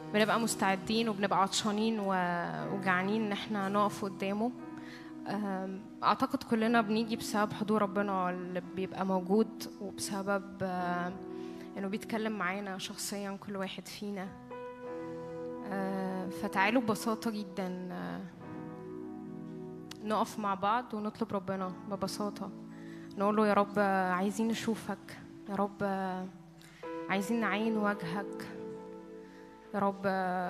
بنبقى مستعدين وبنبقى عطشانين وجعانين ان احنا نقف قدامه. اعتقد كلنا بنيجي بسبب حضور ربنا اللي بيبقى موجود، وبسبب انه بيتكلم معانا شخصيا كل واحد فينا. فتعالوا ببساطة جدا نقف مع بعض ونطلب ربنا ببساطة، نقول له يا رب عايزين نشوفك، يا رب عايزين نعين وجهك، يا رب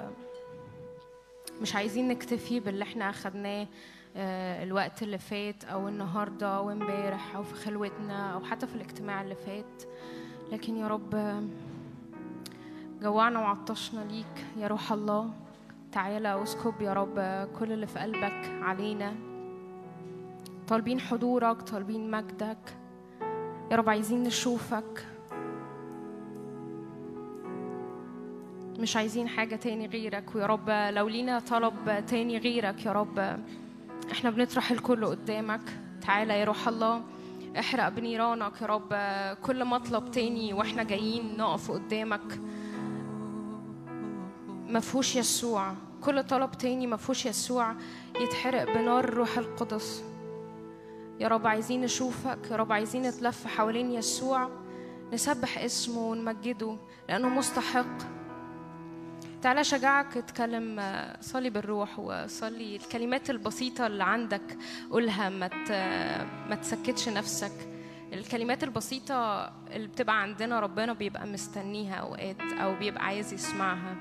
مش عايزين نكتفي باللي احنا أخدناه الوقت اللي فات أو النهاردة أو امبارح أو في خلوتنا أو حتى في الاجتماع اللي فات، لكن يا رب جوعنا وعطشنا ليك يا روح الله. تعالى واسكب يا رب كل اللي في قلبك علينا، طالبين حضورك، طالبين مجدك يا رب، عايزين نشوفك، مش عايزين حاجة تاني غيرك. ويا رب لو لينا طلب تاني غيرك يا رب احنا بنطرح الكل قدامك. تعالى يا روح الله احرق بنيرانك يا رب كل مطلب تاني واحنا جايين نقف قدامك مفهوش يسوع، كل طلب تاني مفهوش يسوع يتحرق بنار الروح القدس. يا رب عايزين نشوفك، يا رب عايزين نتلف حوالين يسوع، نسبح اسمه ونمجده لأنه مستحق. تعالى شجعك اتكلم، صلي بالروح وصلي الكلمات البسيطة اللي عندك قولها، ما تسكتش نفسك. الكلمات البسيطة اللي بتبقى عندنا ربنا بيبقى مستنيها أوقات أو بيبقى عايز يسمعها.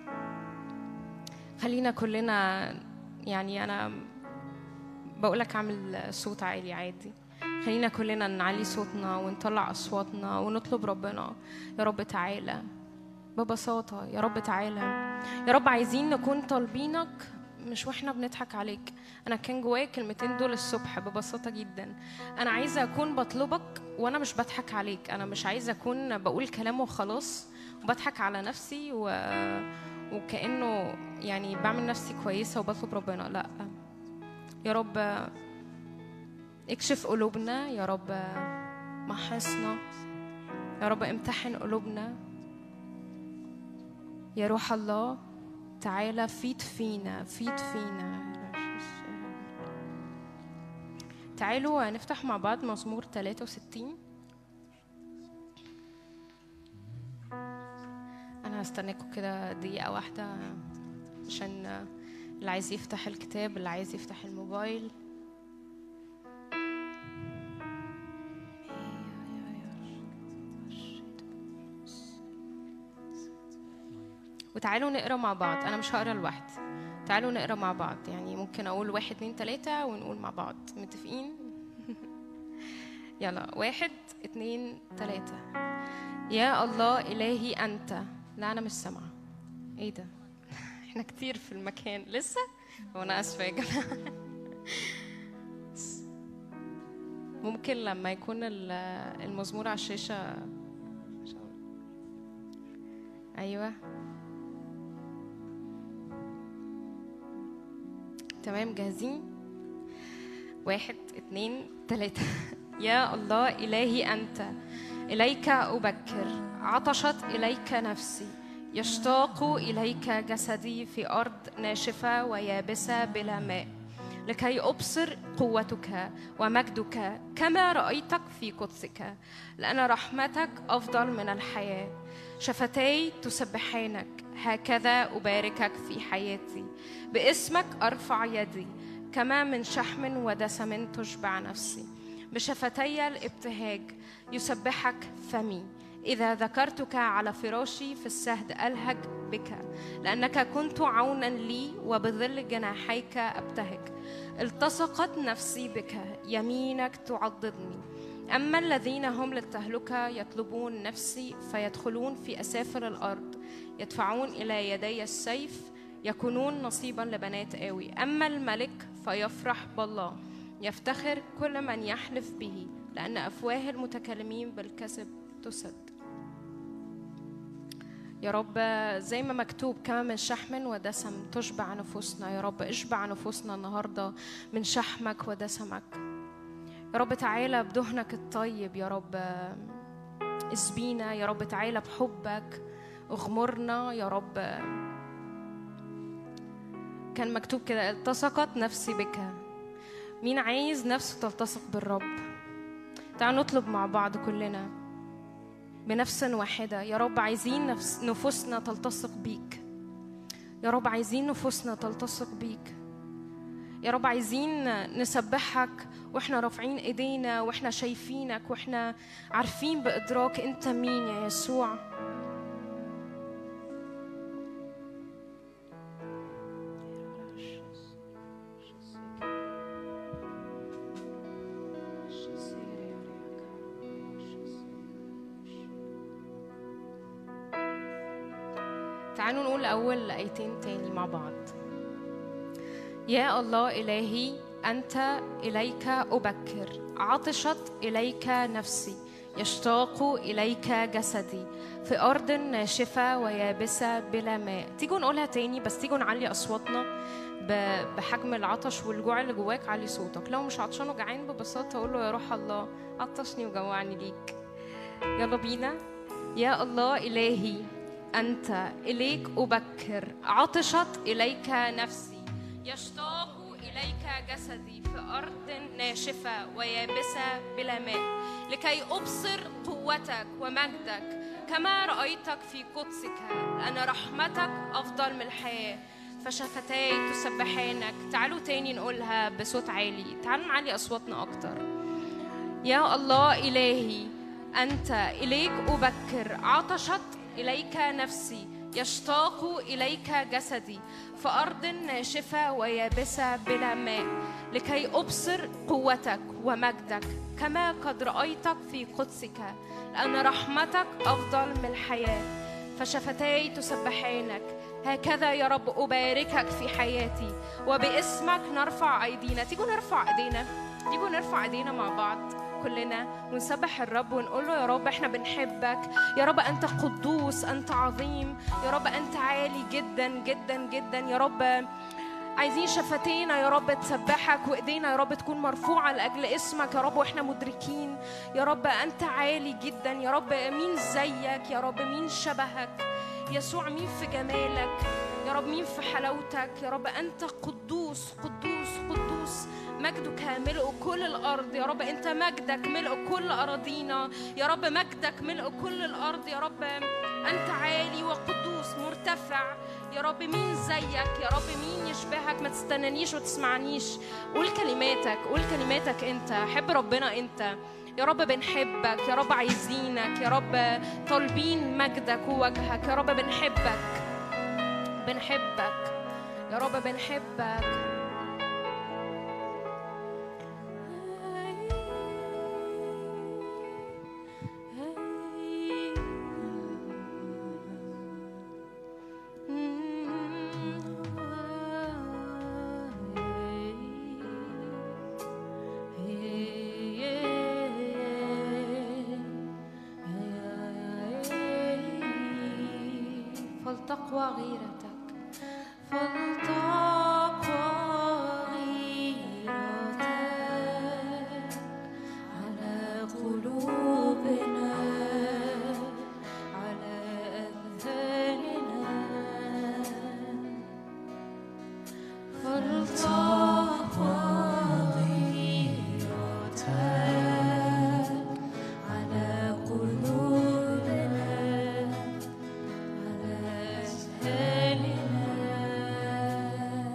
خلينا كلنا، يعني أنا بقولك عامل صوت عالي عادي، خلينا كلنا نعلي صوتنا ونطلع أصواتنا ونطلب ربنا. يا رب تعالى ببساطة، يا رب تعالى يا رب، عايزين نكون طالبينك مش واحنا بنضحك عليك. أنا كان جوايا كلمتين دول الصبح ببساطة جدا، أنا عايزة أكون بطلبك وأنا مش بضحك عليك، أنا مش عايزة أكون بقول كلام وخلاص وبضحك على نفسي وكأنه يعني بعمل نفسي كويسة وبطلب ربنا. لأ يا رب اكشف قلوبنا، يا رب محصنا، يا رب امتحن قلوبنا يا روح الله. تعالى فيض فينا، فيض فينا. تعالوا نفتح مع بعض مزمور 63. أنا هستناكم كده دقيقة واحدة عشان اللي عايز يفتح الكتاب، اللي عايز يفتح الموبايل. وتعالوا نقرأ مع بعض، أنا مش هقرأ لوحدي، تعالوا نقرأ مع بعض. يعني ممكن أقول 1 2 3 ونقول مع بعض، متفقين؟ يلا 1 2 3. يا الله إلهي أنت. لا أنا مش سامعة، إيه ده؟ إحنا كتير في المكان لسه، وأنا آسفة يا جماعة. ممكن لما يكون المزمور على الشاشة. أيوة تمام، جاهزين؟ 1 2 3. يا الله إلهي أنت، إليك أبكر، عطشت إليك نفسي، يشتاق إليك جسدي في أرض ناشفة ويابسة بلا ماء، لكي أبصر قوتك ومجدك كما رأيتك في قدسك، لأن رحمتك أفضل من الحياة. شفتي تسبحانك، هكذا أباركك في حياتي، باسمك أرفع يدي، كما من شحم ودسم تشبع نفسي. بشفتي الابتهاج يسبحك فمي، إذا ذكرتك على فراشي في السهد ألهج بك، لأنك كنت عونا لي وبظل جناحيك أبتهج. التصقت نفسي بك، يمينك تعضدني. أما الذين هم للتهلكة يطلبون نفسي، فيدخلون في أسافل الأرض، يدفعون إلى يدي السيف، يكونون نصيبا لبنات آوي. أما الملك فيفرح بالله، يفتخر كل من يحلف به، لأن أفواه المتكلمين بالكذب تسد. يا رب زي ما مكتوب كما من شحم ودسم تشبع نفوسنا، يا رب اشبع نفوسنا النهاردة من شحمك ودسمك. يا رب تعالى بدهنك الطيب، يا رب اسبينا، يا رب تعالى بحبك اغمرنا، يا رب كان مكتوب كده التصقت نفسي بك. مين عايز نفسه تلتصق بالرب؟ تعالوا نطلب مع بعض كلنا بنفس واحدة. يا رب عايزين نفوسنا تلتصق بيك. يا رب عايزين نفوسنا تلتصق بيك. يا رب عايزين نسبحك واحنا رافعين ايدينا واحنا شايفينك واحنا عارفين بإدراك انت مين يا يسوع. تعالوا نقول أول آيتين تاني مع بعض. يا الله إلهي أنت إليك أبكر، عطشت إليك نفسي، يشتاق إليك جسدي في أرض ناشفة ويابسة بلا ماء. تيجوا نقولها تاني، بس تيجوا نعلي أصواتنا بحجم العطش والجوع اللي جواك. علي صوتك. لو مش عطشان وجعان ببساطة قول له يا روح الله عطشني وجوعني ليك. يلا بينا. يا الله إلهي أنت إليك أبكر، عطشت إليك نفسي، يشتاق إليك جسدي في أرض ناشفة ويابسة بلا ماء، لكي أبصر قوتك ومجدك كما رأيتك في قدسك، لأن رحمتك أفضل من الحياة، فشفتاي تسبحانك. تعالوا تاني نقولها بصوت عالي. تعالوا نعلي أصواتنا أكتر. يا الله إلهي أنت إليك أبكر، عطشت إليك نفسي، يشتاق إليك جسدي في أرض ناشفة ويابسة بلا ماء، لكي أبصر قوتك ومجدك كما قد رأيتك في قدسك، لأن رحمتك أفضل من الحياة، فشفتاي تسبحانك. هكذا يا رب أباركك في حياتي، وباسمك نرفع أيدينا. تيجوا نرفع أيدينا مع بعض كلنا ونسبح الرب ونقول له يا رب احنا بنحبك. يا رب أنت قدوس، أنت عظيم، يا رب أنت عالي جدا جدا جدا. يا رب عايزين شفتينا يا رب تسبحك، وإيدينا يا رب تكون مرفوعة لأجل اسمك يا رب، وإحنا مدركين يا رب أنت عالي جدا. يا رب مين زيك يا رب؟ مين شبهك يسوع؟ مين في جمالك يا رب؟ مين في حلاوتك يا رب؟ أنت قدوس قدوس قدوس، مجدك ملء كل الأرض يا رب. أنت مجدك ملء كل أراضينا يا رب، مجدك ملء كل الأرض يا رب. أنت عالي وقدوس مرتفع يا رب. مين زيك يا رب؟ مين يشبهك؟ ما تستنانيش وتسمعنيش. قول كلماتك أنت. حب ربنا أنت يا رب. بنحبك يا رب، عايزينك يا رب، طالبين مجدك ووجهك يا رب. بنحبك يا رب، بنحبك. فلتقوى غيرتك، فلتقوى غيرتك على قلوبنا، على أذهاننا. فلتقوى غيرتك على قلوبنا، على أذهاننا.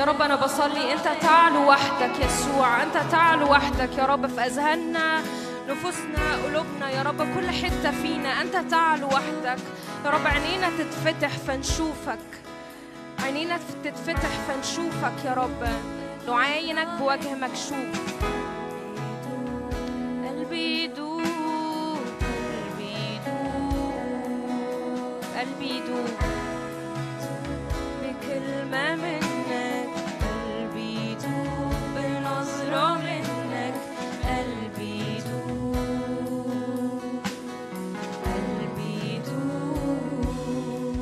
يا رب أنا بصلي أنت تعلو وحدك يسوع، أنت تعلو وحدك يا رب في أذهاننا، نفوسنا، قلوبنا يا رب، كل حتة فينا أنت تعلو وحدك يا رب. عينينا تتفتح فنشوفك، عينينا تتفتح فنشوفك يا رب، نعاينك بوجه مكشوف. قلبي يدوب، قلبي يدوب، قلبي يدوب بكلمة منك، قلبي يدوب بنظرة منك، قلبي يدوب، قلبي يدوب.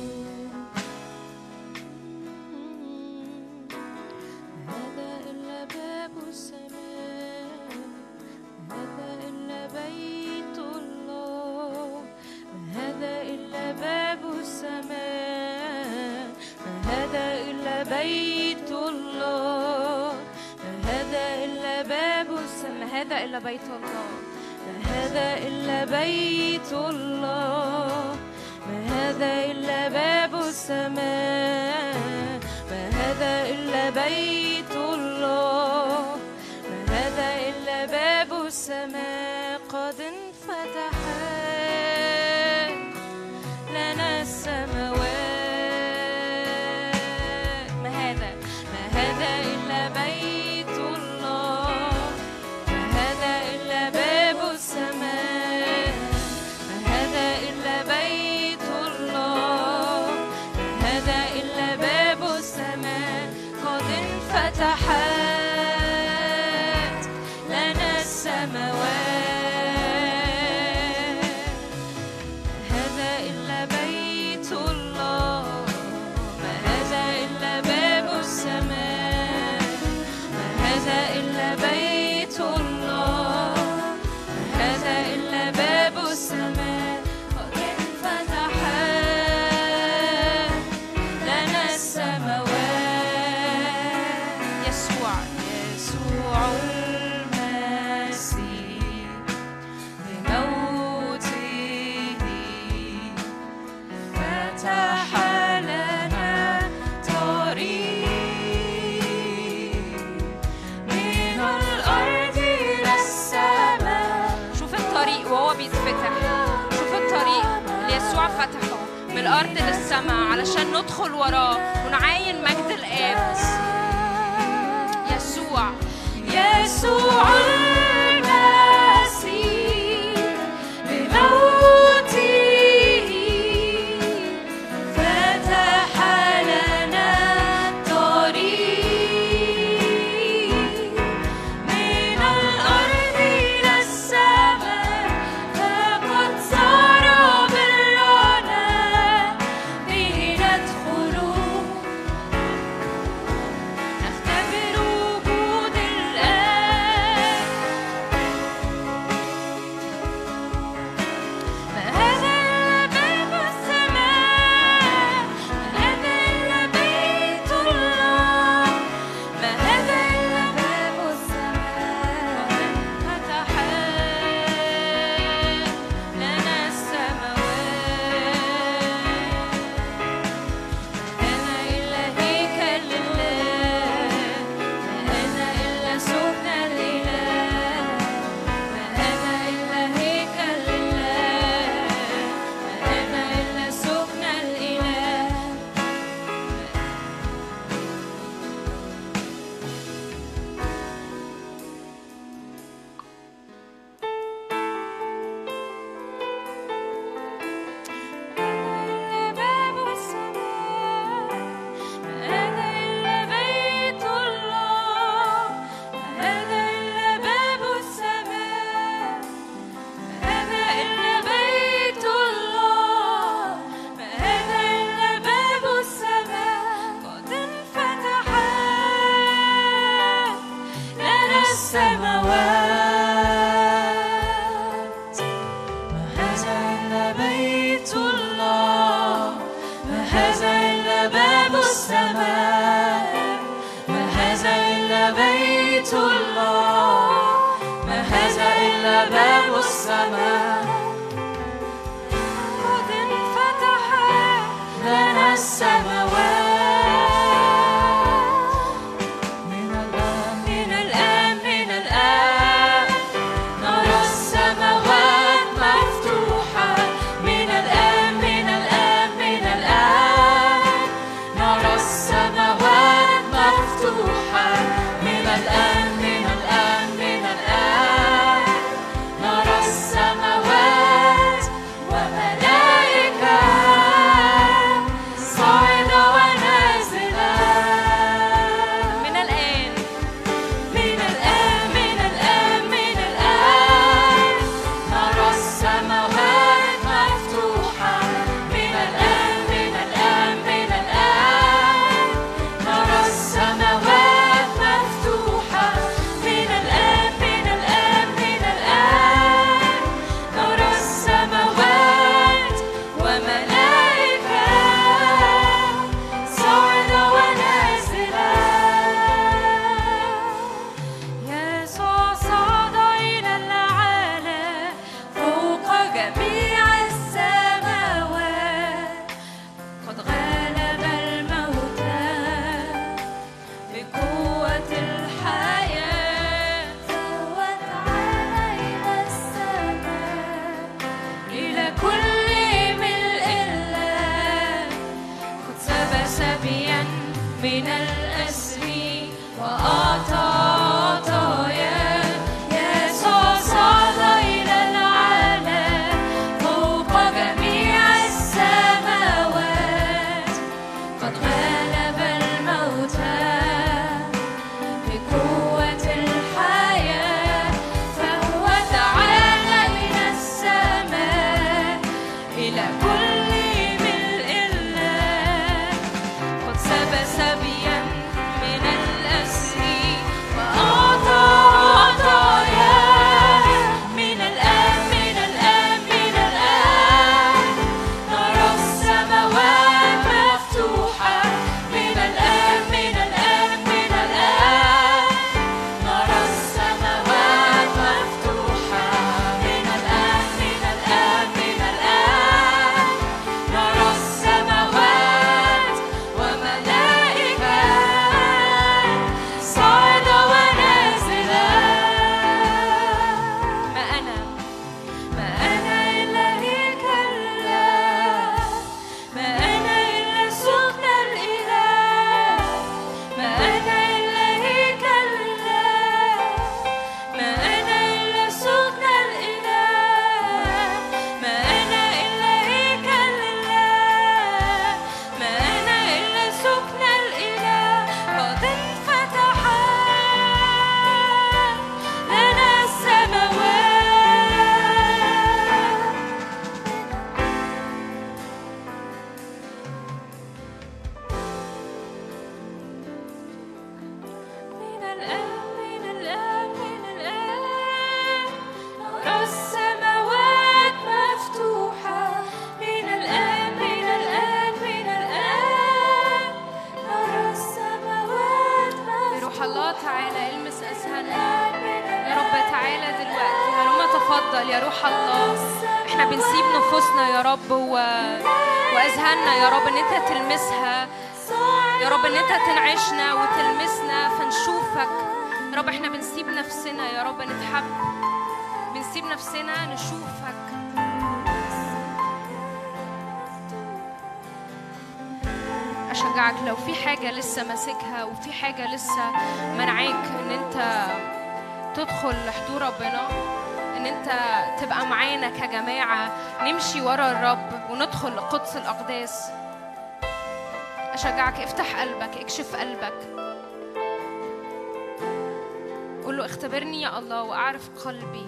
هذا إلا باب السماء، هذا إلا بيت الله، هذا إلا باب السماء، هذا إلا بيت الله، هذا إلا باب السماء، هذا إلا بيت الله، هذا إلا بيت الله، ما هذا إلا باب السماء، ما هذا إلا بيت الله، ما هذا إلا باب السماء. قد انفتحت لنا السماوات، ما هذا إلا بيت الله، ما هذا إلا باب السماء، ما هذا إلا بيت الله، ما هذا إلا باب السماء. قد انفتحت لنا السماوات، هذا إلا بيت الله، ما هذا إلا باب السماء، ما هذا إلا بيت الله، ما هذا إلا باب السماء. قد انفتحت لنا السماوات. يسوع المسيح بموته فتح لنا طريق من الأرض إلى السماء. شوف الطريق وهو بيتفتح، شوف الطريق اللي يسوع فتحه من الأرض للسماء علشان ندخل وراه ونعاين مجد الآب. يسوع المسيح بموته فتح لنا طريق من الأرض إلى السماء، فقد صار برنا به ندخل نختبر وجود الآب. ما هذا إلا باب السماء، ما هذا إلا بيت الله، ما هذا إلا باب السماء. فتحت لنا السماوات، ما هذا إلا هيكل لله، ما هذا إلا سكن الإله، ما هذا إلا هيكل لله، ما هذا إلا سكن الإله. إلا باب السماء، ما هذا إلا بيت الله، ما هذا إلا باب السماء، ما هذا إلا بيت الله، ما هذا إلا باب السماء. قد انفتحت لنا السماوات، ما هذا إلا بيت الله، ما هذا إلا باب السماء، ما هذا إلا بيت الله، ما هذا إلا باب السماء. قد انفتحت لنا السماوات، سبيا من الأسر وأعطى عطايا. يسوع صعد إلى العالم فوق جميع السماوات، قد غلب الموتى بقوة الحياة، فهو تعالى من السماء إلى كل ملء الله، قد سبى سبيا من الأسر وأعطى عطايا. من الآن من الآن من الآن نرى السماوات مفتوحة. من الآن من الآن من الآن نرى السماوات مفتوحة. من الآن من الآن من الآن نرى السماوات وملائكة صاعدة ونازلة. ما أنا إلا هيكل الله، ما أنا إلا سكن الإله، ما أنا إلا هيكل الله، ما أنا إلا سكن الإله، ما أنا إلا هيكل الله، ما أنا إلا سكن الإله. قد انفتحت لنا السماوات. من الآن من الآن من الآن نرى السماوات مفتوحة. من الآن من الآن من الآن نرى السماوات مفتوحة. يا روح الله تعالى المس أذهاننا يا رب، تعالى دلوقتي. هلما تفضل يا روح الله. احنا بنسيب نفوسنا يا رب وأذهاننا يا رب ان انت تلمسها يا رب، ان انت تنعشنا وتلمسنا فنشوفك يا رب. احنا بنسيب نفسنا يا رب نتحب، بنسيب نفسنا نشوفك. أشجعك لو في حاجة لسه ماسكها وفي حاجة لسه منعاك ان انت تدخل لحضور ربنا، ان انت تبقى معانا كجماعة نمشي ورا الرب وندخل لقدس الأقداس، أشجعك افتح قلبك، اكشف قلبك، قول له اختبرني يا الله وأعرف قلبي.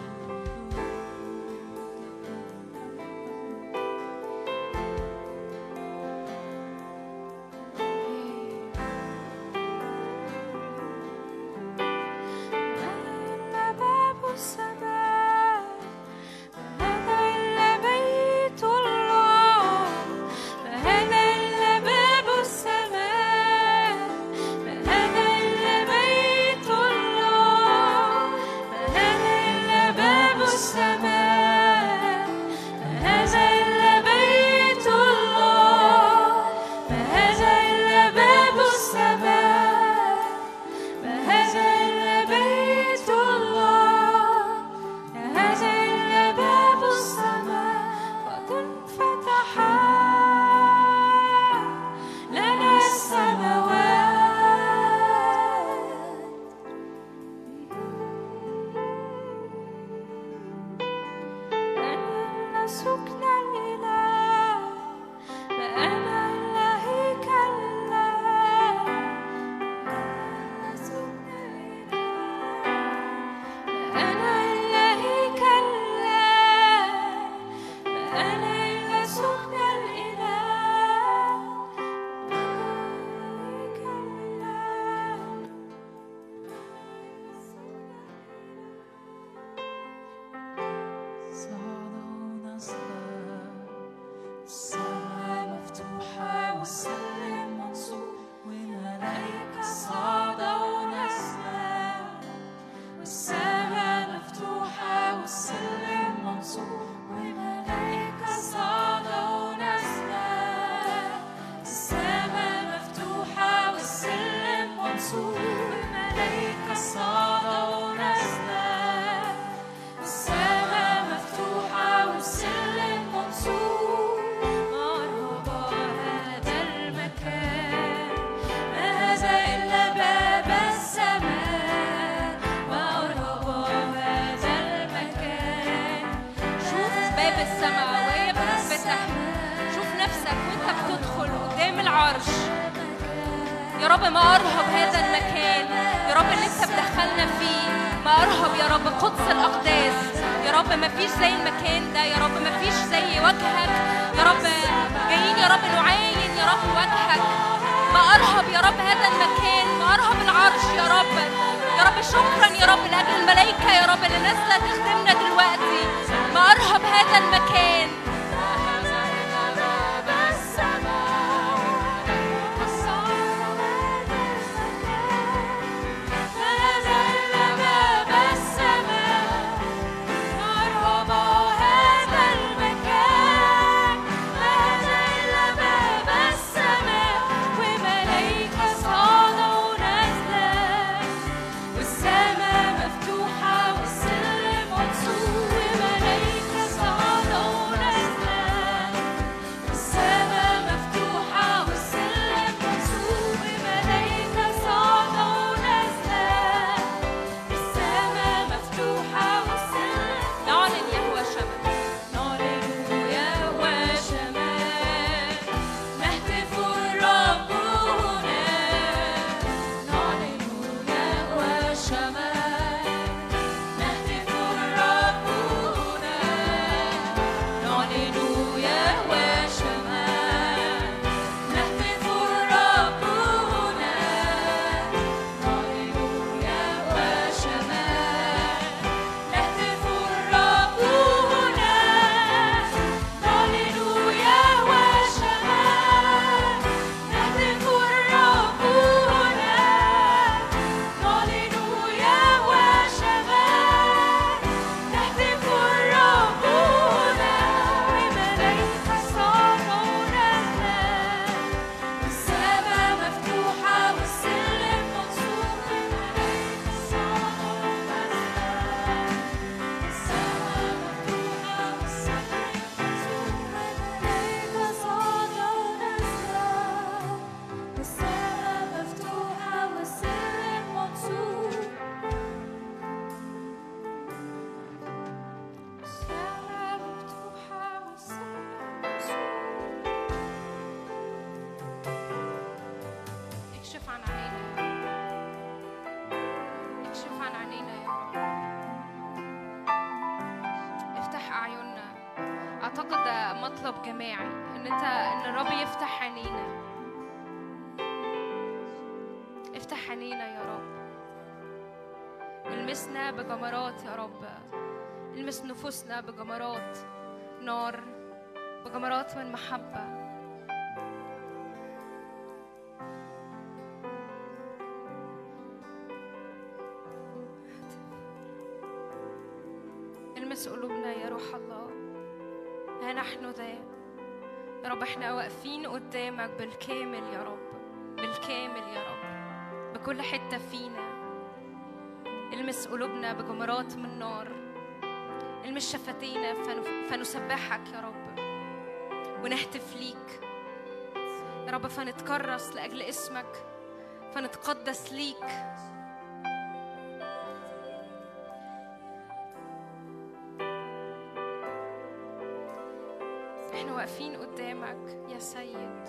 باب العرش. يا رب ما أرهب هذا المكان يا رب اللي أنت بتدخلنا فيه، ما أرهب يا رب قدس الأقداس. يا رب ما فيش زي المكان ده، يا رب ما فيش زي وجهك يا رب. جايين يا رب نعاين يا رب وجهك. ما أرهب يا رب هذا المكان، ما أرهب العرش يا رب. يا رب شكرا يا رب لأجل الملائكة يا رب اللي نازلة تخدمنا دلوقتي. ما أرهب هذا المكان. نفوسنا بجمرات نار، بجمرات من محبة. المس قلوبنا يا روح الله. ها نحن ذا يا رب، احنا واقفين قدامك بالكامل يا رب، بالكامل يا رب، بكل حتة فينا. المس قلوبنا بجمرات من نار، المس شفتينا فنسبحك يا رب ونهتف ليك يا رب، فنتكرس لأجل اسمك، فنتقدس ليك. احنا واقفين قدامك يا سيد.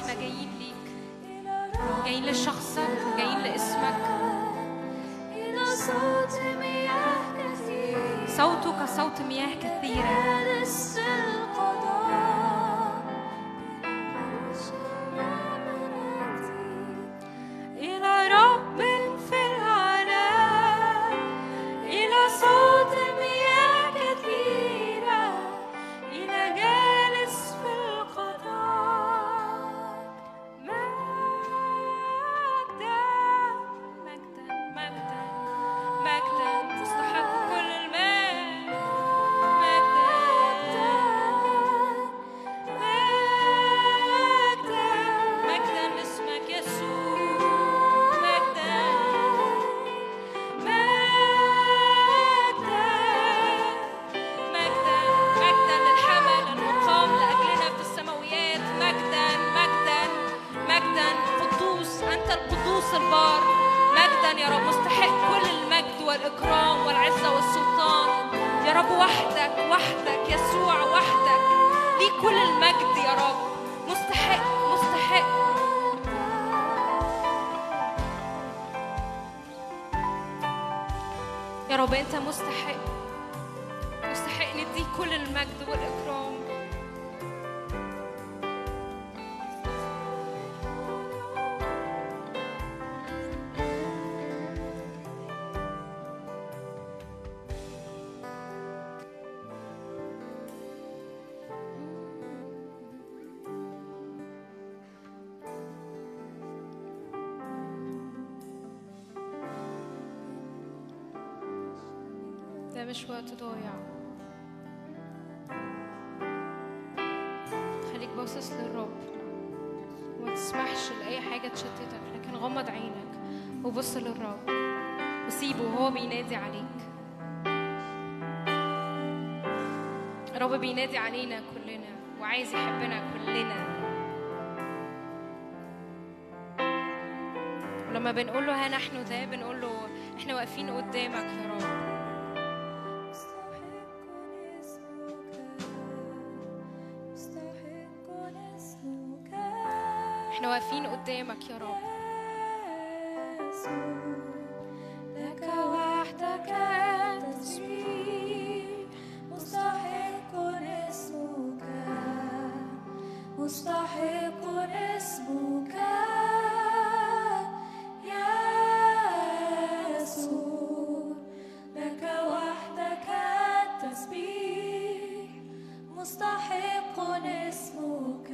احنا جايين ليك، جايين لشخصك، جايين لاسمك. صوتك صوت مياه كثيرة. إلى رب في العلا، إلى صوت مياه كثيرة، إلى جالس في القضاء. مجدا مجدا مجدا مجدا، مستحق كل المجد. مجدا مجدا لاسمك يسوع. مجدا مجدا مجدا مجدا للحمل المقام لأجلنا في السماويات. مجدا مجدا مجدا. قدوس أنت القدوس البار. مجدا يا رب، مستحق كل المجد والإكرام والعزة والسلطان يا رب. وحدك وحدك يسوع، وحدك ليك كل المجد يا رب. مستحق مستحق. يا رب أنت مستحق، مستحق نديك كل المجد والإكرام. ده مش وقت ضايع. خليك باصص للرب وما تسمحش لأي حاجة تشتتك، لكن غمض عينك وبص للرب وسيبه وهو بينادي عليك. الرب بينادي علينا كلنا وعايز يحبنا كلنا. ولما بنقول له ها نحن ذا، بنقول له احنا واقفين قدامك يا رب. احنا واقفين قدامك يا رب. لك وحدك التسبيح، مستحق اسمك، مستحق اسمك يا يسوع. لك وحدك التسبيح، مستحق اسمك.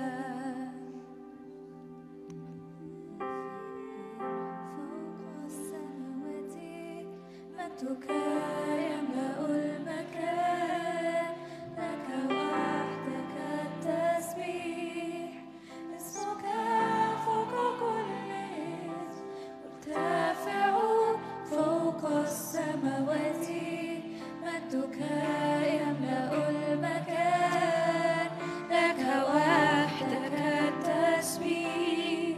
مجدك يملأ المكان، لك وحدك التسبيح، اسمك فوق كل اسم، مرتفع فوق السماوات. مجدك يملأ المكان، لك وحدك التسبيح،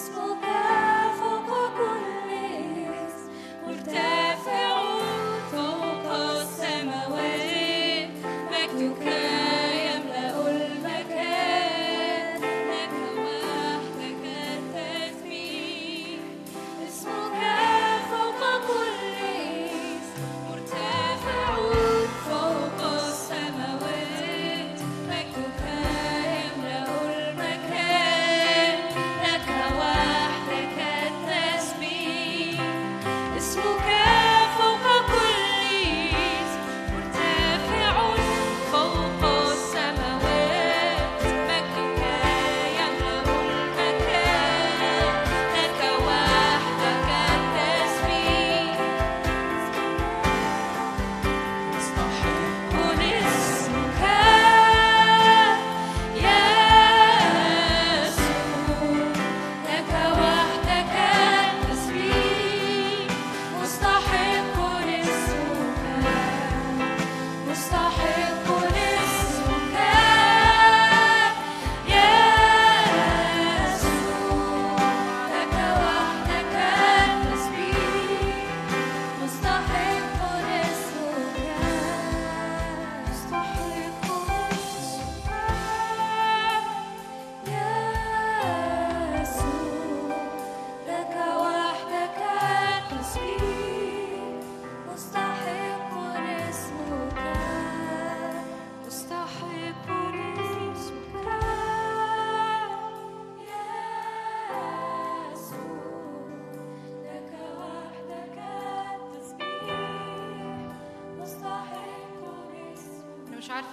اسمك فوق كل اسم، مرتفع فوق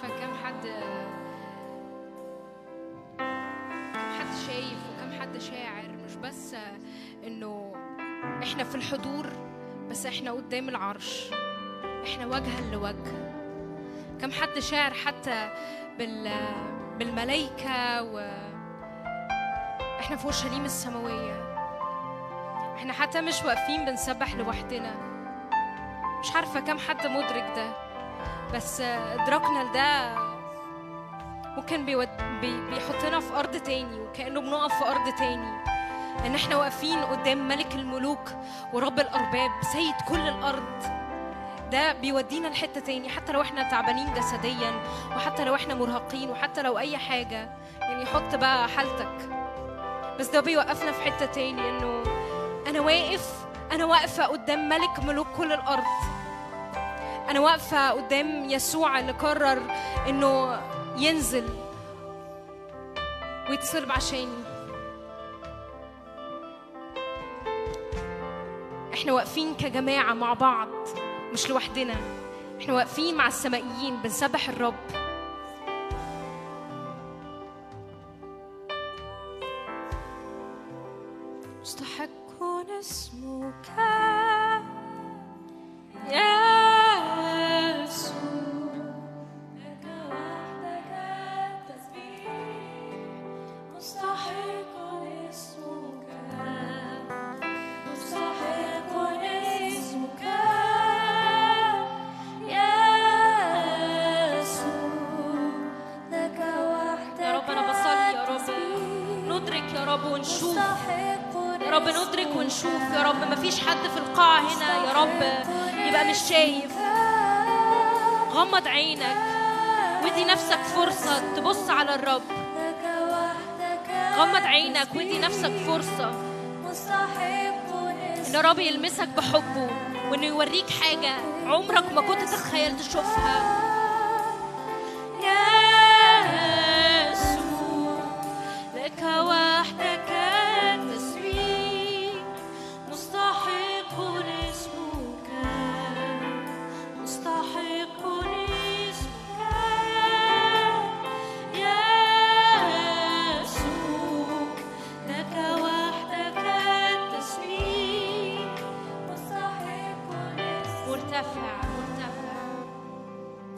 عارفة كم حد شايف وكم حد شاعر، مش بس إنه إحنا في الحضور، بس إحنا قدام العرش، إحنا وجها لوجه. كم حد شاعر حتى بالملائكة، وإحنا في أورشليم السماوية. إحنا حتى مش واقفين بنسبح لوحدنا. مش عارفة كم حد مدرك ده، بس إدراكنا لده ممكن بيحطنا في أرض تاني، وكأنه بنقف في أرض تاني، إن إحنا واقفين قدام ملك الملوك ورب الأرباب سيد كل الأرض. ده بيودينا لحتة تاني، حتى لو إحنا تعبانين جسديا، وحتى لو إحنا مرهقين، وحتى لو أي حاجة. يعني حط بقى حالتك، بس ده بيوقفنا في حتة تاني، إنه أنا واقفة قدام ملك ملوك كل الأرض. أنا واقفة قدام يسوع اللي قرر إنه ينزل ويتصلب عشاني. إحنا واقفين كجماعة مع بعض، مش لوحدنا. إحنا واقفين مع السمائيين بنسبح الرب. مستحق اسمك يا يسوع، لك وحدك التسبيح. مستحق اسمك، مستحق اسمك يا يسوع، لك وحدك. يا رب أنا بصلي يا رب ندرك يا رب ونشوف، يا رب ندرك ونشوف يا رب. مفيش حد في القاعة هنا يا رب يبقى مش شايف. غمض عينك ودي نفسك فرصة تبص على الرب. غمض عينك ودي نفسك فرصة إن الرب يلمسك بحبه، وإنه يوريك حاجة عمرك ما كنت تتخيل تشوفها. يا يسوع، لك وحدك التسبيح. مستحق اسمك، مستحق اسمك يا يسوع، لك وحدك التسبيح. مستحق اسمك. مرتفع مرتفع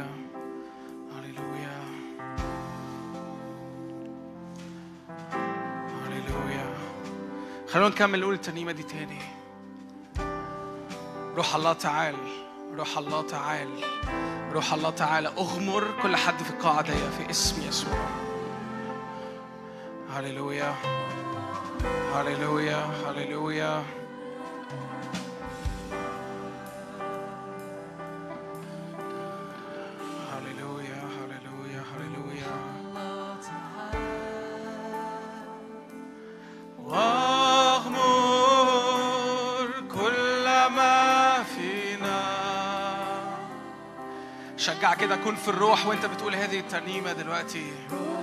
هللويا هللويا هللويا. خلونا نكمل نقول الترنيمة دي تاني. روح الله تعال، روح الله تعال، روح الله تعالى. اغمر كل حد في القاعة دي في اسم يسوع. هللويا هللويا هللويا. هللويا هللويا هللويا. واغمر كل ما فينا. شجع كده، كن في الروح وانت بتقول هذه الترنيمة دلوقتي.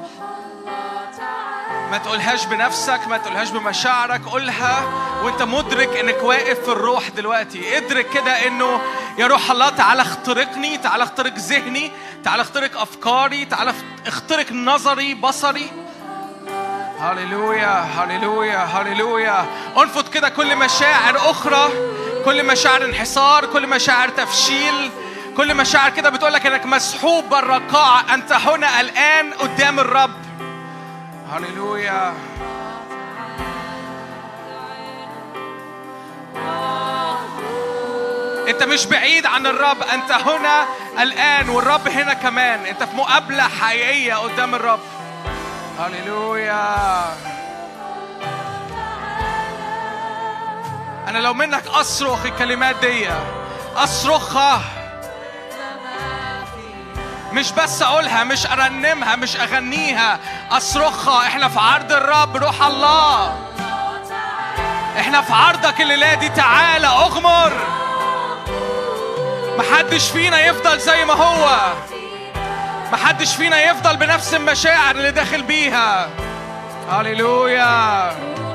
ما تقولهاش بنفسك، ما تقولهاش بمشاعرك، قولها وانت مدرك انك واقف في الروح دلوقتي. ادرك كده انه يا روح الله تعالى اخترقني، تعالى اخترق ذهني، تعالى اخترق افكاري، تعالى اخترق نظري بصري. هللويا هللويا هللويا. انفض كده كل مشاعر اخرى، كل مشاعر انحصار، كل مشاعر تفشيل، كل مشاعر كده بتقولك انك مسحوب بره القاعة. انت هنا الان قدام الرب. هللويا. انت مش بعيد عن الرب، انت هنا الان والرب هنا كمان. انت في مقابلة حقيقية قدام الرب. هللويا. انا لو منك اصرخ الكلمات دي، اصرخها، مش بس اقولها، مش ارنمها، مش اغنيها، اصرخها. احنا في عرض الرب. روح الله، احنا في عرضك الليلة دي. تعالى اغمر. محدش فينا يفضل زي ما هو، محدش فينا يفضل بنفس المشاعر اللي داخل بيها. هللويا.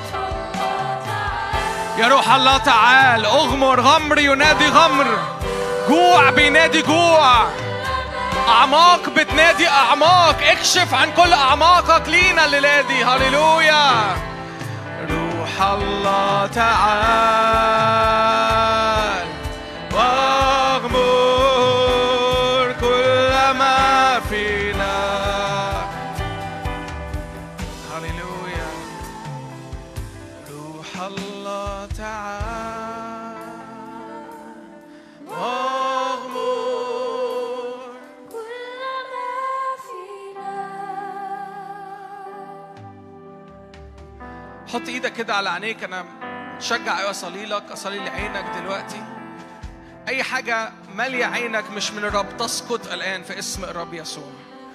يا روح الله تعال اغمر. غمر ينادي غمر، جوع بينادي جوع، أعماق بتنادي أعماق. اكشف عن كل أعماقك لينا الليلة دي. هللويا. روح الله تعال واغمر كل ما فينا. هللويا. روح الله تعال واغمر كل ما فينا. حط ايدك كده على عينيك. انا شجع ايوه اصلي لك، اصلي لعينك دلوقتي. اي حاجه ماليه عينك مش من الرب تسقط الان في اسم الرب يسوع.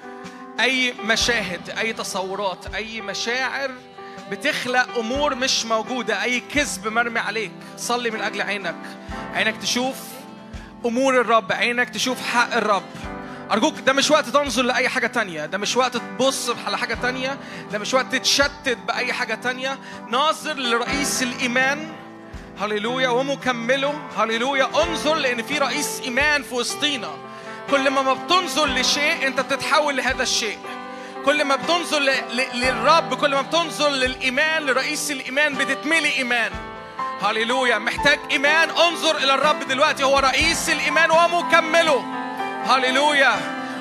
اي مشاهد، اي تصورات، اي مشاعر بتخلق امور مش موجوده، اي كذب مرمي عليك. صلي من اجل عينك، عينك تشوف امور الرب، عينك تشوف حق الرب. أرجوك ده مش وقت تنظر لأي حاجة تانية، ده مش وقت تبص على حاجة تانية، ده مش وقت تتشتت بأي حاجة تانية. ناظر لرئيس الإيمان، هللويا، ومكمله، هللويا. انظر لأن في رئيس إيمان في وسطينا. كل ما بتنظر لشيء أنت بتتحول لهذا الشيء. كل ما بتنظر للرب، كل ما بتنظر للإيمان، لرئيس الإيمان، بتتملي إيمان. هللويا. محتاج إيمان، انظر إلى الرب دلوقتي، هو رئيس الإيمان ومكمله. هللويا.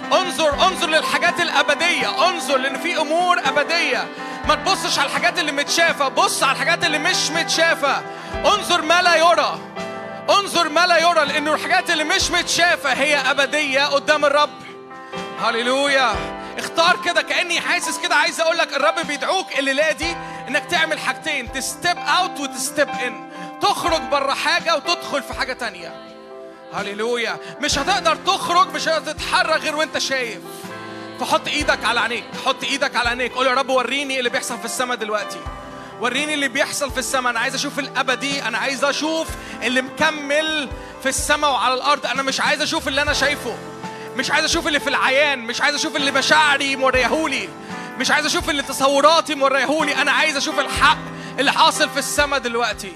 انظر للحاجات الأبدية، انظر لأن في أمور أبدية. ما تبصش على الحاجات اللي متشافة، بص على الحاجات اللي مش متشافة. انظر ما لا يرى، انظر ما لا يرى، لأنه الحاجات اللي مش متشافة هي أبدية قدام الرب. هللويا. اختار كده، كأني حاسس كده عايز أقول لك الرب بيدعوك الليلة دي إنك تعمل حاجتين، تستيب أوت وتستيب إن. تخرج بره حاجة وتدخل في حاجة تانية. هللويا. مش هتقدر تخرج، مش هتقدر تتحرك غير وانت شايف. فحط ايدك على عينيك، حط ايدك على عينيك، قول يا رب وريني اللي بيحصل في السماء دلوقتي، وريني اللي بيحصل في السماء. انا عايز اشوف الابدي، انا عايز اشوف اللي مكمل في السماء وعلى الارض. انا مش عايز اشوف اللي انا شايفه، مش عايز اشوف اللي في العيان، مش عايز اشوف اللي مشاعري موريهولي، مش عايز اشوف اللي تصوراتي موريهولي. انا عايز اشوف الحق اللي حاصل في السماء دلوقتي.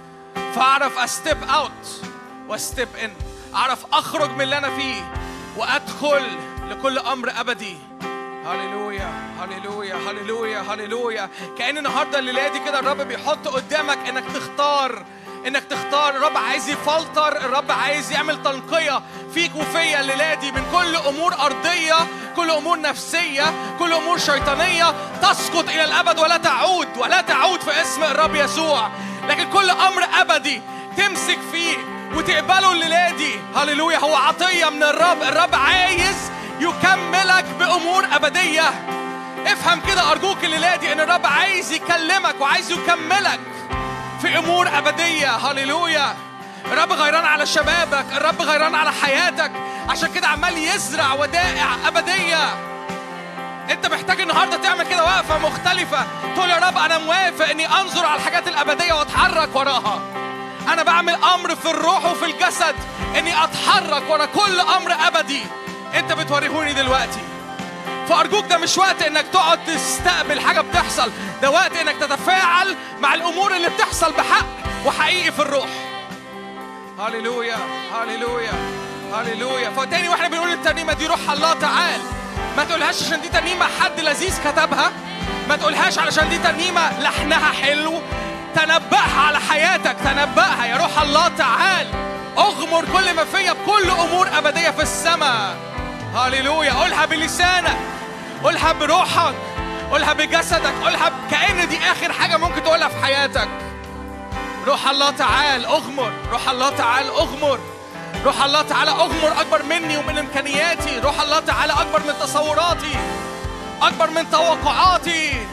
فاعرف استيب اوت واستيب ان، اعرف اخرج من اللي انا فيه وادخل لكل امر ابدي. هللويا هللويا هللويا هللويا. كأن النهارده الليله دي كده الرب بيحط قدامك انك تختار، انك تختار. الرب عايز يفلتر، الرب عايز يعمل تنقية فيك وفيا الليله دي من كل أمور أرضية، كل أمور نفسية، كل أمور شيطانية تسقط إلى الأبد ولا تعود في اسم الرب يسوع. لكن كل أمر أبدي تمسك فيه وتقبله الليلة دي. هللويا، هو عطية من الرب. الرب عايز يكملك بأمور أبدية. افهم كده أرجوك الليلة دي إن الرب عايز يكلمك وعايز يكملك في أمور أبدية. هللويا. الرب غيران على شبابك، الرب غيران على حياتك، عشان كده عمال يزرع ودائع أبدية. أنت محتاج النهاردة تعمل كده وقفة مختلفة، تقول يا رب أنا موافق إني أنظر على الحاجات الأبدية وأتحرك وراها. أنا بعمل أمر في الروح وفي الجسد إني أتحرك ورا كل أمر أبدي أنت بتوريهوني دلوقتي. فأرجوك ده مش وقت إنك تقعد تستقبل حاجة بتحصل، ده وقت إنك تتفاعل مع الأمور اللي بتحصل بحق وحقيقي في الروح. هاليلويا هاليلويا هاليلويا. فتاني واحنا بنقول الترنيمة دي روح الله تعال، ما تقولهاش عشان دي ترنيمة حد لذيذ كتبها، ما تقولهاش علشان دي ترنيمة لحنها حلو. تنبأها على حياتك، تنبأها يا روح الله تعال، اغمر كل ما فيا بكل أمور أبدية في السماء. هاليلويا. قولها بلسانك، قولها بروحك، قولها بجسدك، قولها كأن دي آخر حاجة ممكن تقولها في حياتك. روح الله تعال اغمر، روح الله تعال اغمر، روح الله تعالى اغمر أكبر مني ومن إمكانياتي. روح الله تعالى أكبر من تصوراتي، أكبر من توقعاتي.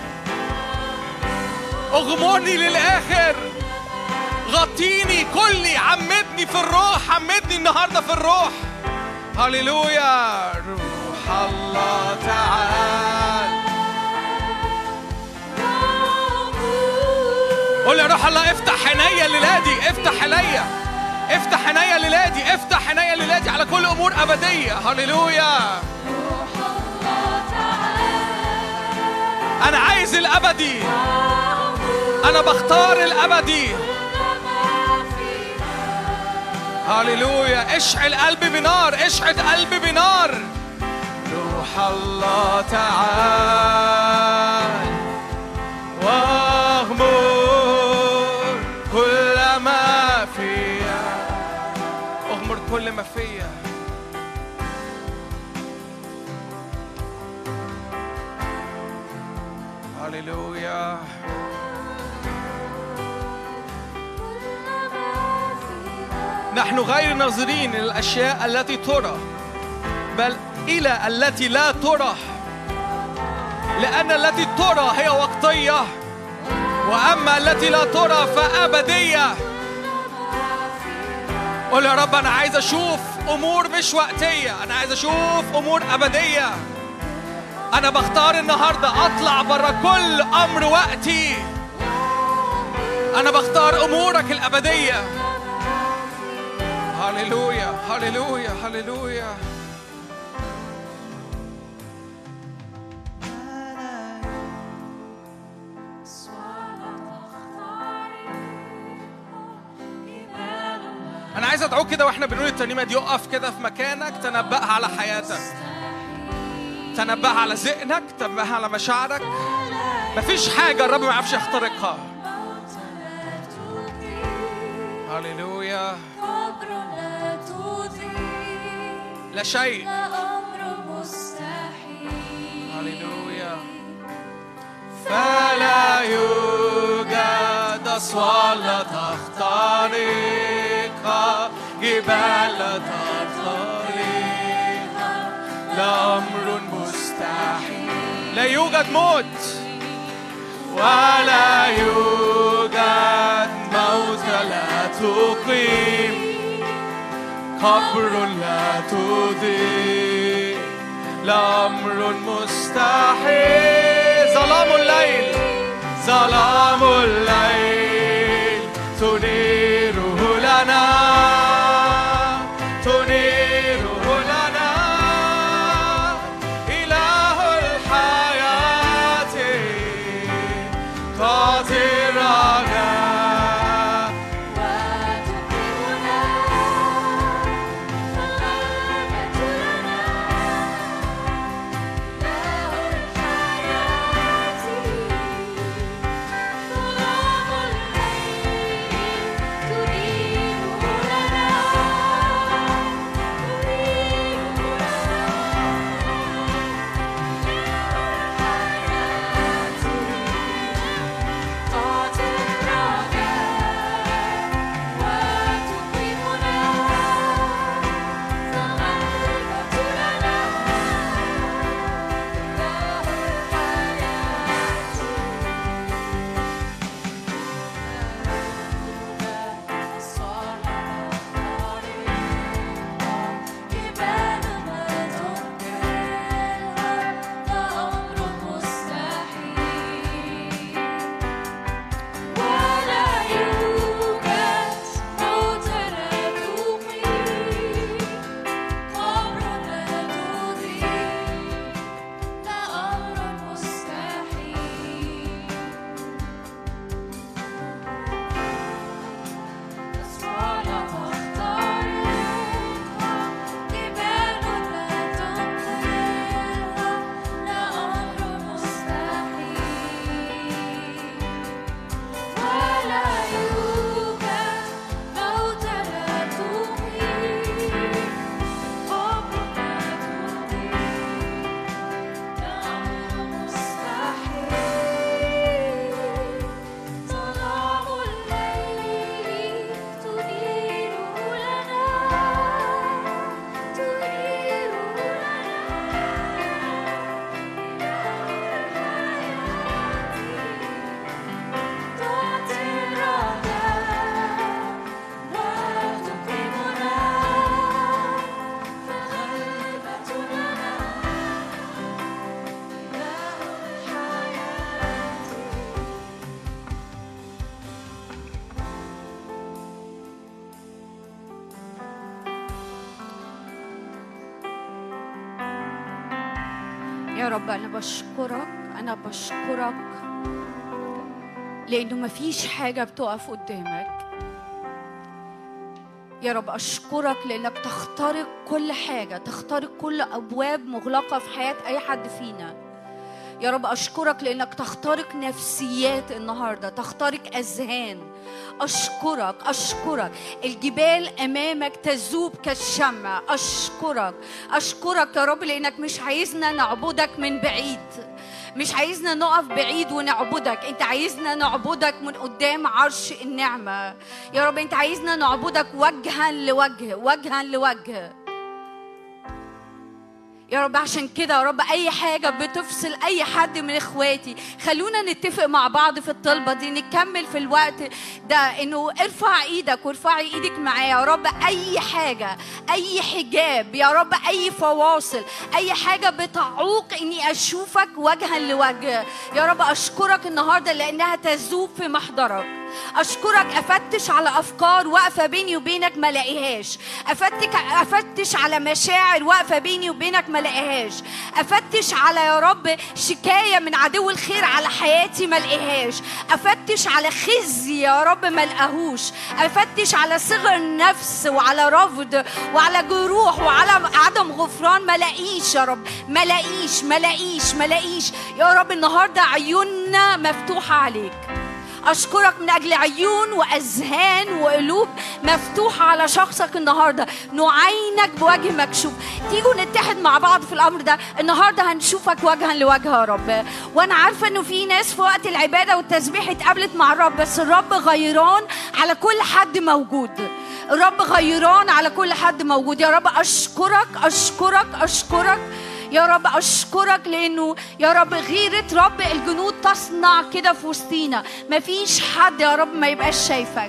اغمرني للآخر، غطيني كلي، عمدني في الروح، عمدني النهاردة في الروح. هاليلويا. روح الله تعال. قول يا روح الله افتح عينيا الليلة دي، افتح عينيا، افتح عينيا الليلة دي، افتح عينيا الليلة دي على كل أمور أبدية. هاليلويا. أنا عايز الأبدي، أنا بختار الأبدي. هاليلويا. اشعل قلبي بنار، اشعل قلبي بنار. روح الله تعال واغمر كل ما فيا، اغمر كل ما فيا. هاليلويا. نحن غير ناظرين إلى الأشياء التي ترى، بل إلى التي لا ترى، لأن التي ترى هي وقتية، وأما التي لا ترى فأبدية. قول يا رب أنا عايز أشوف أمور مش وقتية، أنا عايز أشوف أمور أبدية. أنا بختار النهاردة أطلع برا كل أمر وقتي، أنا بختار أمورك الأبدية. هاليلويا هاليلويا هاليلويا. أنا عايز أدعوك كده وإحنا بنقول الترنيمة دي، يقف كده في مكانك، تنبأها على حياتك، تنبأها على ذهنك، تنبأها على مشاعرك. مفيش حاجة الرب ما يعرفش يخترقها. هاليلويا. لا شيء. هاليلويا. فلا يوجد أسوار لا تخترقها، جبال لا تخترقها، لا أمر مستحيل. لا يوجد موت ولا يوجد موت لا تقيم، قبر لا تضيء، لا أمر مستحيل. ظلام الليل، ظلام الليل تنيره لنا، تنيره لنا. إله الحياة تعطي الرجاء وتقيمنا، فالغلبة لنا. إله الحياة ظلام الليل يا رب أنا بشكرك لأنه مفيش حاجة بتقف قدامك. يا رب أشكرك لأنك تخترق كل حاجة، تخترق كل أبواب مغلقة في حياة أي حد فينا. يا رب أشكرك لأنك تخترق نفسيات النهاردة، تخترق أذهان. أشكرك الجبال أمامك تذوب كالشمع. أشكرك يا رب لأنك مش عايزنا نعبدك من بعيد، مش عايزنا نقف بعيد ونعبدك. انت عايزنا نعبدك من قدام عرش النعمة. يا رب انت عايزنا نعبدك وجها لوجه. يا رب عشان كده يا رب أي حاجة بتفصل أي حد من إخواتي، خلونا نتفق مع بعض في الطلبة دي، نكمل في الوقت ده إنه ارفع إيدك وارفعي إيدك معايا يا رب. أي حاجة، أي حجاب يا رب، أي فواصل، أي حاجة بتعوق إني أشوفك وجها لوجه يا رب، أشكرك النهاردة لأنها تذوب في محضرك. أشكرك أفتش على أفكار واقفة بيني وبينك ما لاقيهاش، أفتش على مشاعر واقفة بيني وبينك ما لاقيهاش، أفتش على يا رب شكاية من عدو الخير على حياتي ما لاقيهاش، أفتش على خزي يا رب ما لاقيهوش، أفتش على صغر نفس وعلى رفض وعلى جروح وعلى عدم غفران ما لاقيش يا رب، ما لاقيش يا رب. النهاردة عيوننا مفتوحة عليك. أشكرك من أجل عيون وأذهان وقلوب مفتوحة على شخصك النهاردة، نعينك بوجه مكشوف. تيجوا نتحد مع بعض في الأمر ده النهاردة، هنشوفك وجها لوجه يا رب. وأنا عارفة أنه في ناس في وقت العبادة والتسبيح اتقابلت مع الرب، بس الرب غيران على كل حد موجود. الرب غيران على كل حد موجود. يا رب أشكرك يا رب، أشكرك لأنه يا رب غيرة رب الجنود تصنع كده في وسطينا. مفيش حد يا رب ما يبقاش شايفك.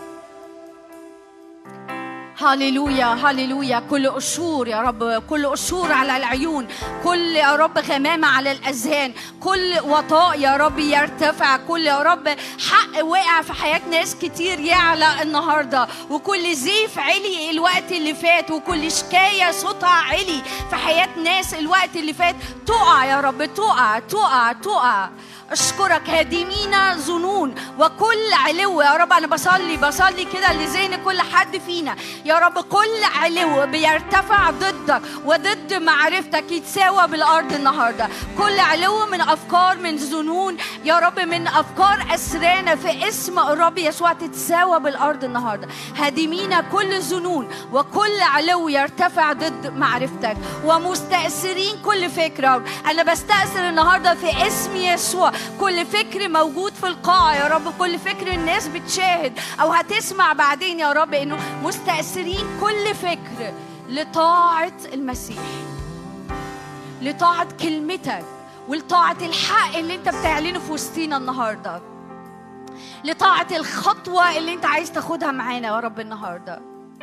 هاليلويا. كل قشور يا رب، كل قشور على العيون، كل يا رب غمامة على الأذهان، كل وطاء يا رب يرتفع، كل يا رب حق وقع في حياة ناس كتير يعلى النهاردة، وكل زيف علي الوقت اللي فات، وكل شكاية صوتها علي في حياة ناس الوقت اللي فات تقع يا رب، تقع. أشكرك هادمين ظنون وكل علو يا رب. أنا بصلي كده لذهن كل حد فينا يا رب، كل علو بيرتفع ضدك وضد معرفتك يتساوى بالأرض النهاردة. كل علو من أفكار، من ظنون يا رب، من أفكار أسرانة في اسم الرب يسوع تتساوى بالأرض النهاردة. هادمين كل ظنون وكل علو يرتفع ضد معرفتك، ومستأثرين كل فكرة. أنا بستأثر النهاردة في اسم يسوع كل فكر موجود في القاعة يا رب، كل فكر الناس بتشاهد أو هتسمع بعدين يا رب، إنه مستأثرين كل فكر لطاعة المسيح، لطاعة كلمتك ولطاعة الحق اللي انت بتعلنه في وسطينا النهاردة، لطاعة الخطوة اللي انت عايز تاخدها معانا يا رب النهاردة.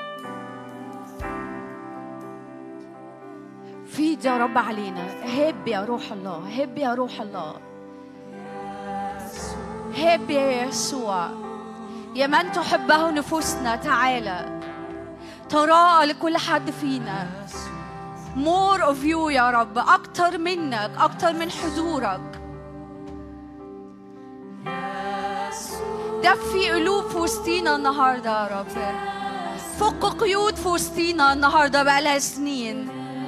فيد يا رب علينا، هب يا روح الله، هب يا يسوع، يا من تحبه نفوسنا. تعالى تراءى لكل حد فينا. more of you يا رب، أكتر منك، أكتر من حضورك. دفي قلوب في وسطينا النهاردة يا رب، فك قيود في وسطينا النهاردة بقالها سنين.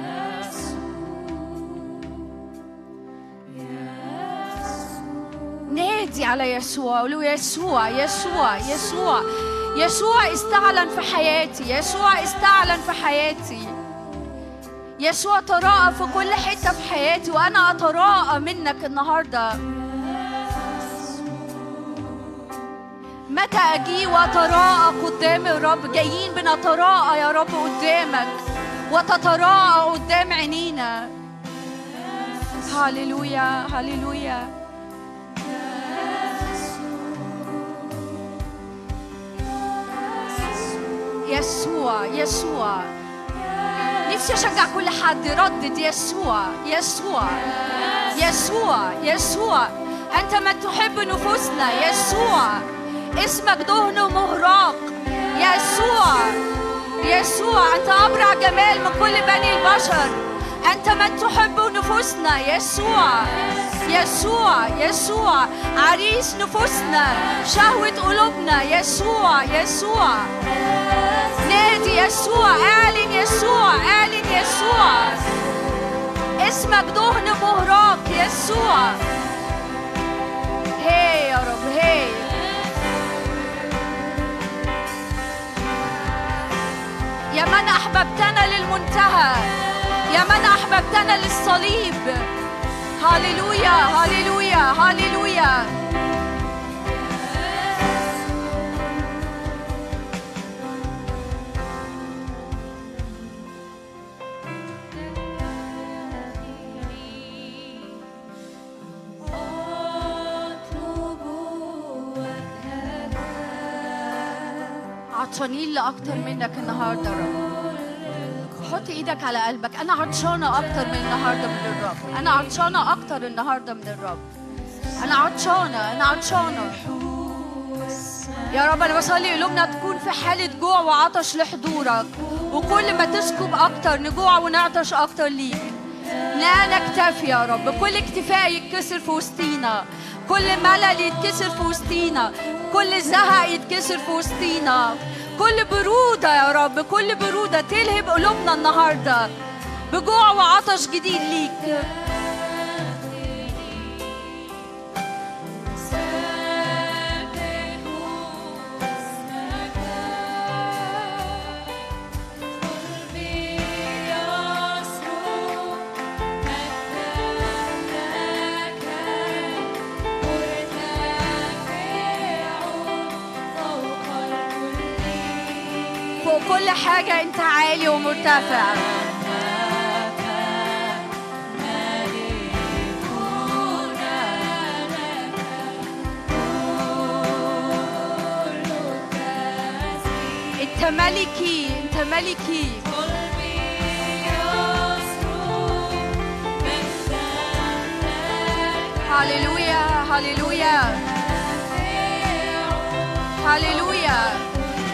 نادي على يسوع، قولوا يسوع يسوع يسوع يسوع استعلن في حياتي، يسوع استعلن في حياتي، يسوع تراءى في كل حتة في حياتي، وأنا أتراءى منك النهاردة. متى أجي وأتراءى قدام الرب؟ جايين بنتراءى يا رب قدامك وتتراءى قدام عينينا. هاليلويا هاليلويا. يسوع يسوع. نفسي أشجع كل حد ردد يسوع يسوع يسوع يسوع. أنت من تحب نفوسنا. يسوع اسمك دهن مهراق. يسوع يسوع. أنت أبرع جمال من كل بني البشر. أنت من تحب نفوسنا. نفوسنا يسوع يسوع يسوع، عريس نفوسنا، شهوة قلوبنا يسوع يسوع. نادي يسوع، اعلن يسوع، اعلن يسوع. اسمك دهن مهراق يسوع. هي يا رب هي. يا من أحببتنا للمنتهى، يا من أحببتنا للصليب. هاليلويا هاليلويا هاليلويا. عطشانين لأكتر منك النهارده يا رب. حط ايدك على قلبك. انا عطشانه اكتر من النهارده من الرب. انا عطشانه اكتر النهارده من الرب. انا عطشانه، انا عطشانه يا رب. انا بصلي قلوبنا تكون في حاله جوع وعطش لحضورك، وكل ما تسكب اكتر نجوع ونعطش اكتر ليك. لا نكتفي يا رب. كل اكتفاء يتكسر في وسطينا، كل ملل يتكسر في وسطينا، كل زهق يتكسر في وسطينا، كل برودة يا رب، كل برودة تلهب قلوبنا النهاردة بجوع وعطش جديد ليك. كل حاجة أنت عالي ومرتفع. أنت ملكي، أنت ملكي. هاليلويا هاليلويا هاليلويا.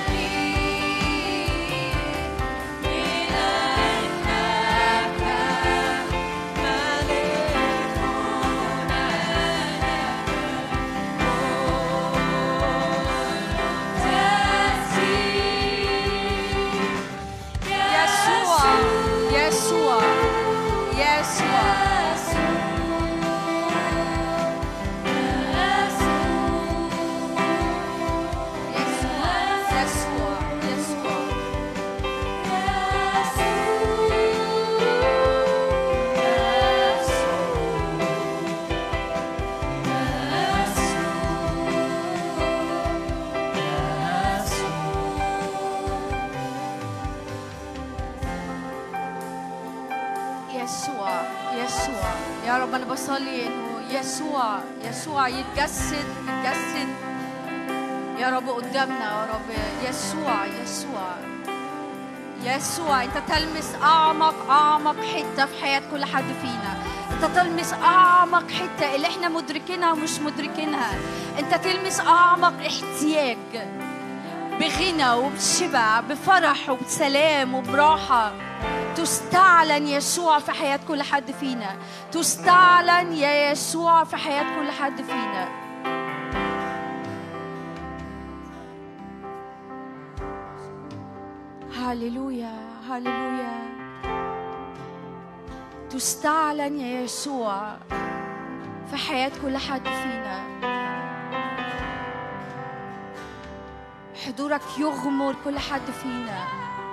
يا رب أنا بصلي إنه يسوع يتجسد يا رب قدامنا يا رب. يسوع أنت تلمس أعمق حتة في حياة كل حد فينا. أنت تلمس أعمق حتة اللي إحنا مدركينها ومش مدركينها. أنت تلمس أعمق احتياج بغنى وبشبع، بفرح وبسلام وبراحة. تستعلن يسوع في حياة كل حد فينا. تستعلن يا يسوع في حياة كل حد فينا. هاليلويا هاليلويا. تستعلن يا يسوع في حياة كل حد فينا. حضورك يغمر كل حد فينا.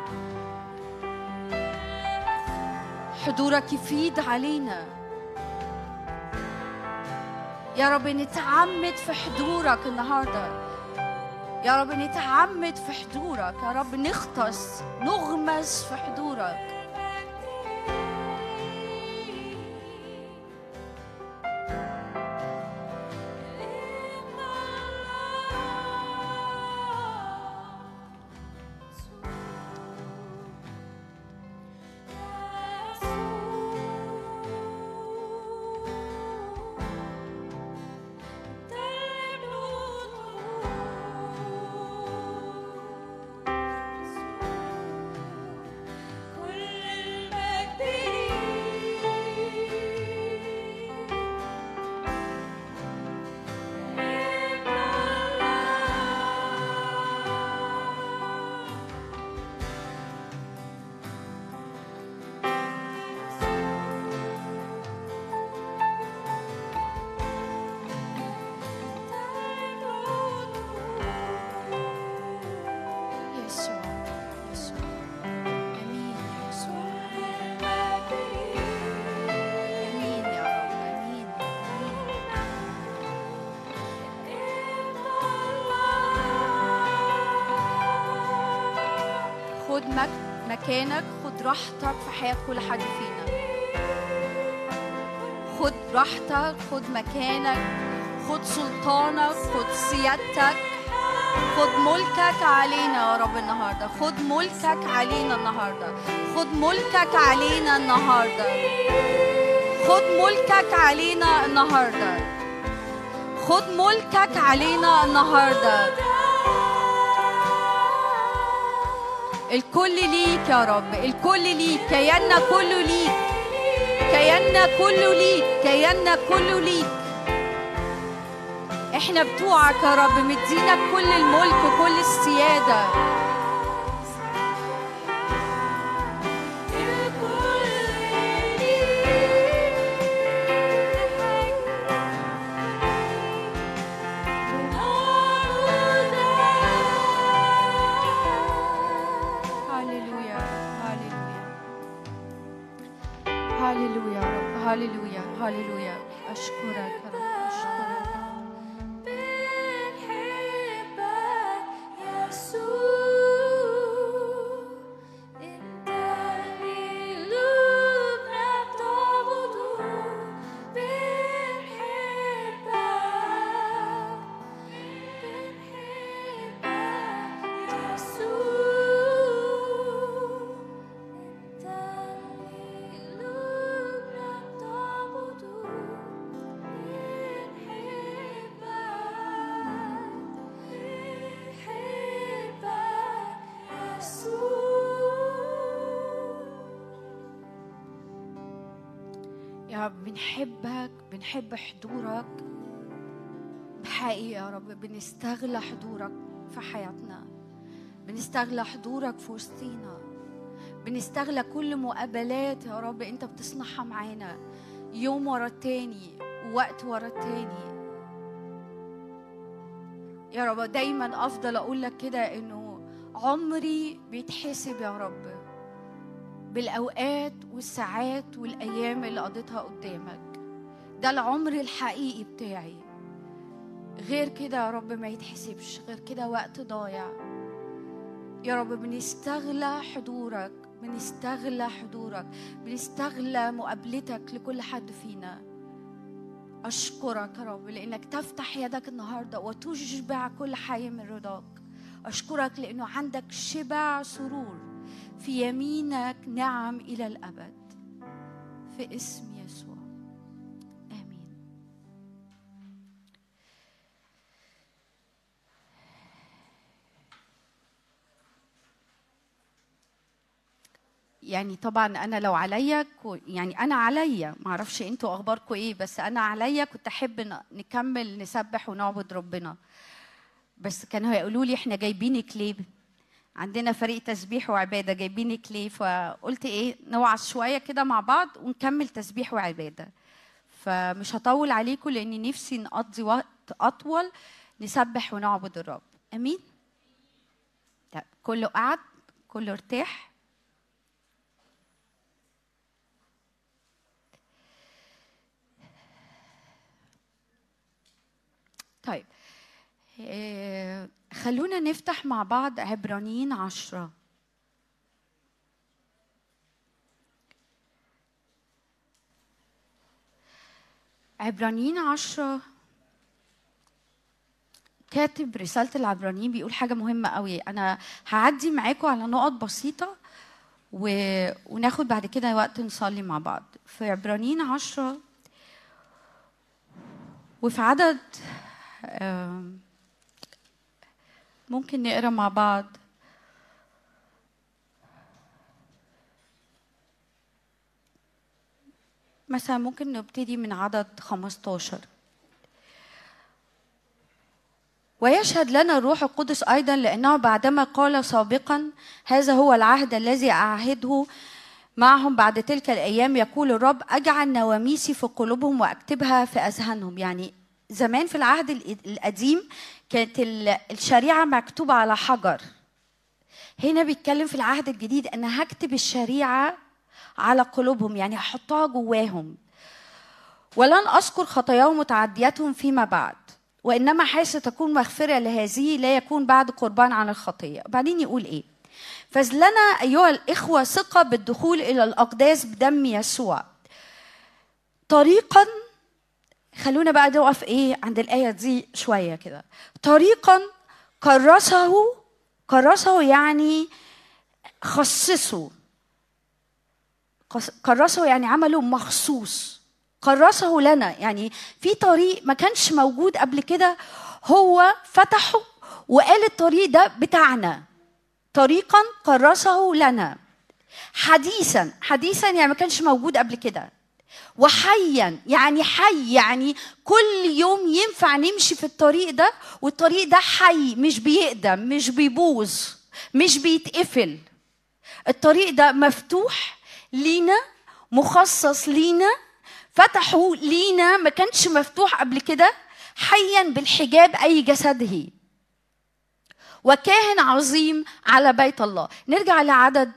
حضورك يفيد علينا يا رب. نتعمد في حضورك النهارده يا رب. نتعمد في حضورك يا رب. نغطس نغمس في حضورك. كل مكانك، خد راحتك في حياة كل حد فينا. خد راحتك، خد مكانك، خد سلطانك، خد سيادتك، خد ملكك علينا يا رب النهارده. خد ملكك علينا النهارده. خد ملكك علينا النهارده. خد ملكك علينا النهارده. خد ملكك علينا النهارده. الكل ليك يا رب، الكل ليك، كياننا كله ليك، كياننا كله ليك، كياننا كله ليك. احنا بتوعك يا رب، مدينا كل الملك وكل السيادة. هاليلويا هاليلويا هاليلويا يا رب، هاليلويا هاليلويا. أشكرك يا رب، أشكرك. بنحبك، بنحب حضورك بحقيقة يا رب. بنستغل حضورك في حياتنا، بنستغل حضورك في وسطينا، بنستغل كل مقابلات يا رب انت بتصنعها معانا يوم ورا التاني ووقت ورا التاني يا رب. دايما افضل اقول لك كده انه عمري بيتحسب يا رب بالأوقات والساعات والأيام اللي قضيتها قدامك. ده العمر الحقيقي بتاعي. غير كده يا رب ما يتحسبش، غير كده وقت ضايع يا رب. بنستغلى حضورك، بنستغلى حضورك، بنستغلى مقابلتك لكل حد فينا. أشكرك يا رب لأنك تفتح يدك النهاردة وتشبع كل حي من رضاك. أشكرك لأنه عندك شبع سرور في يمينك، نعم إلى الأبد، في اسم يسوع، آمين. يعني طبعا أنا لو عليا، يعني أنا عليا، معرفش أنتوا أخباركم إيه، بس أنا عليا كنت أحب نكمل نسبح ونعبد ربنا، بس كانوا هيقولوا لي إحنا جايبينك ليه؟ عندنا فريق تسبيح وعبادة جايبينك ليه؟ فقلت ايه، نوعظ شوية كده مع بعض ونكمل تسبيح وعبادة. فمش هطول عليكم لاني نفسي نقضي وقت اطول نسبح ونعبد الرب. امين. طيب كله قعد، كله ارتاح. طيب خلونا نفتح مع بعض عبرانيين 10. عبرانيين 10 كاتب رسالة العبرانيين بيقول حاجة مهمة قوي. أنا هعدي معاكم على نقط بسيطة وناخد بعد كده وقت نصلي مع بعض. في عبرانيين 10 وفي عدد ممكن نقرأ مع بعض. مثلا ممكن نبتدي من عدد 15. ويشهد لنا الروح القدس أيضا لأنه بعدما قال سابقا هذا هو العهد الذي أعهده معهم بعد تلك الأيام، يقول الرب أجعل نواميسي في قلوبهم وأكتبها في أذهانهم. يعني زمان في العهد القديم كانت الشريعة مكتوبة على حجر. هنا بيتكلم في العهد الجديد أنا هكتب الشريعة على قلوبهم، يعني هحطها جواهم. ولن أذكر خطاياهم وتعدياتهم فيما بعد، وإنما حيث تكون مغفرة لهذه لا يكون بعد قربان عن الخطية. بعدين يقول إيه؟ فإذ لنا أيها الإخوة ثقة بالدخول إلى الأقداس بدم يسوع طريقا. خلونا بقى نقف عند الآية دي شوية كده. طريقا كرسه يعني خصصه، كرسه يعني عمله مخصوص، كرسه لنا يعني في طريق ما كانش موجود قبل كده، هو فتحه وقال الطريق ده بتاعنا. طريقا كرسه لنا. حديثا يعني ما كانش موجود قبل كده. وحيا يعني حي، يعني كل يوم ينفع نمشي في الطريق ده، والطريق ده حي، مش بيقدم، مش بيبوظ، مش بيتقفل. الطريق ده مفتوح لينا، مخصص لينا، فتحوا لينا، ما كانش مفتوح قبل كده. حيا بالحجاب أي جسده، وكاهن عظيم على بيت الله. نرجع لعدد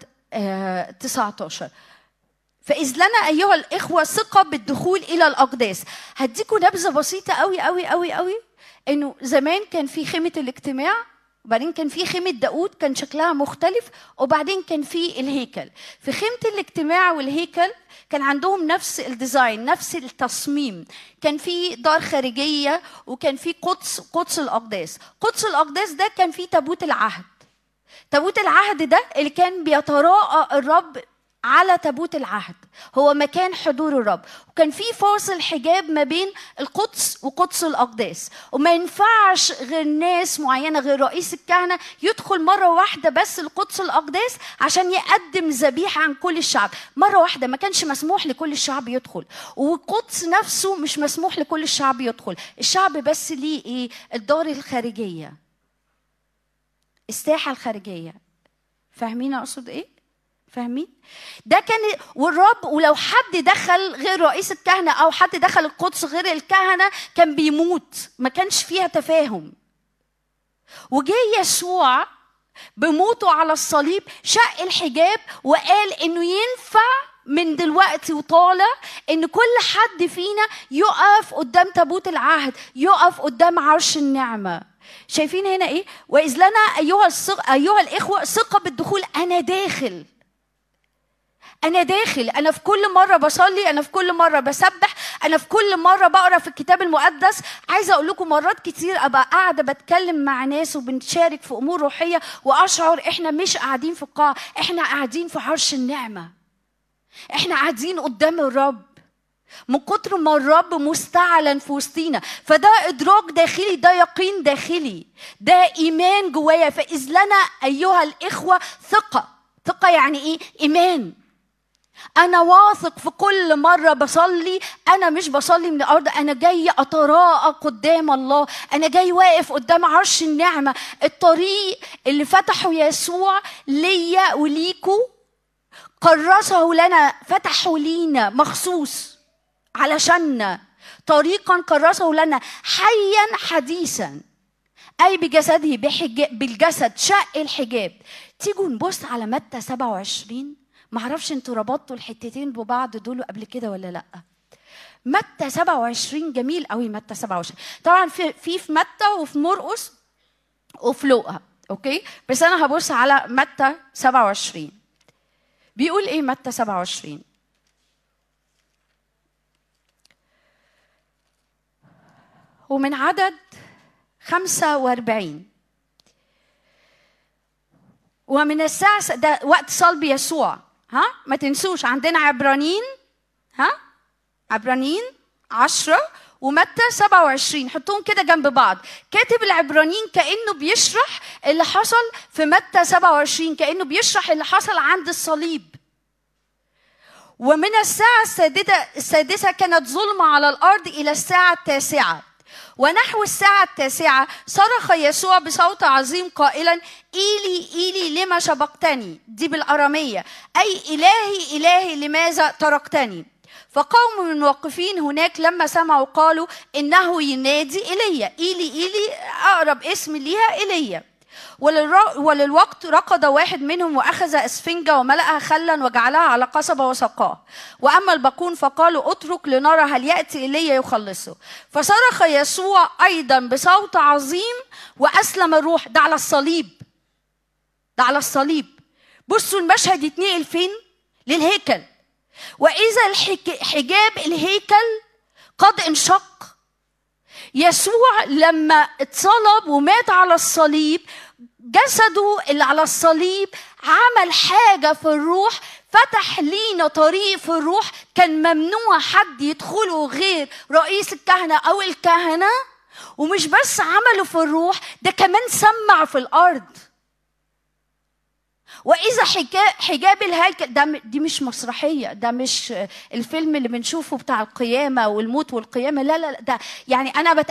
19. فإذ لنا أيها الإخوة ثقة بالدخول إلى الأقداس. هديكم نبذة بسيطة قوي قوي قوي قوي. إنه زمان كان في خيمة الاجتماع، وبعدين كان في خيمة داود كان شكلها مختلف، وبعدين كان في الهيكل. في خيمة الاجتماع والهيكل كان عندهم نفس الديزاين، نفس التصميم. كان في دار خارجية، وكان في قدس الأقداس. قدس الأقداس ده كان فيه تابوت العهد. تابوت العهد ده اللي كان بيتراءى الرب على تابوت العهد، هو مكان حضور الرب. وكان في فاصل حجاب ما بين القدس وقدس الأقداس، وما ينفعش غير ناس معينة، غير رئيس الكهنة يدخل مرة واحدة بس القدس الأقداس عشان يقدم ذبيحة عن كل الشعب. مرة واحدة، ما كانش مسموح لكل الشعب يدخل. والقدس نفسه مش مسموح لكل الشعب يدخل. الشعب بس ليه الدار الخارجية، الساحة الخارجية. فاهمين أقصد فاهمين؟ ده كان والرب، ولو حد دخل غير رئيس الكهنة أو حد دخل القدس غير الكهنة كان بيموت، ما كانش فيها تفاهم. وجاء يسوع بموته على الصليب شق الحجاب، وقال إنه ينفع من دلوقتي وطالع إن كل حد فينا يقف قدام تابوت العهد، يقف قدام عرش النعمة. شايفين هنا وإذ لنا أيها الإخوة ثقة بالدخول. أنا داخل، أنا في كل مرة بصلي، أنا في كل مرة بسبح، أنا في كل مرة بقرأ في الكتاب المقدس. عايزة أقول لكم مرات كتير أبقى قاعدة بتكلم مع ناس وبنشارك في أمور روحية، وأشعر إحنا مش قاعدين في القاعة، إحنا قاعدين في عرش النعمة، إحنا قاعدين قدام الرب من كتر ما الرب مستعلن في وسطينا. فده إدراك داخلي، ده يقين داخلي، ده إيمان جوايا. فإذ لنا أيها الإخوة ثقة يعني إيمان. أنا واثق في كل مرة بصلي، أنا مش بصلي من الأرض، أنا جاي أتراءى قدام الله، أنا جاي واقف قدام عرش النعمة. الطريق اللي فتحه يسوع ليا وليكو كرسه لنا، فتحه لينا مخصوص علشاننا. طريقا كرسه لنا حيا حديثا أي بجسده، بالجسد شق الحجاب. تيجوا نبص على متى 27. معرفش انتوا ربطتوا الحتتين ببعض دول قبل كده ولا لأ. متى 27 جميل قوي. متى 27 طبعا في متى وفي مرقس وفي لوقا، اوكي، بس انا هبص على متى 27. بيقول متى 27؟ ومن عدد 45. ومن الساعة ده وقت صلب يسوع. ما تنسوش عندنا عبرانيين 10 ومتى 27، حطوهم كده جنب بعض. كاتب العبرانيين كأنه بيشرح اللي حصل في متى 27، كأنه بيشرح اللي حصل عند الصليب. ومن الساعة السادسة كانت ظلمة على الأرض إلى الساعة 9، ونحو الساعة 9 صرخ يسوع بصوت عظيم قائلا: إيلي إيلي لما سبقتني. دي بالأرامية، أي إلهي إلهي لماذا تركتني. فقوم من واقفين هناك لما سمعوا قالوا إنه ينادي إيليا. إيلي إيلي أقرب اسم ليها إيليا. وللوقت ركض واحد منهم وأخذ اسفنجة وملأها خلا وجعلها على قصبة وسقاه. وأما الباقون فقالوا: اترك لنرى هل يأتي إيليا يخلصه. فصرخ يسوع أيضا بصوت عظيم وأسلم الروح. ده على الصليب، ده على الصليب. بصوا المشهد يتنقل فين؟ للهيكل. وإذا حجاب الهيكل قد انشق. يسوع لما اتصلب ومات على الصليب، جسده اللي على الصليب عمل حاجة في الروح، فتح لينا طريق في الروح كان ممنوع حد يدخله غير رئيس الكهنة أو الكهنة. ومش بس عمله في الروح، ده كمان سمع في الأرض. وإذا حجاب الهيكل دي مش مسرحية، ده مش الفيلم اللي بنشوفه بتاع القيامة والموت والقيامة، لا لا، ده يعني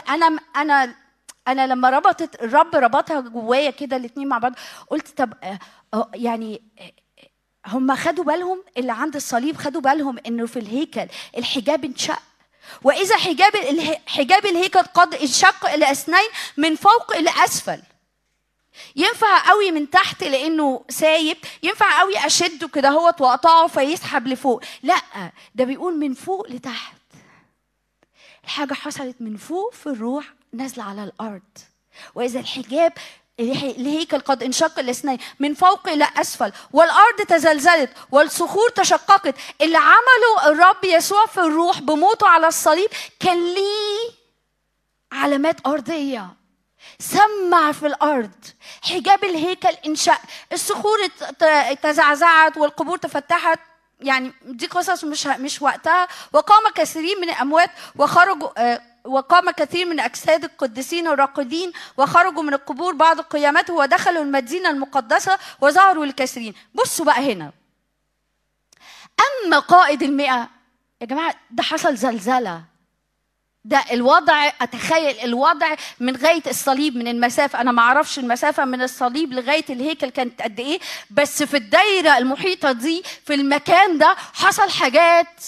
أنا لما الرب ربطها جوايا كده الاتنين مع بعض، قلت طب يعني هم خدوا بالهم اللي عند الصليب، خدوا بالهم إنه في الهيكل الحجاب انشق. وإذا حجاب الهيكل قد انشق إلى اثنين من فوق إلى أسفل. ينفع قوي من تحت لانه سايب، ينفع قوي اشده كده هو واقطعه فيسحب لفوق، لا ده بيقول من فوق لتحت. الحاجه حصلت من فوق في الروح نازله على الارض. واذا الحجاب الهيكل قد انشق الاثنين من فوق الى اسفل، والارض تزلزلت والصخور تشققت. اللي عمله الرب يسوع في الروح بموته على الصليب كان ليه علامات ارضيه، سمع في الأرض. حجاب الهيكل انشق، الصخور تزعزعت والقبور تفتحت، يعني دي قصص مش وقتها. وقام كثيرين من الأموات وقام كثير من أجساد القديسين الراقدين وخرجوا من القبور بعد قيامته ودخلوا المدينة المقدسة وظهروا للكثيرين. بصوا بقى هنا، أما قائد 100 يا جماعة ده حصل زلزلة. ده الوضع، أتخيل الوضع من غاية الصليب، من المسافة، أنا ما أعرفش المسافة من الصليب لغاية الهيكل كانت قد إيه، بس في الدايرة المحيطة دي في المكان ده حصل حاجات.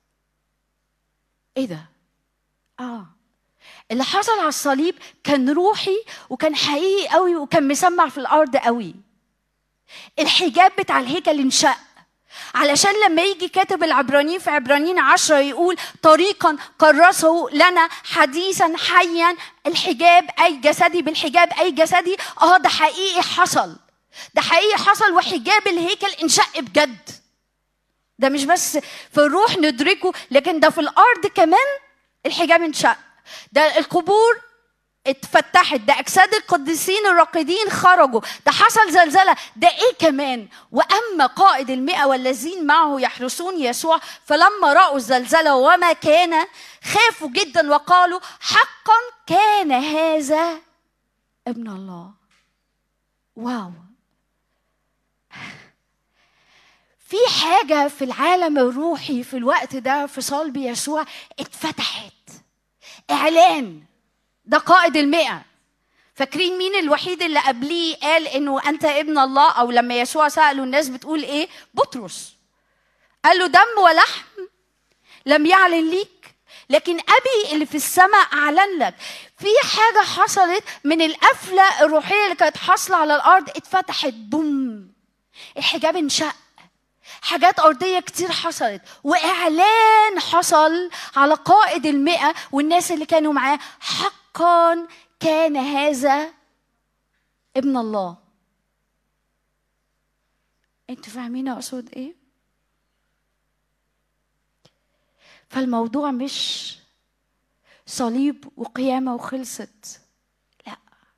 إيه ده؟ اللي حصل على الصليب كان روحي وكان حقيقي قوي وكان مسمع في الأرض قوي. الحجاب بتاع الهيكل انشق، علشان لما يجي كاتب العبرانيين في عبرانيين 10 يقول طريقا كرسه لنا حديثا حيا الحجاب أي جسدي بالحجاب أي جسدي. ده حقيقي حصل، ده حقيقي حصل. وحجاب الهيكل انشق بجد، ده مش بس في الروح ندركه، لكن ده في الأرض كمان الحجاب انشق. ده القبور اتفتحت، ده أجساد القديسين الراقدين خرجوا، ده حصل زلزلة، ده إيه كمان؟ وأما قائد 100 والذين معه يحرسون يسوع فلما رأوا الزلزلة وما كان خافوا جدا وقالوا حقا كان هذا ابن الله. واو، في حاجة في العالم الروحي في الوقت ده في صلب يسوع اتفتحت، إعلان. ده قائد 100. فاكرين مين الوحيد اللي قبليه قال انه انت ابن الله؟ او لما يسوع سأله الناس بتقول ايه؟ بطرس. قال له دم ولحم لم يعلن ليك، لكن ابي اللي في السماء اعلن لك. في حاجة حصلت من القفلة الروحية اللي كانت حاصلة على الارض، اتفتحت بوم، الحجاب انشق، حاجات أرضية كتير حصلت، وإعلان حصل على قائد 100 والناس اللي كانوا معاه، حقا كان هذا ابن الله. انتوا فاهمين أقصد ايه؟ فالموضوع مش صليب وقيامة وخلصت، لا،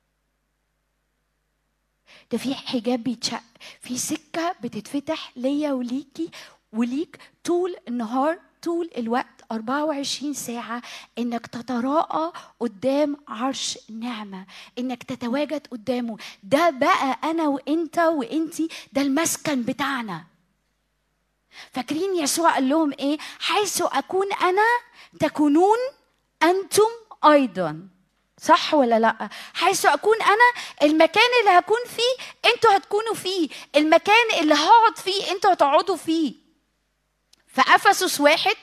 ده في حجاب بيتشق، في سكة بتتفتح ليا وليكي وليك طول النهار، طول الوقت 24 ساعة، إنك تتراءى قدام عرش النعمة، إنك تتواجد قدامه. ده بقى أنا وإنت وإنتي، ده المسكن بتاعنا. فاكرين يسوع قال لهم إيه؟ حيث أكون أنا تكونون أنتم أيضا. صح ولا لا؟ حيث أكون أنا، المكان اللي هكون فيه أنتوا هتكونوا فيه، المكان اللي هقعد فيه أنتوا هتقعدوا فيه. فأفسس 1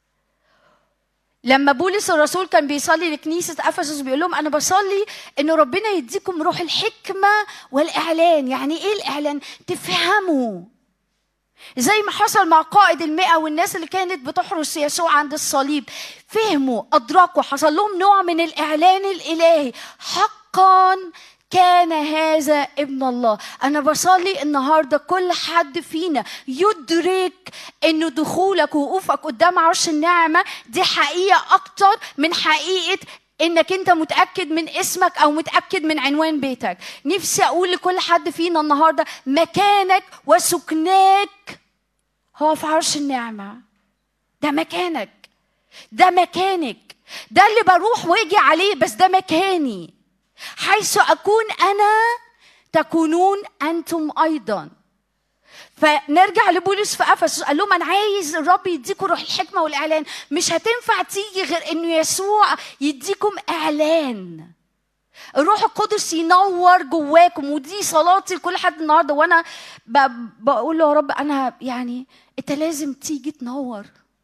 لما بولس الرسول كان بيصلي لكنيسة أفسس بيقول لهم أنا بصلي إنه ربنا يديكم روح الحكمة والإعلان. يعني إيه الإعلان؟ تفهموا زي ما حصل مع قائد 100 والناس اللي كانت بتحرس يسوع عند الصليب، فهموا، أدركوا، حصل لهم نوع من الإعلان الإلهي. حقا كان هذا ابن الله. أنا بصلي النهاردة كل حد فينا يدرك إنه دخولك ووقوفك قدام عرش النعمة دي حقيقة أكتر من حقيقة إنك أنت متأكد من اسمك أو متأكد من عنوان بيتك. نفسي أقول لكل حد فينا النهاردة مكانك وسكناك هو في عرش النعمة. ده مكانك، ده مكانك، ده اللي بروح واجي عليه، بس ده مكاني. حيث أكون أنا تكونون أنتم أيضا. فنرجع لبولس في أفسس، قال لهم أنا عايز الرب يديكم روح الحكمة والإعلان. مش هتنفع تيجي غير إنه يسوع يديكم إعلان. الروح القدس ينور جواكم، ودي صلاتي لكل حد النهارده. وأنا بقول له يا رب أنا يعني أنت لازم تيجي تنور.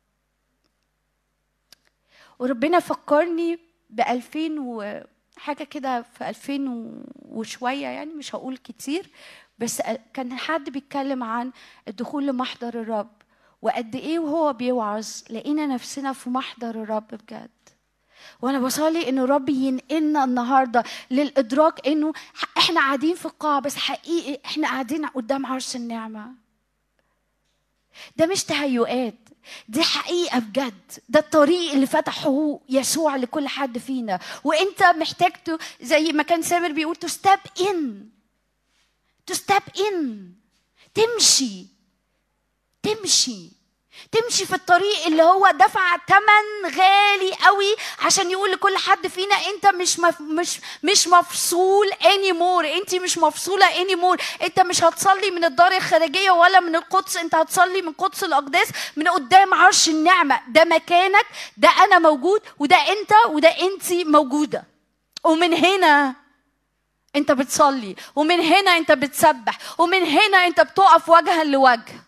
وربنا فكرني ب2000 حاجة كده، في 2000 وشوية يعني، مش هقول كتير، بس كان حد بيتكلم عن الدخول لمحضر الرب وقد ايه وهو بيوعظ لقينا نفسنا في محضر الرب بجد. وانا بصلي ان الرب ينقلنا النهارده للادراك انه احنا قاعدين في القاعة، بس حقيقي احنا قاعدين قدام عرش النعمة. ده مش تهيؤات، دي حقيقة بجد. ده الطريق اللي فتحه يسوع لكل حد فينا، وانت محتاج زي ما كان سامر بيقول to step in، تمشي في الطريق اللي هو دفع ثمن غالي قوي عشان يقول لكل حد فينا انت مش مفصول anymore. انت مش مفصولة anymore. انت مش هتصلي من الدار الخارجية ولا من القدس، انت هتصلي من قدس الأقداس، من قدام عرش النعمة. ده مكانك، ده أنا موجود، وده انت وده انت موجودة. ومن هنا انت بتصلي، ومن هنا انت بتسبح، ومن هنا انت بتقف وجها لوجه.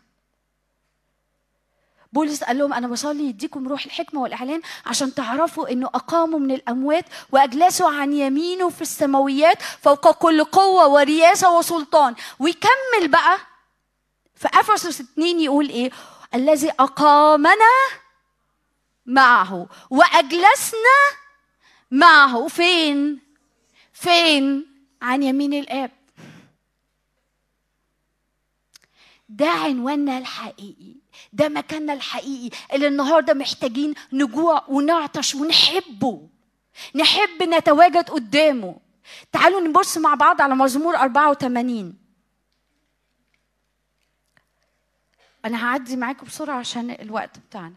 بولس قال لهم أنا بصلي يديكم روح الحكمة والإعلان عشان تعرفوا إنه أقاموا من الأموات وأجلسوا عن يمينه في السماويات فوق كل قوة ورياسة وسلطان. ويكمل بقى في أفسس 2 يقول إيه؟ الذي أقامنا معه وأجلسنا معه فين؟ عن يمين الآب. ده عنواننا الحقيقي، ده مكاننا الحقيقي اللي النهارده محتاجين نجوع ونعطش ونحبه، نحب نتواجد قدامه. تعالوا نبص مع بعض على مزمور 84. أنا هعدي معاكم بسرعة عشان الوقت بتاعنا.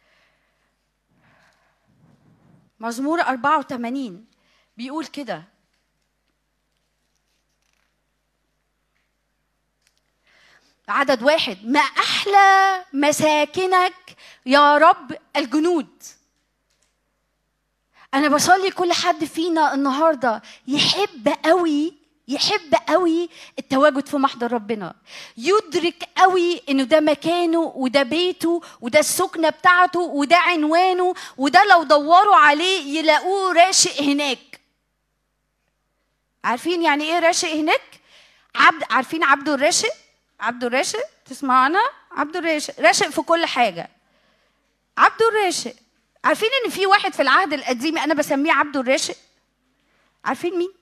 مزمور 84 بيقول كده: عدد 1: ما أحلى مساكنك يا رب الجنود. أنا بصلي كل حد فينا النهاردة يحب قوي التواجد في محضر ربنا، يدرك قوي إنه ده مكانه وده بيته وده السكنة بتاعته وده عنوانه، وده لو دوروا عليه يلاقوه راشق هناك. عارفين يعني إيه راشق هناك؟ عارفين عبده الراشق؟ عبده الراشق تسمعنا؟ عبده الراشق راشق في كل حاجة. عبده الراشق. عارفين ان في واحد في العهد القديم انا بسميه عبده الراشق؟ عارفين مين؟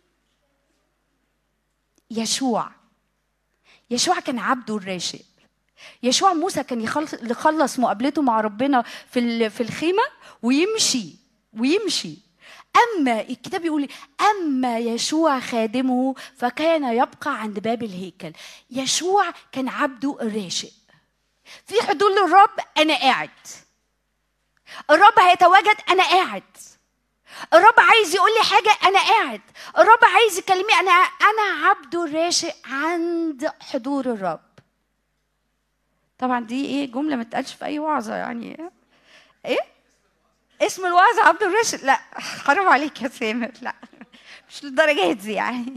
يشوع كان عبده الراشق. يشوع موسى كان يخلص مقابلته مع ربنا في الخيمة ويمشي. أما الكتاب يقول أما يشوع خادمه فكان يبقى عند باب الهيكل. يشوع كان عبده الراشق. في حضور للرب أنا قاعد، الرب هيتواجد أنا قاعد، الرب عايز يقول لي حاجة أنا قاعد، الرب عايز يكلمني أنا عبده الراشق عند حضور الرب. طبعا دي إيه جملة ما تقالش في أي وعظة يعني. إيه؟ اسم الوعظة عبد الراشق؟ لا حرام عليك يا سامر، لا مش للدرجات دي يعني.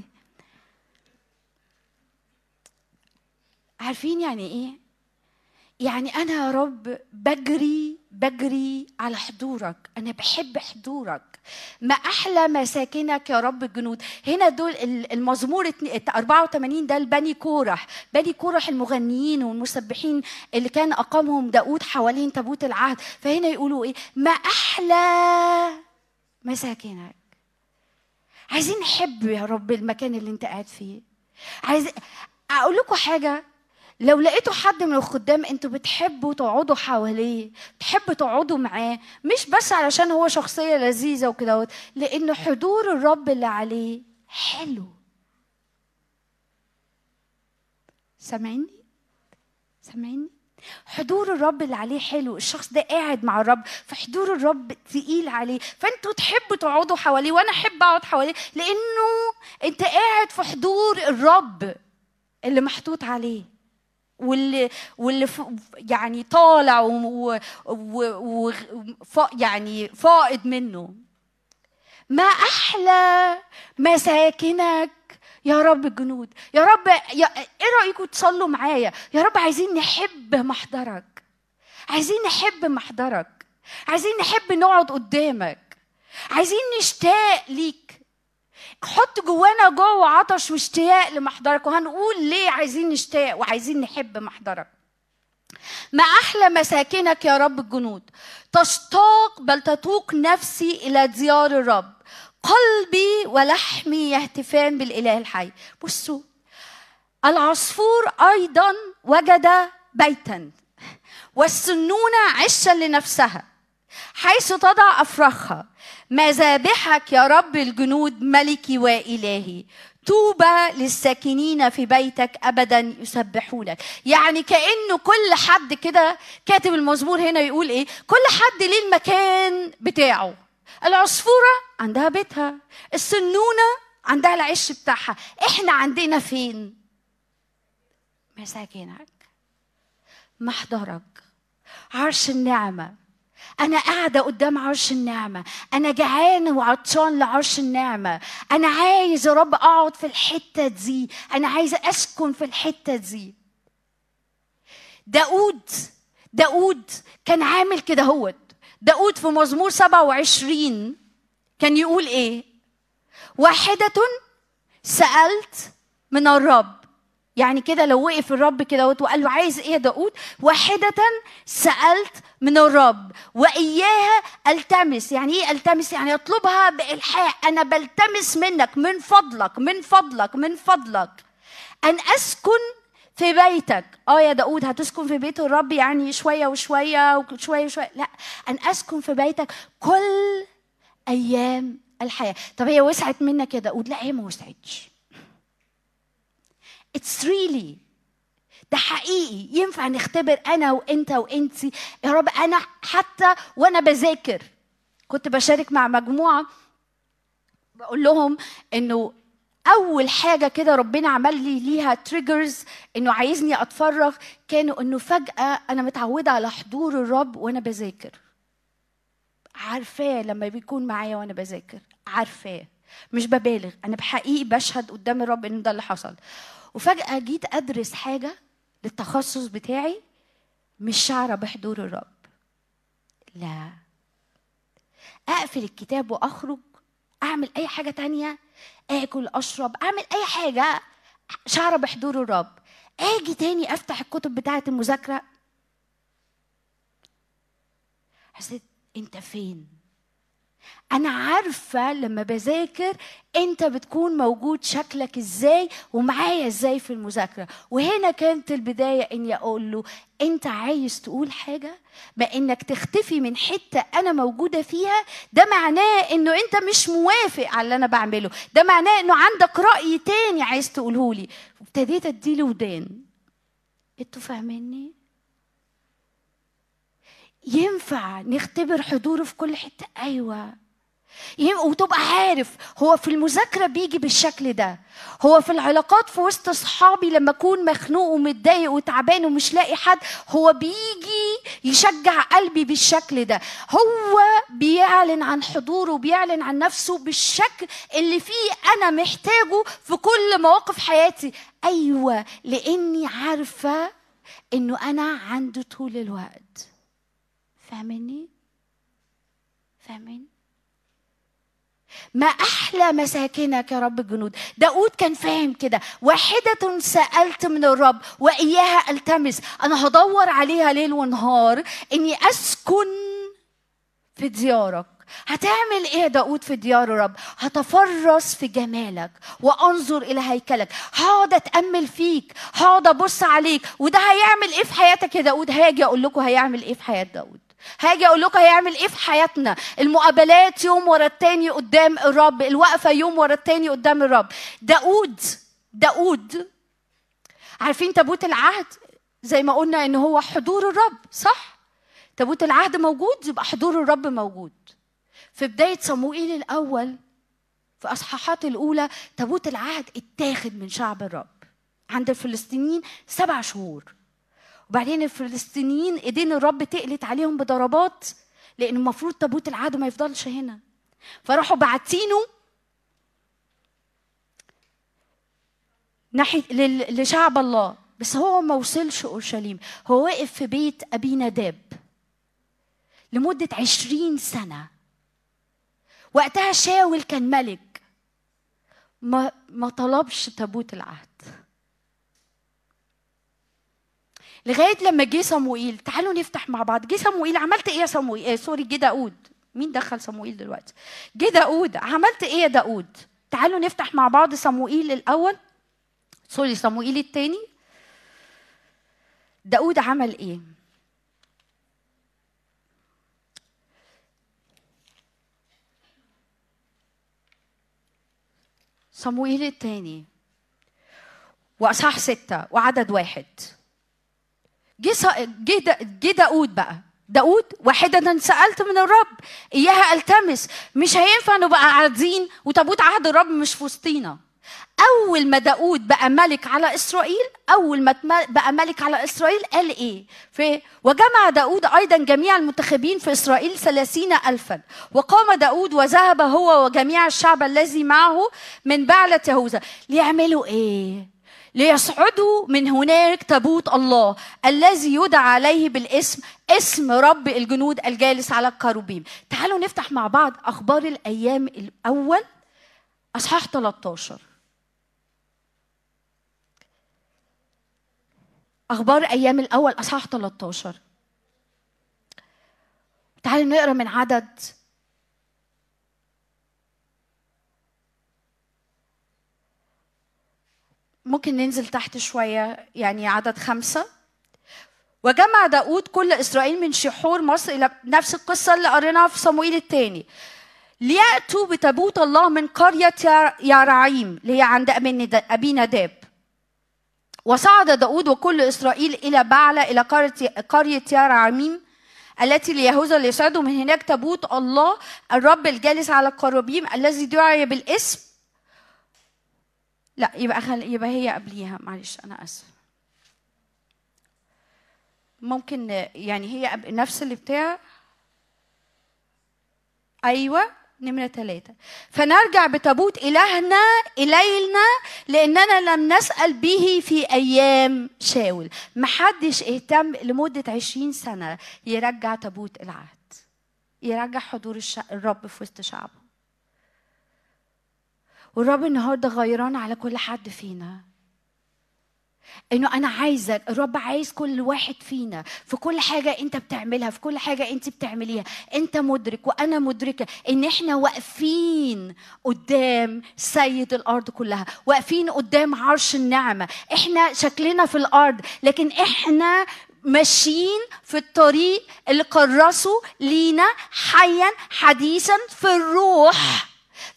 عارفين يعني ايه؟ يعني انا يا رب بجري على حضورك، انا بحب حضورك. ما احلى مساكنك يا رب الجنود. هنا دول المزمور 84 ده لبني كورح، بني كورح المغنيين والمسبحين اللي كان اقامهم داود حوالين تابوت العهد. فهنا يقولوا ايه؟ ما احلى مساكنك. عايزين نحب يا رب المكان اللي انت قاعد فيه. عايز اقول لكم حاجه، لو لقيتوا حد من الخدام انتوا بتحبوا تقعدوا حواليه، بتحبوا تقعدوا معاه، مش بس علشان هو شخصيه لذيذه وكده، لانه حضور الرب اللي عليه حلو. سامعيني؟ حضور الرب اللي عليه حلو. الشخص ده قاعد مع الرب، فحضور الرب تقيل عليه، فانتوا تحبوا تقعدوا حواليه، وانا احب اقعد حواليه لانه انت قاعد في حضور الرب اللي محطوط عليه، واللي يعني طالع يعني فائض منه. ما احلى مساكنك يا رب الجنود. يا رب ايه رايكم تصلوا معايا؟ يا رب عايزين نحب محضرك، عايزين نحب محضرك، عايزين نحب نقعد قدامك، عايزين نشتاق ليك. حط جوانا جوه عطش واشتياق لمحضرك، وهنقول ليه عايزين نشتاق وعايزين نحب محضرك. ما أحلى مساكنك يا رب الجنود، تشتاق بل تتوق نفسي إلى ديار الرب، قلبي ولحمي يهتفان بالإله الحي. بصوا، العصفور أيضا وجد بيتا، والسنونة عشا لنفسها حيث تضع أفراخها. مذابحك يا رب الجنود ملكي وإلهي، طوبى للساكنين في بيتك أبدا يسبحونك. يعني كأنه كل حد كده، كاتب المزمور هنا يقول إيه؟ كل حد ليه المكان بتاعه. العصفورة عندها بيتها، السنونة عندها العش بتاعها، إحنا عندنا فين؟ مساكنك، محضرك، عرش النعمة. أنا قاعدة قدام عرش النعمة، أنا جعان وعطشان لعرش النعمة، أنا عايز يا رب أقعد في الحتة دي، أنا عايزة أسكن في الحتة دي. داود كان عامل كده. هو داود في مزمور 27 كان يقول إيه؟ واحدة سألت من الرب. يعني كده لو وقف الرب كده وقال له عايز ايه يا داود؟ واحدة سألت من الرب وإياها التمس. يعني ايه التمس؟ يعني اطلبها بإلحاح. انا بلتمس منك، من فضلك من فضلك من فضلك ان اسكن في بيتك. يا داود هتسكن في بيت الرب يعني شوية وشوية وشوية وشوية؟ لا، ان اسكن في بيتك كل ايام الحياة. طب هي وسعت منك يا داود؟ لا، هي ما وسعتش. It's really، ده حقيقي ينفع نختبر أنا وإنت وإنتي. يا رب أنا حتى وأنا بذاكر كنت بشارك مع مجموعة، بقول لهم إنه أول حاجة كده ربنا عمل لي ليها تريجرز إنه عايزني أتفرغ، كانوا إنه فجأة أنا متعودة على حضور الرب وأنا بذاكر، عارفاه لما بيكون معايا وأنا بذاكر، عارفاه، مش ببالغ، أنا بحقيقي بشهد قدام الرب إنه ده اللي حصل. وفجأة جيت أدرس حاجة للتخصص بتاعي، مش شعرة بحضور الرب. لا، أقفل الكتاب وأخرج، أعمل أي حاجة تانية، أكل أشرب، أعمل أي حاجة شعرة بحضور الرب. أجي تاني أفتح الكتب بتاعة المذاكرة، حسيت أنت فين؟ أنا عارفة لما بذاكر أنت بتكون موجود شكلك إزاي ومعايا إزاي في المذاكرة. وهنا كانت البداية إني أقول له أنت عايز تقول حاجة، ما إنك تختفي من حتة أنا موجودة فيها، ده معناه إنه أنت مش موافق على اللي أنا بعمله، ده معناه إنه عندك رأي تاني عايز تقوله لي. وابتديت أديله ودان. أنتوا فاهميني؟ ينفع نختبر حضوره في كل حتة؟ أيوة. وتبقى عارف هو في المذاكرة بيجي بالشكل ده، هو في العلاقات في وسط أصحابي لما أكون مخنوق ومتضايق وتعبان ومش لاقي حد، هو بيجي يشجع قلبي بالشكل ده، هو بيعلن عن حضوره وبيعلن عن نفسه بالشكل اللي فيه أنا محتاجه في كل مواقف حياتي. أيوة، لأني عارفة إنه أنا عنده طول الوقت. فاهميني؟ ما أحلى مساكنك يا رب الجنود. داود كان فاهم كده. واحدة سألت من الرب وإياها ألتمس. أنا هدور عليها ليل ونهار إني أسكن في ديارك، هتعمل ايه يا داود في ديار الرب؟ هتفرس في جمالك وانظر الى هيكلك. هقعد اتامل فيك، هقعد ابص عليك. وده هيعمل ايه في حياتك يا داود؟ هاجي اقول لكم هيعمل ايه في حياه داود. هاجي اقول لكم هيعمل ايه في حياتنا. المقابلات يوم ورا التاني قدام الرب، الوقفه يوم ورا التاني قدام الرب. داود عارفين تابوت العهد زي ما قلنا ان هو حضور الرب، صح؟ تابوت العهد موجود، يبقى حضور الرب موجود. في بداية صموئيل الأول في أصحاحات الأولى تابوت العهد اتاخد من شعب الرب عند الفلسطينيين 7 شهور. وبعدين الفلسطينيين ايدين الرب تقلت عليهم بضربات، لأن المفروض تابوت العهد ما يفضلش هنا. فراحوا بعتينه ناحية لشعب الله، بس هو ما وصلش أورشليم. هو وقف في بيت أبي نداب لمدة 20 سنة. وقتها شاول كان ملك، ما طلبش تابوت العهد لغاية لما جه صموئيل. تعالوا نفتح مع بعض. جه صموئيل، عملت ايه يا صموئيل؟ جه داود. مين دخل صموئيل دلوقتي؟ جه داود، عملت ايه يا داود؟ تعالوا نفتح مع بعض صموئيل الأول، صموئيل الثاني. داود عمل ايه؟ صموئيل الثاني وأصحاح 6 وعدد 1. جه داود بقى. داود واحدة سألت من الرب إياها ألتمس. مش هينفع نبقى قاعدين وتابوت عهد الرب مش في وسطينا. أول ما داود بقى ملك على إسرائيل، قال إيه؟ وجمع داود أيضا جميع المنتخبين في إسرائيل 30,000. وقام داود وذهب هو وجميع الشعب الذي معه من بعلة يهوذا. ليعملوا إيه؟ ليصعدوا من هناك تابوت الله الذي يدعى عليه بالاسم، اسم رب الجنود الجالس على الكروبيم. تعالوا نفتح مع بعض أخبار الأيام الأول أصحاح 13. أخبار أيام الأول أصحاح 13. تعالوا نقرأ من عدد ممكن ننزل تحت شوية، يعني عدد 5. وجمع داود كل إسرائيل من شحور مصر، إلى نفس القصة اللي قريناها في صموئيل الثاني، ليأتوا بتابوت الله من قرية يارعيم اللي هي عند أبي نداب. وصعد داود وكل إسرائيل إلى بعلة إلى قرية يارعيم التي ليهوذا، ليصعدوا من هناك تابوت الله الرب الجالس على الكروبيم الذي دعي بالاسم. لا، يبقى هي قبليها، معلش أنا آسف. ممكن يعني هي نفس اللي بتاع، أيوة نمرة 3. فنرجع بتابوت إلهنا إلينا لأننا لم نسأل به في أيام شاول. محدش اهتم لمدة 20 سنة يرجع تابوت العهد، يرجع حضور الرب في وسط شعبه. والرب النهارده غيران على كل حد فينا، انه انا عايزك. الرب عايز كل واحد فينا في كل حاجه انت بتعملها، في كل حاجه انت بتعمليها، انت مدرك وانا مدركه ان احنا واقفين قدام سيد الارض كلها، واقفين قدام عرش النعمه. احنا شكلنا في الارض، لكن احنا ماشيين في الطريق اللي كرسه لينا حيا حديثا في الروح.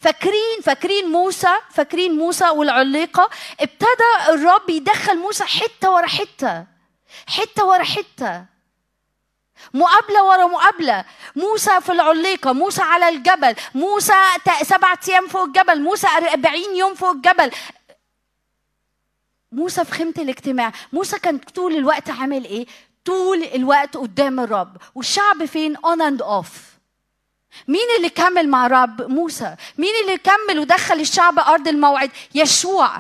فاكرين موسى والعليقة؟ ابتدى الرب يدخل موسى حتة ورا حتة، حتة ورا حتة، مقابلة ورا مقابلة. موسى في العليقة، موسى على الجبل، موسى 7 أيام فوق الجبل، موسى 40 يوم فوق الجبل، موسى في خيمة الاجتماع. موسى كان طول الوقت عامل ايه؟ طول الوقت قدام الرب. والشعب فين؟ on and off. مين اللي كمل مع رب؟ موسى. مين اللي كمل ودخل الشعب أرض الموعد؟ يشوع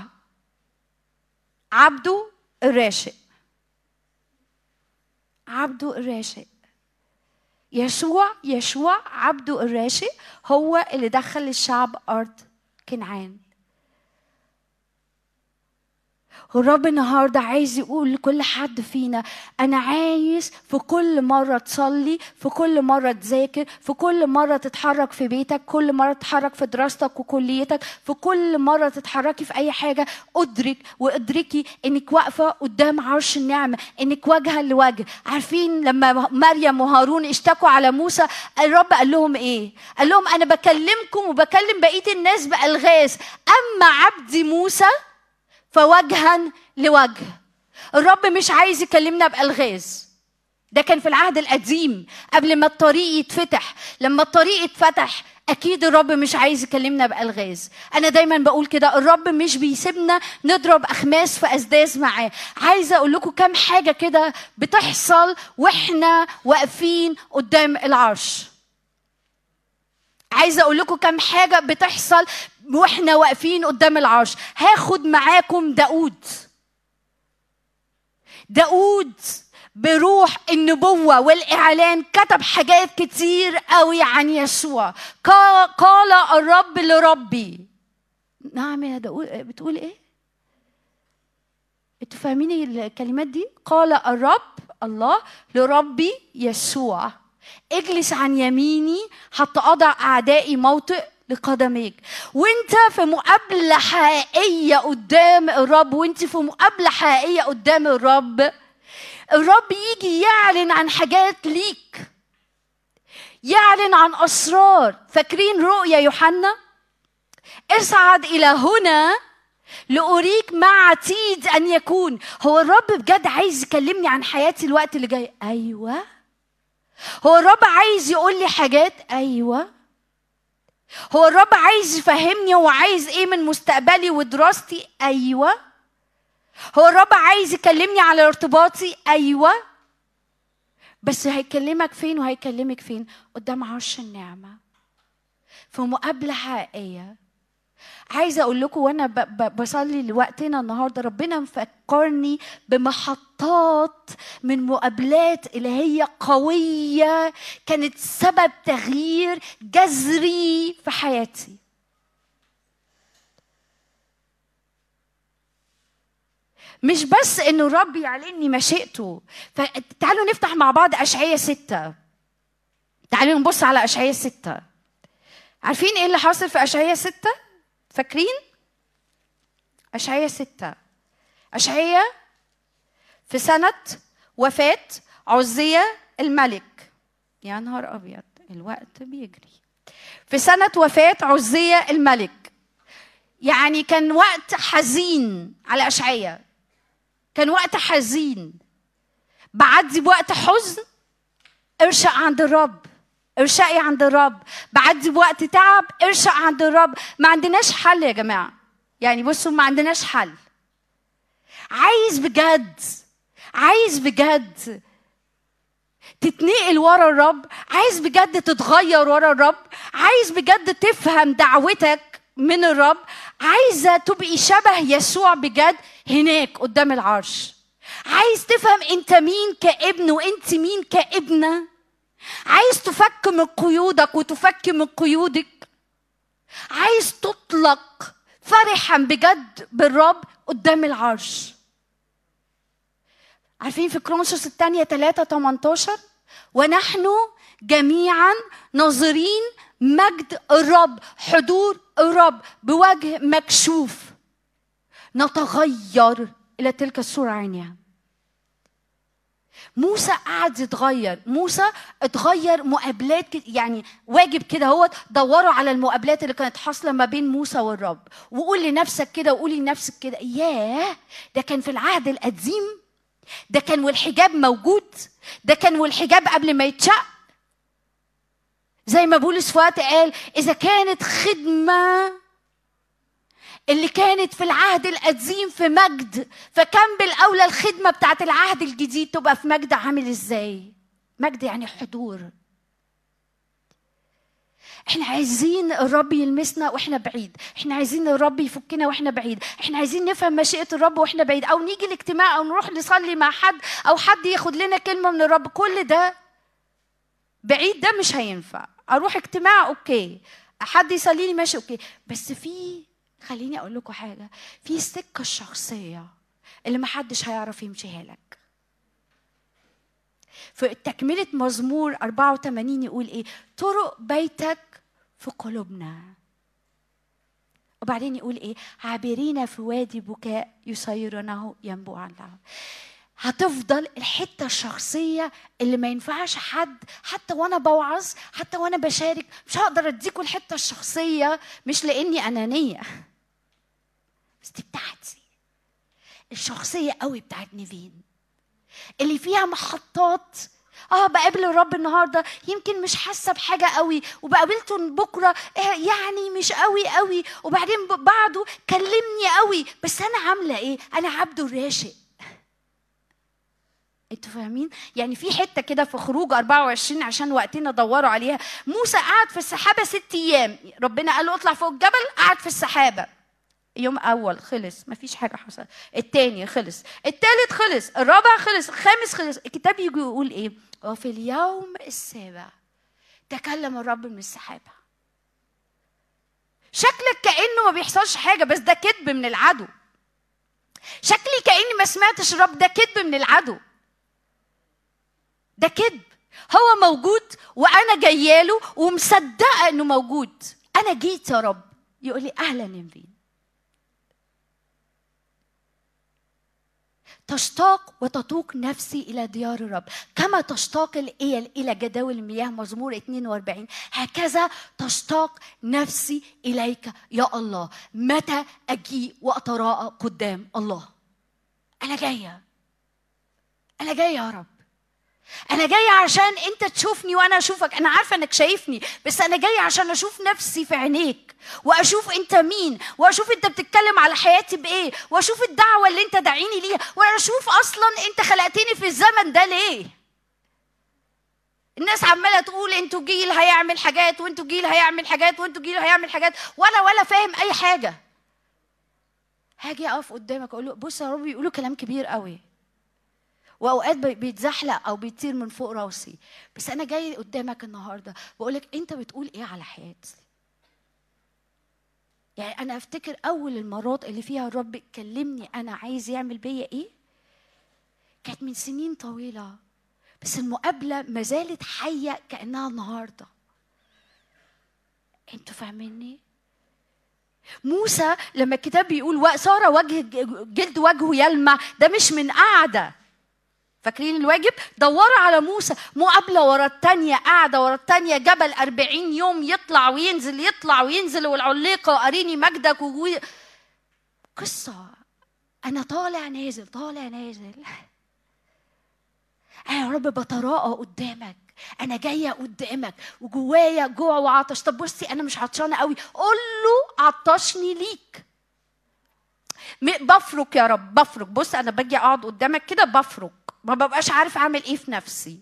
عبده الراشق. عبده الراشق. يشوع عبده الراشق هو اللي دخل الشعب أرض كنعان. والرب النهارده عايز يقول لكل حد فينا انا عايز في كل مره تصلي، في كل مره تذاكر، في كل مره تتحرك في بيتك، كل مره تتحرك في دراستك وكليتك، في كل مره تتحركي في اي حاجه، ادرك وادركي انك واقفه قدام عرش النعمه، انك وجها لوجه. عارفين لما مريم وهارون اشتكوا على موسى، الرب قال لهم ايه؟ قال لهم انا بكلمكم وبكلم بقيه الناس بالغاز، اما عبدي موسى فوجها لوجه. الرب مش عايز يكلمنا بألغاز. ده كان في العهد القديم قبل ما الطريق يتفتح. لما الطريق اتفتح أكيد الرب مش عايز يكلمنا بألغاز. أنا دايما بقول كده، الرب مش بيسيبنا نضرب أخماس في أسداس معاه. عايزة أقول لكم كم حاجة كده بتحصل وإحنا واقفين قدام العرش. عايزة أقول لكم كم حاجة بتحصل واحنا واقفين قدام العرش. هاخد معاكم داود بروح النبوة والإعلان كتب حاجات كتير قوي عن يسوع. قال الرب لربي. نعم يا داود، بتقول ايه؟ انتوا فاهمين الكلمات دي؟ قال الرب الله لربي يسوع اجلس عن يميني حتى أضع أعدائي موطئ لقدميك. وانت في مقابلة حقيقية قدام الرب، وانت في مقابلة حقيقية قدام الرب يجي يعلن عن حاجات ليك، يعلن عن أسرار. فاكرين رؤيا يوحنا؟ اصعد إلى هنا لأريك ما عتيد أن يكون. هو الرب بجد عايز يكلمني عن حياتي الوقت اللي جاي؟ أيوة. هو الرب عايز يقول لي حاجات؟ أيوة. هو الرب عايز يفهمني هو عايز ايه من مستقبلي ودراستي؟ ايوه. هو الرب عايز يكلمني على ارتباطي؟ ايوه. بس هيكلمك فين وهيكلمك فين؟ قدام عرش النعمه في مقابله حقيقيه. عايزه اقول لكم وانا بصلي لوقتنا النهارده، ربنا مفكرني بمحطات من مقابلات الهيه قويه كانت سبب تغيير جذري في حياتي. مش بس انه الرب يعلنني مشيئته. فتعالوا نفتح مع بعض اشعياء 6. تعالوا نبص على اشعياء 6. عارفين ايه اللي حاصل في اشعياء 6؟ فاكرين؟ أشعياء 6. أشعياء في سنة وفاة عزية الملك. يا نهار أبيض الوقت بيجري. في سنة وفاة عزية الملك، يعني كان وقت حزين على أشعياء. كان وقت حزين. بعدي بوقت حزن، ارشق عند الرب، ارشقي عند الرب. بعدي بوقت تعب، ارشق عند الرب. ما عندناش حل يا جماعة. يعني بصوا، ما عندناش حل. عايز بجد تتنقل ورا الرب، عايز بجد تتغير ورا الرب، عايز بجد تفهم دعوتك من الرب، عايزة تبقي شبه يسوع بجد هناك قدام العرش. عايز تفهم انت مين كابن وانت مين كابنة. عايز تفك من قيودك وتفك من قيودك. عايز تطلق فرحا بجد بالرب قدام العرش. عارفين في كرونسوس الثانية 3:18 ونحن جميعا ناظرين مجد الرب، حضور الرب بوجه مكشوف نتغير إلى تلك الصورة عينها. موسى قعد يتغير. موسى اتغير مقابلات يعني واجب كده. هو دوروا على المقابلات اللي كانت حاصله ما بين موسى والرب، وقول لنفسك كده وقولي لنفسك كده، ياه ده كان في العهد القديم، ده كان والحجاب موجود، ده كان والحجاب قبل ما يتشق. زي ما بولس في وقت قال اذا كانت خدمه اللي كانت في العهد القديم في مجد، فكان بالأولى الخدمة بتاعت العهد الجديد تبقى في مجد. عامل ازاي؟ مجد يعني حضور. احنا عايزين الرب يلمسنا واحنا بعيد، احنا عايزين الرب يفكنا واحنا بعيد، احنا عايزين نفهم مشيئة الرب واحنا بعيد، او نيجي الاجتماع او نروح نصلي مع حد او حد ياخد لنا كلمة من الرب. كل ده بعيد، ده مش هينفع. اروح اجتماع اوكي، حد يصلي لي ماشي اوكي، بس خليني اقول لكم حاجه، في السكه الشخصيه اللي محدش هيعرف يمشيها لك. في تكملة مزمور 84 يقول ايه؟ طرق بيتك في قلوبنا. وبعدين يقول ايه؟ عابرين في وادي بكاء يسيرونه ينبوعا له. هتفضل الحتة الشخصية اللي ما ينفعش حد، حتى وانا بوعظ، حتى وانا بشارك، مش هقدر اديكوا الحتة الشخصية، مش لاني انانية، بس دي بتاعتي الشخصية قوي، بتاعت نيفين، اللي فيها محطات. بقابل الرب النهارده يمكن مش حاسه بحاجه قوي، وبقابلته بكره يعني مش قوي، وبعدين بعده كلمني قوي، بس انا عامله ايه؟ انا عبده الراشق. انتوا فاهمين؟ يعني في حته كده في خروج 24 عشان وقتنا دوروا عليها، موسى قعد في السحابه 6 ايام، ربنا قال له اطلع فوق الجبل، قعد في السحابه. يوم اول خلص، مفيش حاجه حصل، التاني خلص، التالت خلص، الرابع خلص، الخامس خلص. الكتاب يجي يقول ايه؟ وفي اليوم السابع تكلم الرب من السحابه. شكلك كانه ما بيحصلش حاجه، بس ده كذب من العدو. شكلي كاني ما سمعتش الرب، ده كذب من العدو، ده كذب. هو موجود وانا جاياله ومصدقه انه موجود. انا جيت يا رب، يقول لي اهلا نيفين. تشتاق وتتوق نفسي إلى ديار الرب كما تشتاق الإيل إلى جداول المياه، مزمور 42. هكذا تشتاق نفسي إليك يا الله. متى أجيء وأتراءى قدام الله؟ أنا جاية يا رب، أنا جاية عشان أنت تشوفني وأنا أشوفك. أنا عارفة أنك شايفني، بس أنا جاية عشان أشوف نفسي في عينيك، وأشوف أنت مين، وأشوف أنت بتتكلم على حياتي بإيه، وأشوف الدعوة اللي أنت داعيني ليها، وأشوف أصلاً أنت خلقتني في الزمن ده ليه. الناس عمالة تقول أنتوا جيل هيعمل حاجات، وأنتوا جيل هيعمل حاجات، وأنتوا جيل هيعمل حاجات، ولا فاهم أي حاجة. هاجي أقف قدامك أقول له بص يا رب، يقولوا كلام كبير قوي، واوقات بيتزحلق او بيطير من فوق راسي، بس انا جاي قدامك النهارده بقولك انت بتقول ايه على حياتي. يعني انا افتكر اول المرات اللي فيها الرب كلمني انا عايز يعمل بيا ايه، كانت من سنين طويله، بس المقابله ما زالت حيه كانها النهارده. انتوا فاهميني؟ موسى لما الكتاب بيقول صار جلد وجهه يلمع، ده مش من قعده. فاكرين الواجب؟ دوروا على موسى، مقابله ورا الثانيه، قاعده ورا الثانيه، جبل 40 يوم يطلع وينزل، والعليقه اريني مجدك، قصه. انا طالع نازل. انا يا رب بتراءى قدامك، انا جايه قدامك وجوايا جوع وعطش. طب بصي انا مش عطشانه قوي، قول له عطشني ليك. بفرك يا رب، بفرك. بص انا باجي اقعد قدامك كده بفرك، ما ببقاش عارف اعمل ايه في نفسي.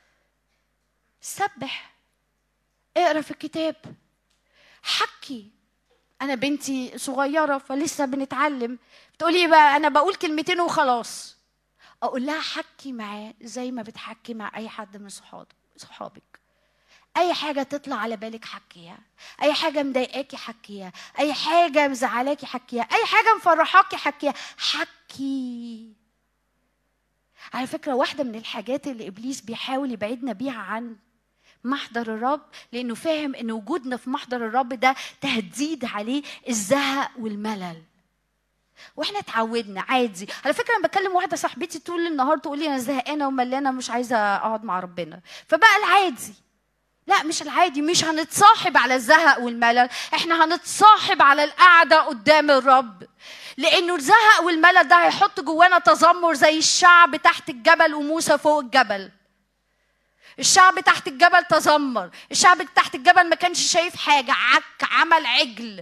سبح، اقرا في الكتاب، حكي. انا بنتي صغيره فلسه بنتعلم، بتقولي بقى انا بقول كلمتين وخلاص. اقول لها حكي معاه زي ما بتحكي مع اي حد من صحابك. اي حاجه تطلع على بالك حكيها، اي حاجه مضايقاكي حكيها، اي حاجه مزعلاكي حكيها، اي حاجه مفرحاكي حكيها. حكي. على فكره واحده من الحاجات اللي ابليس بيحاول يبعدنا بيها عن محضر الرب، لانه فاهم ان وجودنا في محضر الرب ده تهديد عليه الزهق والملل. واحنا اتعودنا عادي. على فكره انا بكلم واحده صاحبتي طول النهار تقول لي انا زهقانه وملانه مش عايزه اقعد مع ربنا، فبقى العادي. لا مش العادي، مش هنتصاحب على الزهق والملل، احنا هنتصاحب على القعده قدام الرب، لانه الزهق والملل ده هيحط جوانا تذمر زي الشعب تحت الجبل وموسى فوق الجبل. الشعب تحت الجبل تذمر، الشعب تحت الجبل ما كانش شايف حاجه، عمل عجل.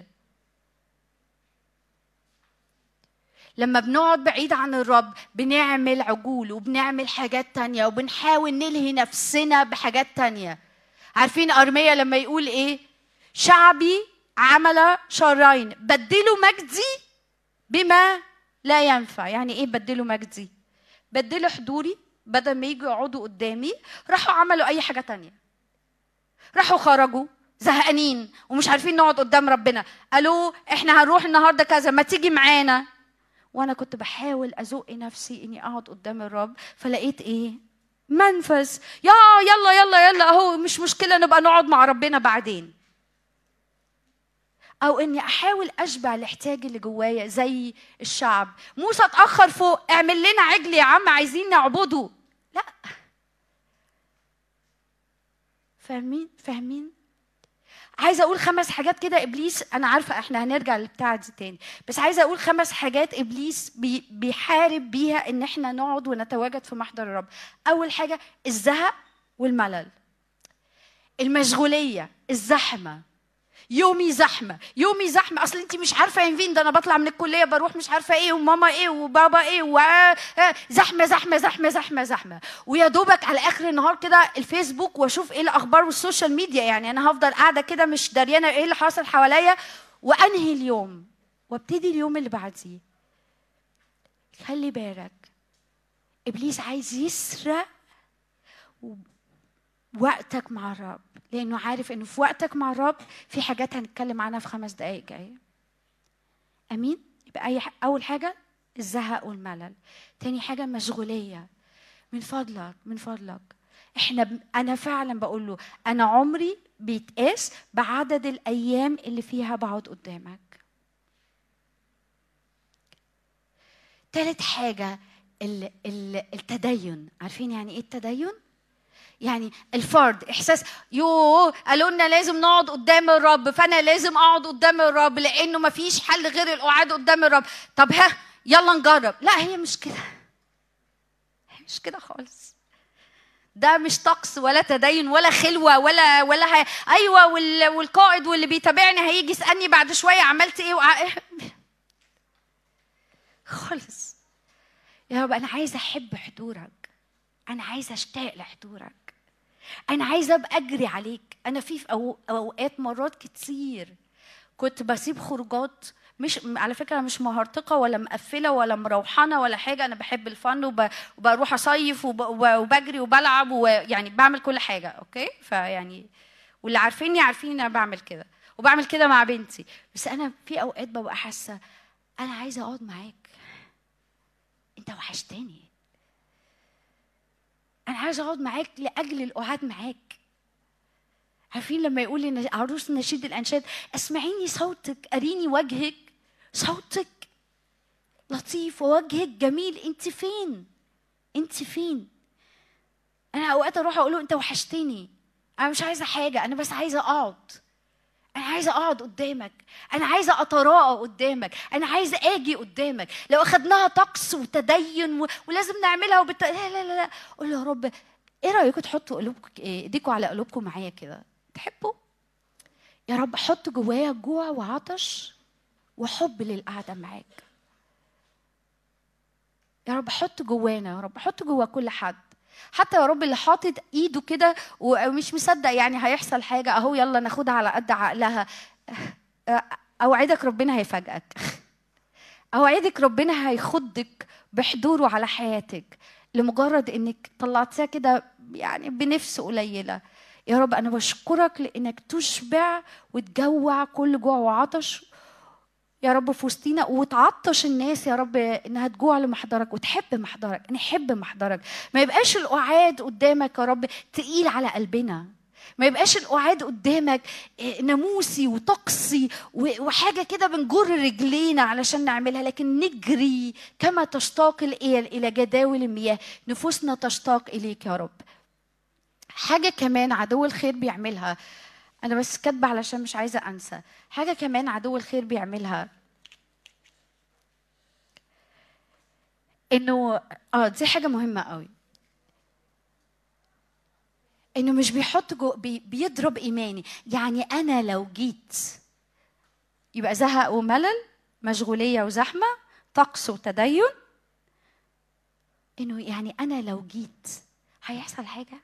لما بنقعد بعيد عن الرب بنعمل عجول وبنعمل حاجات تانية وبنحاول نلهي نفسنا بحاجات تانية. عارفين أرميا لما يقول ايه؟ شعبي عمل شرين بدلوا مجدي بما لا ينفع. يعني ايه بدلوا مجدي؟ بدلوا حضوري، بدل ما يجوا يقعدوا قدامي راحوا عملوا اي حاجة تانية، راحوا خرجوا زهقانين ومش عارفين نقعد قدام ربنا، قالوا احنا هنروح النهارده كذا، ما تيجي معانا، وانا كنت بحاول ازق نفسي اني اقعد قدام الرب، فلقيت ايه؟ منفذ. يلا يلا يلا اهو، مش مشكله نبقى نقعد مع ربنا بعدين. او اني احاول اشبع الاحتياج اللي جوايا زي الشعب. موسى اتاخر فوق، اعمل لنا عجل يا عم عايزين نعبده. لا، فاهمين؟ عايزه اقول 5 حاجات كده ابليس، انا عارفه احنا هنرجع للبتاعه دي تاني، بس عايزه اقول 5 حاجات ابليس بيحارب بيها ان احنا نقعد ونتواجد في محضر الرب. اول حاجه الزهق والملل، المشغوليه، الزحمه. يومي زحمه، اصل انت مش عارفه فين ده، انا بطلع من الكليه بروح مش عارفه ايه، وماما ايه وبابا ايه، زحمه زحمه زحمه زحمه زحمه. ويا دوبك على اخر النهار كده الفيسبوك واشوف ايه الاخبار والسوشيال ميديا. يعني انا هفضل قاعده كده مش دريانه ايه اللي حاصل حواليا، وانهي اليوم وابتدي اليوم اللي بعديه. خلي بالك، ابليس عايز يسرق وقتك مع الرب، لأنه عارف إنه في وقتك مع الرب في حاجات هنتكلم عنها في 5 دقايق جاية. أمين؟ يبقى أول حاجة الزهق والملل. تاني حاجة مشغولية. من فضلك أنا فعلا بقول له أنا عمري بيتقاس بعدد الأيام اللي فيها بقعد قدامك. تالت حاجة التدين. عارفين يعني إيه التدين؟ يعني الفرد، احساس قالوا لنا لازم نقعد قدام الرب، فانا لازم اقعد قدام الرب لانه ما فيش حل غير القعاد قدام الرب. طب يلا نجرب. لا، هي مش كده خالص. ده مش طقس ولا تدين ولا خلوه ولا ايوه والقائد واللي بيتابعني هيجي يسالني بعد شويه عملت ايه خالص. يا رب انا عايزه احب حضورك، انا عايزه اشتاق لحضورك، أنا عايزة أبقى أجري عليك. أنا في أوقات مرات كتير كنت بسيب خروجات، مش على فكرة مش مهرطقة ولا مقفلة ولا مروحانة ولا حاجة. أنا بحب الفن وبروح أصيف وبجري وبلعب ويعني بعمل كل حاجة. أوكي؟ فيعني واللي عارفيني عارفين إن أنا بعمل كده، وبعمل كده مع بنتي. بس أنا في أوقات ببقى حاسة أنا عايزة أقعد معاك، أنت وحشتني، أنا عايزة أقعد معاك لأجل القعاد معاك. عارفين لما يقول عروس نشيد الأنشاد اسمعيني صوتك أريني وجهك، صوتك لطيف ووجهك جميل، أنت فين؟ أنا أوقات أروح أقوله أنت وحشتني، أنا مش عايزة حاجة، أنا بس عايزة أقعد، أنا عايزة أقعد قدامك، أنا عايزة أتراءى قدامك، أنا عايزة أجي قدامك. لو أخدناها طقس وتدين ولازم نعملها لا لا لا، قول له يا رب إيه رأيكم تحطوا إيديكم على قلوبكم معايا كده؟ تحبوا؟ يا رب حط جوايا جوع وعطش وحب للقعدة معاك. يا رب حط جوانا، يا رب حط جوا كل حد، حتى يا رب اللي حاطط ايده كده ومش مصدق يعني هيحصل حاجه، اهو يلا ناخدها على قد عقلها. اوعدك ربنا هيفاجئك، اوعدك ربنا هيخضك بحضوره على حياتك لمجرد انك طلعتيها كده يعني بنفس قليله. يا رب انا بشكرك لانك تشبع وتجوع كل جوع وعطش يا رب في وسطينا، وتعطش الناس يا رب انها تجوع لمحضرك وتحب محضرك، نحب محضرك. ما يبقاش القعاد قدامك يا رب تقيل على قلبنا، ما يبقاش القعاد قدامك ناموسي وطقسي وحاجه كده بنجر رجلينا علشان نعملها، لكن نجري كما تشتاق الايل الى جداول المياه، نفوسنا تشتاق اليك يا رب. حاجه كمان عدو الخير بيعملها، أنا بس كاتبة علشان مش عايزة أنسى. حاجة كمان عدو الخير بيعملها إنه دي حاجة مهمة قوي، إنه مش بيحط بيضرب إيماني. يعني أنا لو جيت يبقى زهق وملل، مشغولية وزحمة، طقس وتدين. إنه يعني أنا لو جيت هيحصل حاجة؟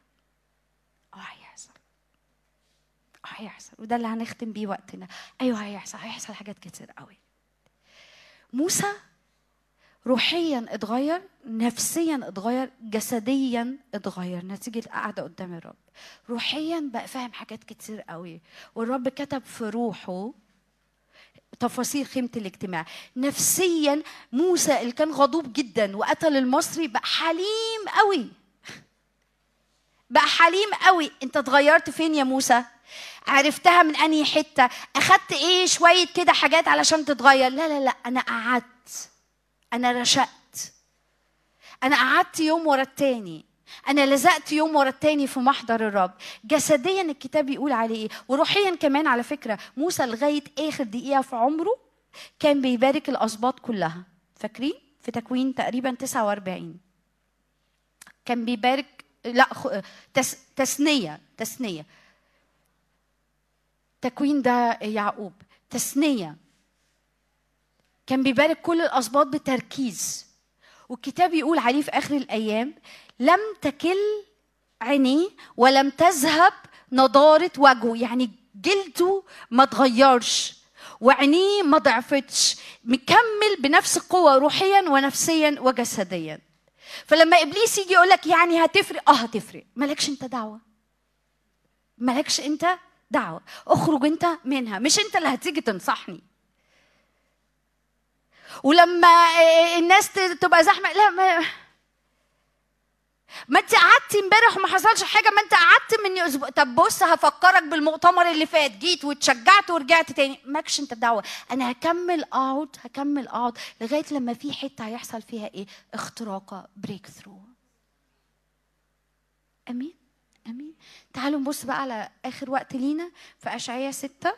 هيحصل، وده اللي هنختم بيه وقتنا. ايوه هيحصل حاجات كتير قوي. موسى روحيا اتغير، نفسيا اتغير، جسديا اتغير نتيجه قعده قدام الرب. روحيا بقى فاهم حاجات كتير قوي، والرب كتب في روحه تفاصيل خيمة الاجتماع. نفسيا موسى اللي كان غضوب جدا وقتل المصري بقى حليم قوي، بقى حليم قوي. انت اتغيرت فين يا موسى؟ عرفتها من انهي حتة؟ اخدت ايه شوية كده حاجات علشان تتغير؟ لا لا لا، انا قعدت، انا رشقت، انا قعدت يوم ورا التاني، أنا لزقت يوم ورا التاني في محضر الرب. جسديا الكتاب يقول عليه إيه؟ وروحيا كمان على فكرة. موسى لغاية آخر دقيقة في عمره كان بيبارك الأسباط كلها. فاكرين؟ في تكوين تقريبا 49 كان بيبارك، لا تثنية تكوين ده يعقوب، تثنية كان بيبارك كل الأسباط بتركيز. والكتاب يقول عليه في آخر الأيام لم تكل عينيه ولم تذهب نضارة وجهه، يعني جلده ما تغيرش وعينيه ما ضعفتش، مكمل بنفس القوة روحيا ونفسيا وجسديا. فلما إبليس يجي يقولك يعني هتفرق، هتفرق، مالكش انت دعوة، مالكش انت دعوة، اخرج انت منها، مش انت اللي هتيجي تنصحني. ولما الناس تبقى زحمة، لا ما انت قعدتي امبارح وما حصلش حاجه، ما انت قعدت من اسبوع. طب بص هفكرك بالمؤتمر اللي فات، جيت واتشجعت ورجعت تاني، ماكش انت دعوه. انا هكمل اقعد لغايه لما في حته هيحصل فيها ايه؟ اختراقه، بريك ثرو. امين امين. تعالوا نبص بقى على اخر وقت لينا في اشعياء 6.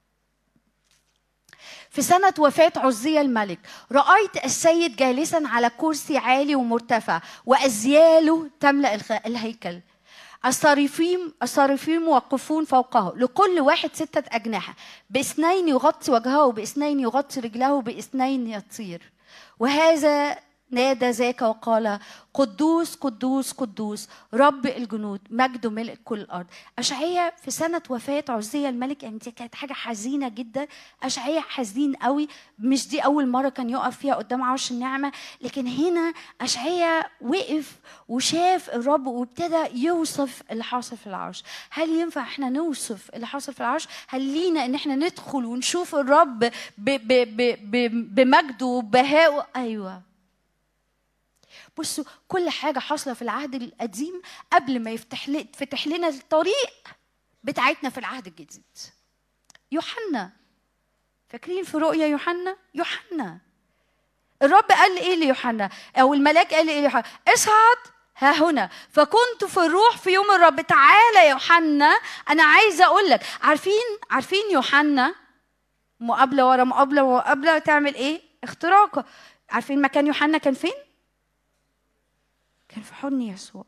في سنة وفاة عزية الملك رأيت السيد جالسا على كرسي عالي ومرتفع وأزياله تملأ الهيكل. الصرافيم موقفون فوقه، لكل واحد 6 أجنحة، بإثنين يغطي وجهه وبإثنين يغطي رجله وبإثنين يطير. وهذا نادى ذاك وقال قدوس قدوس قدوس رب الجنود، مجده ملء كل الارض. اشعياء في سنه وفاه عزية الملك، يعني دي كانت حاجه حزينه جدا. اشعياء حزين قوي، مش دي اول مره كان يقف فيها قدام عرش النعمه، لكن هنا اشعياء وقف وشاف الرب وابتدى يوصف اللي حاصل في العرش. هل ينفع احنا نوصف اللي حاصل في العرش؟ هل لينا ان احنا ندخل ونشوف الرب بمجده وبهائه؟ ايوه. بصوا كل حاجة حاصلة في العهد القديم قبل ما يفتح لنا الطريق بتاعتنا في العهد الجديد. يوحنا، فاكرين في رؤيا يوحنا الرب قال ايه ليوحنا، او الملاك قال ايه ليوحنا؟ اصعد ها هنا فكنت في الروح في يوم الرب. تعالى يا يوحنا، انا عايزه اقول لك، عارفين يوحنا مقابله ورا مقابله تعمل ايه؟ اختراق. عارفين مكان يوحنا كان فين؟ كان في حضن يسوع.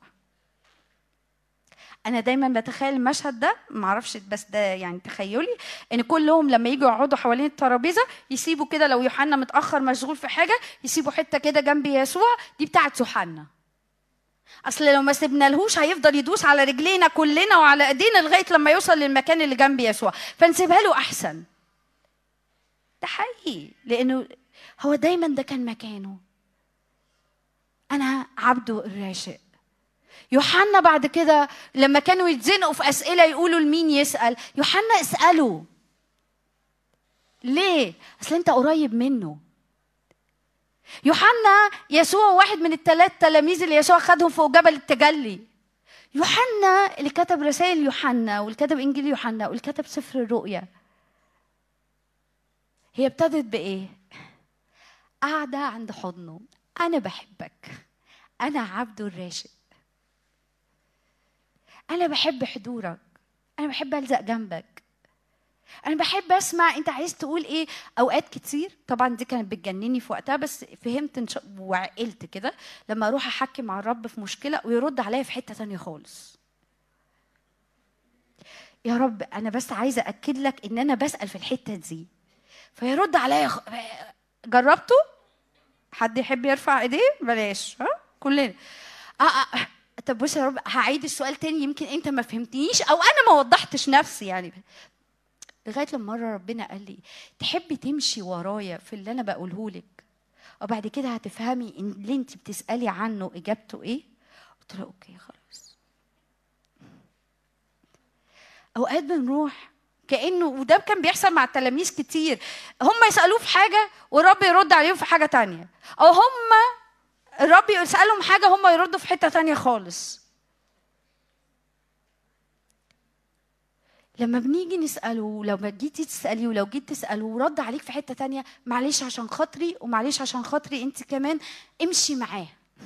أنا دايما بتخيل المشهد ده، معرفش بس ده يعني تخيلي، إن كلهم لما يجوا يقعدوا حوالين الترابيزة يسيبوا كده، لو يوحنا متأخر مشغول في حاجة يسيبوا حتة كده جنب يسوع، دي بتاعت يوحنا. أصل لو ما سيبنالهوش هيفضل يدوس على رجلينا كلنا وعلى إيدينا لغاية لما يوصل للمكان اللي جنب يسوع، فنسيبها له أحسن. ده حقيقي، لأنه هو دايما ده كان مكانه. أنا عبده الراشق. يوحنا بعد كده لما كانوا يتزنقوا في أسئلة يقولوا لمين يسأل؟ يوحنا اسأله. ليه؟ أصل أنت قريب منه. يوحنا يسوع واحد من ال3 تلاميذ اللي يسوع خدهم فوق جبل التجلي. يوحنا اللي كتب رسائل يوحنا واللي كتب إنجيل يوحنا واللي كتب سفر الرؤيا. هي ابتدت بإيه؟ قاعدة عند حضنه، أنا بحبك، أنا عبده الراشق، أنا بحب حضورك، أنا بحب ألزق جنبك، أنا بحب أسمع أنت عايز تقول إيه. أوقات كتير طبعا دي كانت بتجنني في وقتها، بس فهمت وعقلت كده لما أروح أحكي مع الرب في مشكلة ويرد عليا في حتة تانية خالص. يا رب أنا بس عايزة أكد لك إن أنا بسأل في الحتة دي، فيرد عليا. جربته؟ حد يحب يرفع ايديه؟ بلاش، كلنا. طب بص يا رب هعيد السؤال تاني، يمكن انت ما فهمتنيش او انا ما وضحتش نفسي يعني. لغايه لما مره ربنا قال لي تحبي تمشي ورايا في اللي انا بقوله لك وبعد كده هتفهمي ان اللي انت بتسالي عنه اجابته ايه؟ قلت له اوكي خلاص. اوقات بنروح كأنه، وده كان بيحصل مع التلاميذ كتير، هم يسألوه في حاجة والرب يرد عليهم في حاجة تانية، أو هم الرب يسألهم حاجة هم يردوا في حتة تانية خالص. لما بنيجي نسأله، لو ما جيتي تسأليه ولو جيت تسأله ورد عليك في حتة تانية، معلش عشان خاطري ومعلش عشان خاطري انت كمان، امشي معاه،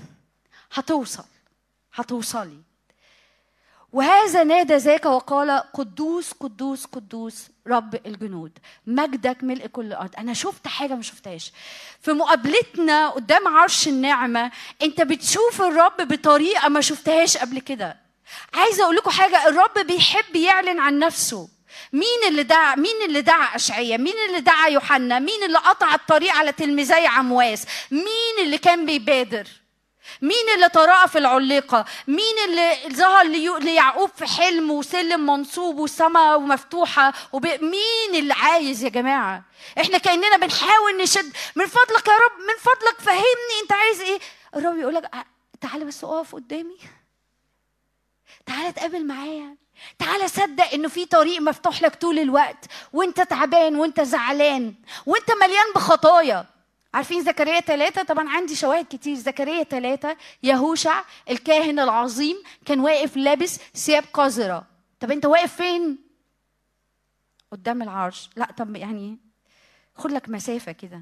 هتوصلي. وهذا نادى ذاك وقال قدوس قدوس قدوس رب الجنود، مجدك ملء كل الارض. انا شفت حاجه ما شفتهاش في مقابلتنا قدام عرش النعمه. انت بتشوف الرب بطريقه ما شفتهاش قبل كده. عايزه اقول لكم حاجه، الرب بيحب يعلن عن نفسه. مين اللي دعا اشعياء؟ مين اللي دعا يوحنا؟ مين اللي قطع الطريق على تلميذي عمواس؟ مين اللي كان بيبادر؟ مين اللي طرق في العليقة؟ مين اللي ظهر ليعقوب في حلم وسلم منصوب والسماء مفتوحة؟ مين اللي عايز يا جماعة؟ احنا كأننا بنحاول نشد، من فضلك يا رب، من فضلك فهمني انت عايز ايه. الرب يقولك تعالى بس اقف قدامي، تعالى اتقابل معايا، تعالى صدق انه في طريق مفتوح لك طول الوقت وانت تعبان وانت زعلان وانت مليان بخطايا. عارفين زكريا 3؟ طبعا عندي شواهد كتير. زكريا 3 يهوشع الكاهن العظيم كان واقف لابس ثياب قذرة. طب انت واقف فين؟ قدام العرش. لا طب يعني خد لك مسافة كده.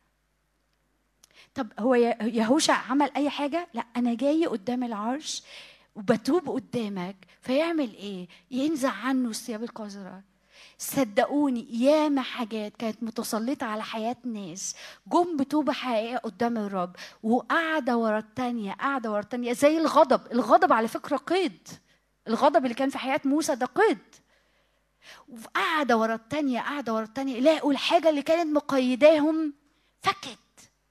طب هو يهوشع عمل اي حاجة؟ لا، انا جاي قدام العرش وبتوب قدامك. فيعمل ايه؟ ينزع عنه الثياب القذرة. صدقوني ياما حاجات كانت متسلطة على حياة ناس جم بتوبة حقيقية قدام الرب، وقاعدة ورا التانية قاعدة ورا التانية. زي الغضب على فكرة قيد. الغضب اللي كان في حياة موسى ده قيد. وقاعدة ورا التانية قاعدة ورا التانية، يلاقوا الحاجة اللي كانت مقيداهم فكت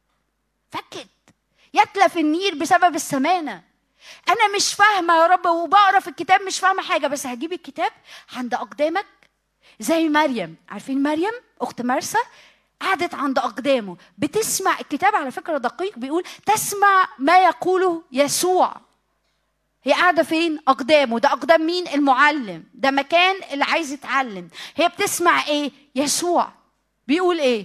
يتلف النير بسبب السمانة. أنا مش فاهمة يا رب وبقرأ في الكتاب مش فاهمة حاجة، بس هجيب الكتاب عند أقدامك. زي مريم، عارفين مريم أخت مرسى؟ قعدت عند أقدامه بتسمع الكتاب. على فكرة دقيق، بيقول تسمع ما يقوله يسوع. هي قاعدة فين؟ أقدامه. ده أقدام مين؟ المعلم. ده مكان اللي عايز يتعلم. هي بتسمع إيه؟ يسوع بيقول إيه؟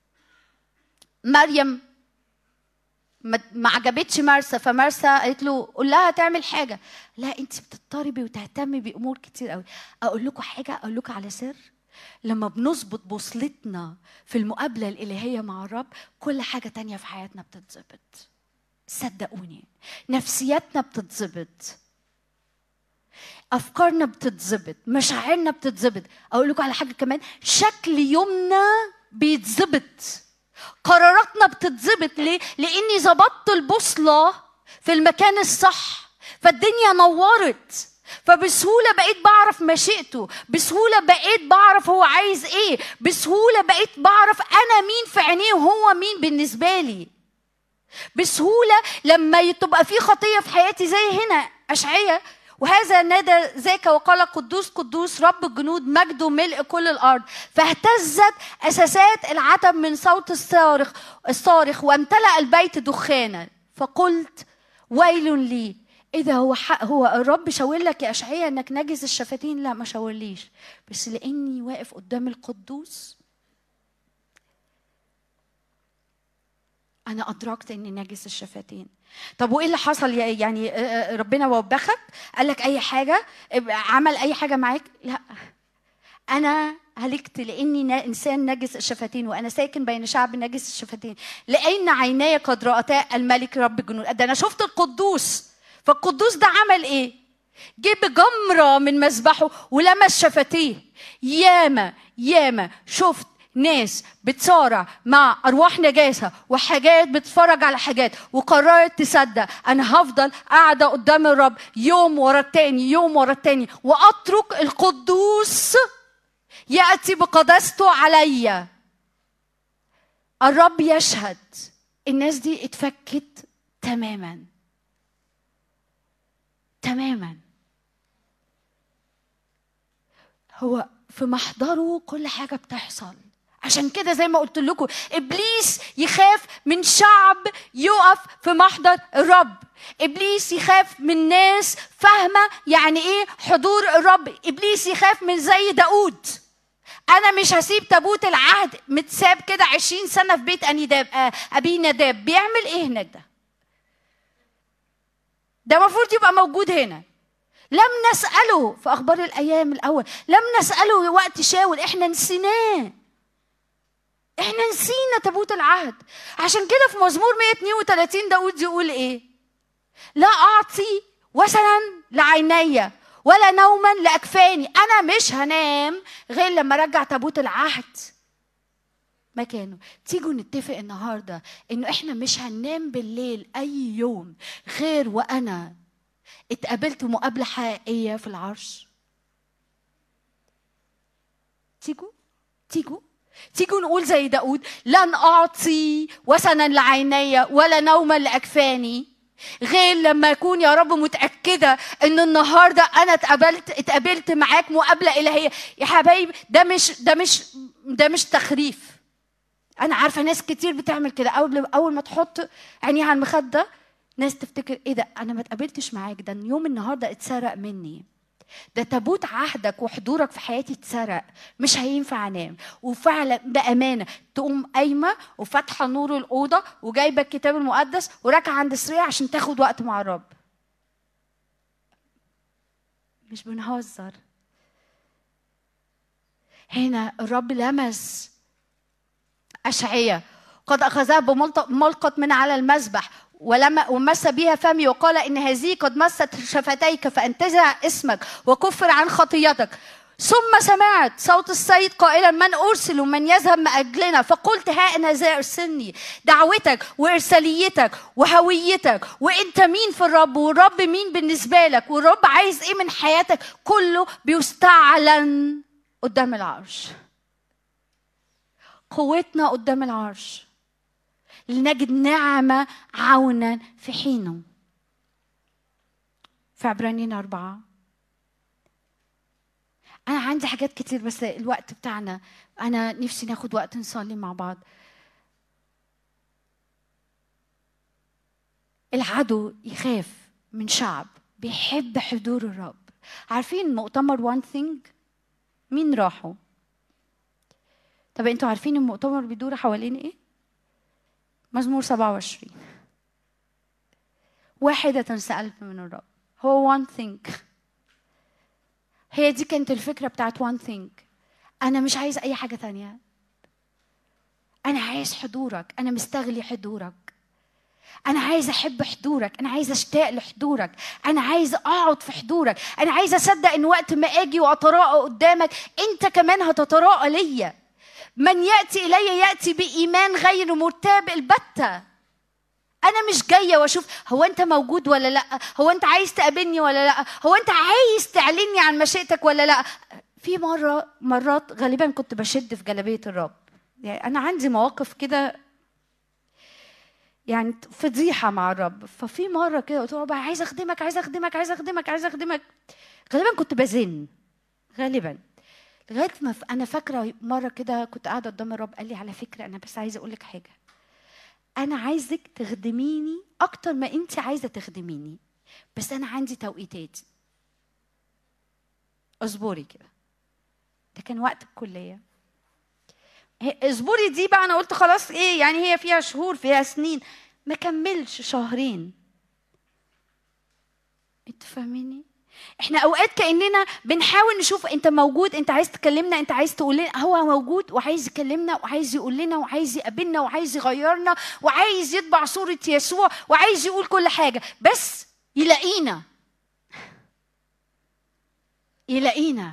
مريم ما عجبتش مرسى، فمرسى قالت له قول لها تعمل حاجه. لا، انت بتضطربي وتهتمي بامور كتير قوي. اقول لكم حاجه، اقول لكم على سر. لما بنظبط بوصلتنا في المقابله الالهيه مع الرب، كل حاجه تانية في حياتنا بتتظبط. صدقوني، نفسياتنا بتتظبط، افكارنا بتتظبط، مشاعرنا بتتظبط. اقول لكم على حاجه كمان، شكل يومنا بيتظبط، قراراتنا بتتظبط. ليه؟ لاني ظبطت البوصله في المكان الصح، فالدنيا نورت، فبسهوله بقيت بعرف مشيئته، بسهوله بقيت بعرف هو عايز ايه، بسهوله بقيت بعرف انا مين في عينيه وهو مين بالنسبه لي. بسهوله لما تبقى في خطيه في حياتي زي هنا اشعياء، وهذا نادى ذاك وقال قدوس قدوس رب الجنود مجده ملء كل الأرض، فاهتزت أساسات العتب من صوت الصارخ وامتلأ البيت دخانا. فقلت ويل لي. إذا هو الرب شاور لك يا أشعياء أنك نجس الشفتين؟ لا، ما شاورليش، بس لأني واقف قدام القدوس أنا أدركت أني نجس الشفتين. طب وإيه اللي حصل؟ يعني ربنا وبخك؟ قال لك أي حاجة؟ عمل أي حاجة معاك؟ لا، أنا هلكت لأني إنسان نجس الشفتين، وأنا ساكن بين شعب نجس الشفتين، لأن عيناي قد رأتا الملك رب الجنود. ده أنا شفت القدوس. فالقدوس ده عمل إيه؟ جيب جمرة من مذبحه ولمس شفتيه. ياما شفت ناس بتصارع مع أرواح نجاسة وحاجات بتتفرج على حاجات وقررت تصدق أنا هفضل قاعدة قدام الرب يوم ورا التاني وأترك القدوس يأتي بقداسته عليا. الرب يشهد الناس دي اتفكت تماما. هو في محضره كل حاجة بتحصل. عشان كده زي ما قلت لكم، إبليس يخاف من شعب يقف في محضر الرب. إبليس يخاف من ناس فاهمة يعني إيه حضور الرب. إبليس يخاف من زي داود. انا مش هسيب تابوت العهد متساب كده 20 سنه في بيت ابي نداب. بيعمل ايه هناك ده المفروض يبقى موجود هنا. لم نسأله في أخبار الأيام الأول، لم نسأله وقت شاول، إحنا نسيناه. إحنا نسينا تابوت العهد. عشان كده في مزمور 132 داود يقول إيه؟ لا أعطي وثنا لعيني ولا نوما لأكفاني. أنا مش هنام غير لما أرجع تابوت العهد مكانه. تيجوا نتفق النهارده إنه إحنا مش هننام بالليل أي يوم غير وأنا اتقابلت مقابلة حقيقية في العرش. تيجوا نقول زي داود: لن أعطي وثنا لعيني ولا نوما لأكفاني غير لما أكون يا رب متأكدة إن النهاردة أنا اتقابلت معاك مقابلة إلهية. يا حبايبي ده مش تخريف. أنا عارفة ناس كتير بتعمل كده، أول ما تحط عينيها على المخدة ناس تفتكر ايه ده، انا ما اتقابلتش معاك، ده يوم النهارده اتسرق مني، ده تابوت عهدك وحضورك في حياتي اتسرق، مش هينفع انام. وفعلا بامانه تقوم قايمه وفاتحه نور الاوضه وجايبه الكتاب المقدس وراكعه عند السرير عشان تاخد وقت مع الرب. مش بنهزر. هنا الرب لمس اشعياء قد اخذها بملقط من على المذبح ومس بها فمي وقال إن هذه قد مست شفتيك فانتزع اسمك وكفر عن خطيتك. ثم سمعت صوت السيد قائلا: من أرسل ومن يذهب من أجلنا؟ فقلت: ها أنا ذا أرسلني. دعوتك وإرساليتك وهويتك وإنت مين في الرب والرب مين بالنسبة لك والرب عايز إيه من حياتك كله بيستعلن قدام العرش. قوتنا قدام العرش لنجد نعمة عونا في حينه. في عبرانيين 4. أنا عندي حاجات كتير بس الوقت بتاعنا، أنا نفسي ناخد وقت نصلي مع بعض. العدو يخاف من شعب بيحب حضور الرب. عارفين مؤتمر One Thing مين راحوا؟ طب انتوا عارفين المؤتمر بيدور حوالين ايه؟ مزمور 27. واحدة سألت من الرب، هو one thing. هي دي كانت الفكرة بتاعت one thing. أنا مش عايز أي حاجة تانية، أنا عايز حضورك، أنا مستغلي حضورك، أنا عايز أحب حضورك، أنا عايز أشتاق لحضورك، أنا عايز أقعد في حضورك، أنا عايز أصدق إن وقت ما أجي وأتراءى قدامك أنت كمان هتتراءى ليا. من يأتي إلي يأتي بإيمان غير مرتاب البتة. أنا مش جاية وأشوف هو أنت موجود ولا لأ، هو أنت عايز تقابلني ولا لأ، هو أنت عايز تعلني عن مشيئتك ولا لأ. في مرات غالبا كنت بشد في جلابية الرب. يعني أنا عندي مواقف كده يعني فضيحة مع الرب. ففي مرة كده قلت له: رب عايز أخدمك عايز أخدمك عايز أخدمك عايز أخدمك. غالبا كنت بزن غالبا، لغايه ما انا فاكره مره كده كنت قاعده قدام الرب قال لي: على فكره انا بس عايزه اقول لك حاجه، انا عايزك تخدميني اكتر ما انت عايزه تخدميني، بس انا عندي توقيتات، اصبري كده. ده كان وقت الكليه. اصبري دي بقى انا قلت خلاص ايه يعني، هي فيها شهور فيها سنين، ما كملش شهرين. انت فاهميني؟ احنا اوقات كأننا بنحاول نشوف انت موجود، انت عايز تكلمنا، انت عايز تقول لنا. هو موجود وعايز يكلمنا وعايز يقول لنا وعايز يقابلنا وعايز يغيرنا وعايز يطبع صورة يسوع وعايز يقول كل حاجة، بس يلاقينا.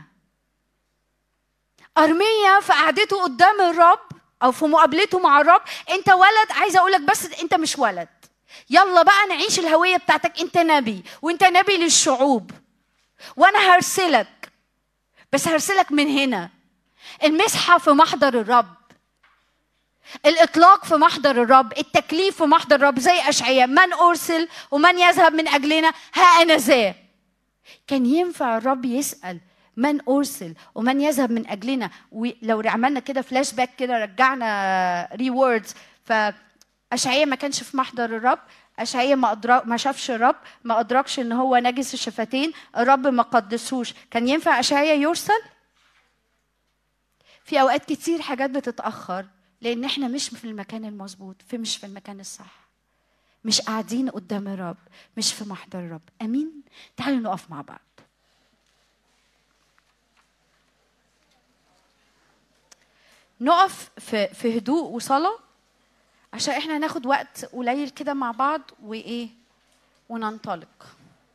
أرميا في قعدته قدام الرب او في مقابلته مع الرب: انت ولد، عايز اقول لك بس انت مش ولد، يلا بقى نعيش الهوية بتاعتك، انت نبي وانت نبي للشعوب، وانا هرسلك، بس هرسلك من هنا. المسحة في محضر الرب، الإطلاق في محضر الرب، التكليف في محضر الرب، زي أشعياء: من أرسل ومن يذهب من أجلنا؟ ها أنا ذا. كان ينفع الرب يسأل من أرسل ومن يذهب من أجلنا. ولو عملنا كده فلاش باك كده، رجعنا ريوردز، فأشعياء ما كانش في محضر الرب، أشعياء ما شافش الرب، ما أدركش إن هو نجس الشفتين، الرب ما قدسوش. كان ينفع أشعياء يرسل؟ في أوقات كتير حاجات بتتأخر لأن إحنا مش في المكان المظبوط، مش في المكان الصح، مش قاعدين قدام الرب، مش في محضر الرب. أمين؟ تعالوا نقف مع بعض. نقف في هدوء وصلاة عشان إحنا هناخد وقت قليل كده مع بعض وإيه وننطلق.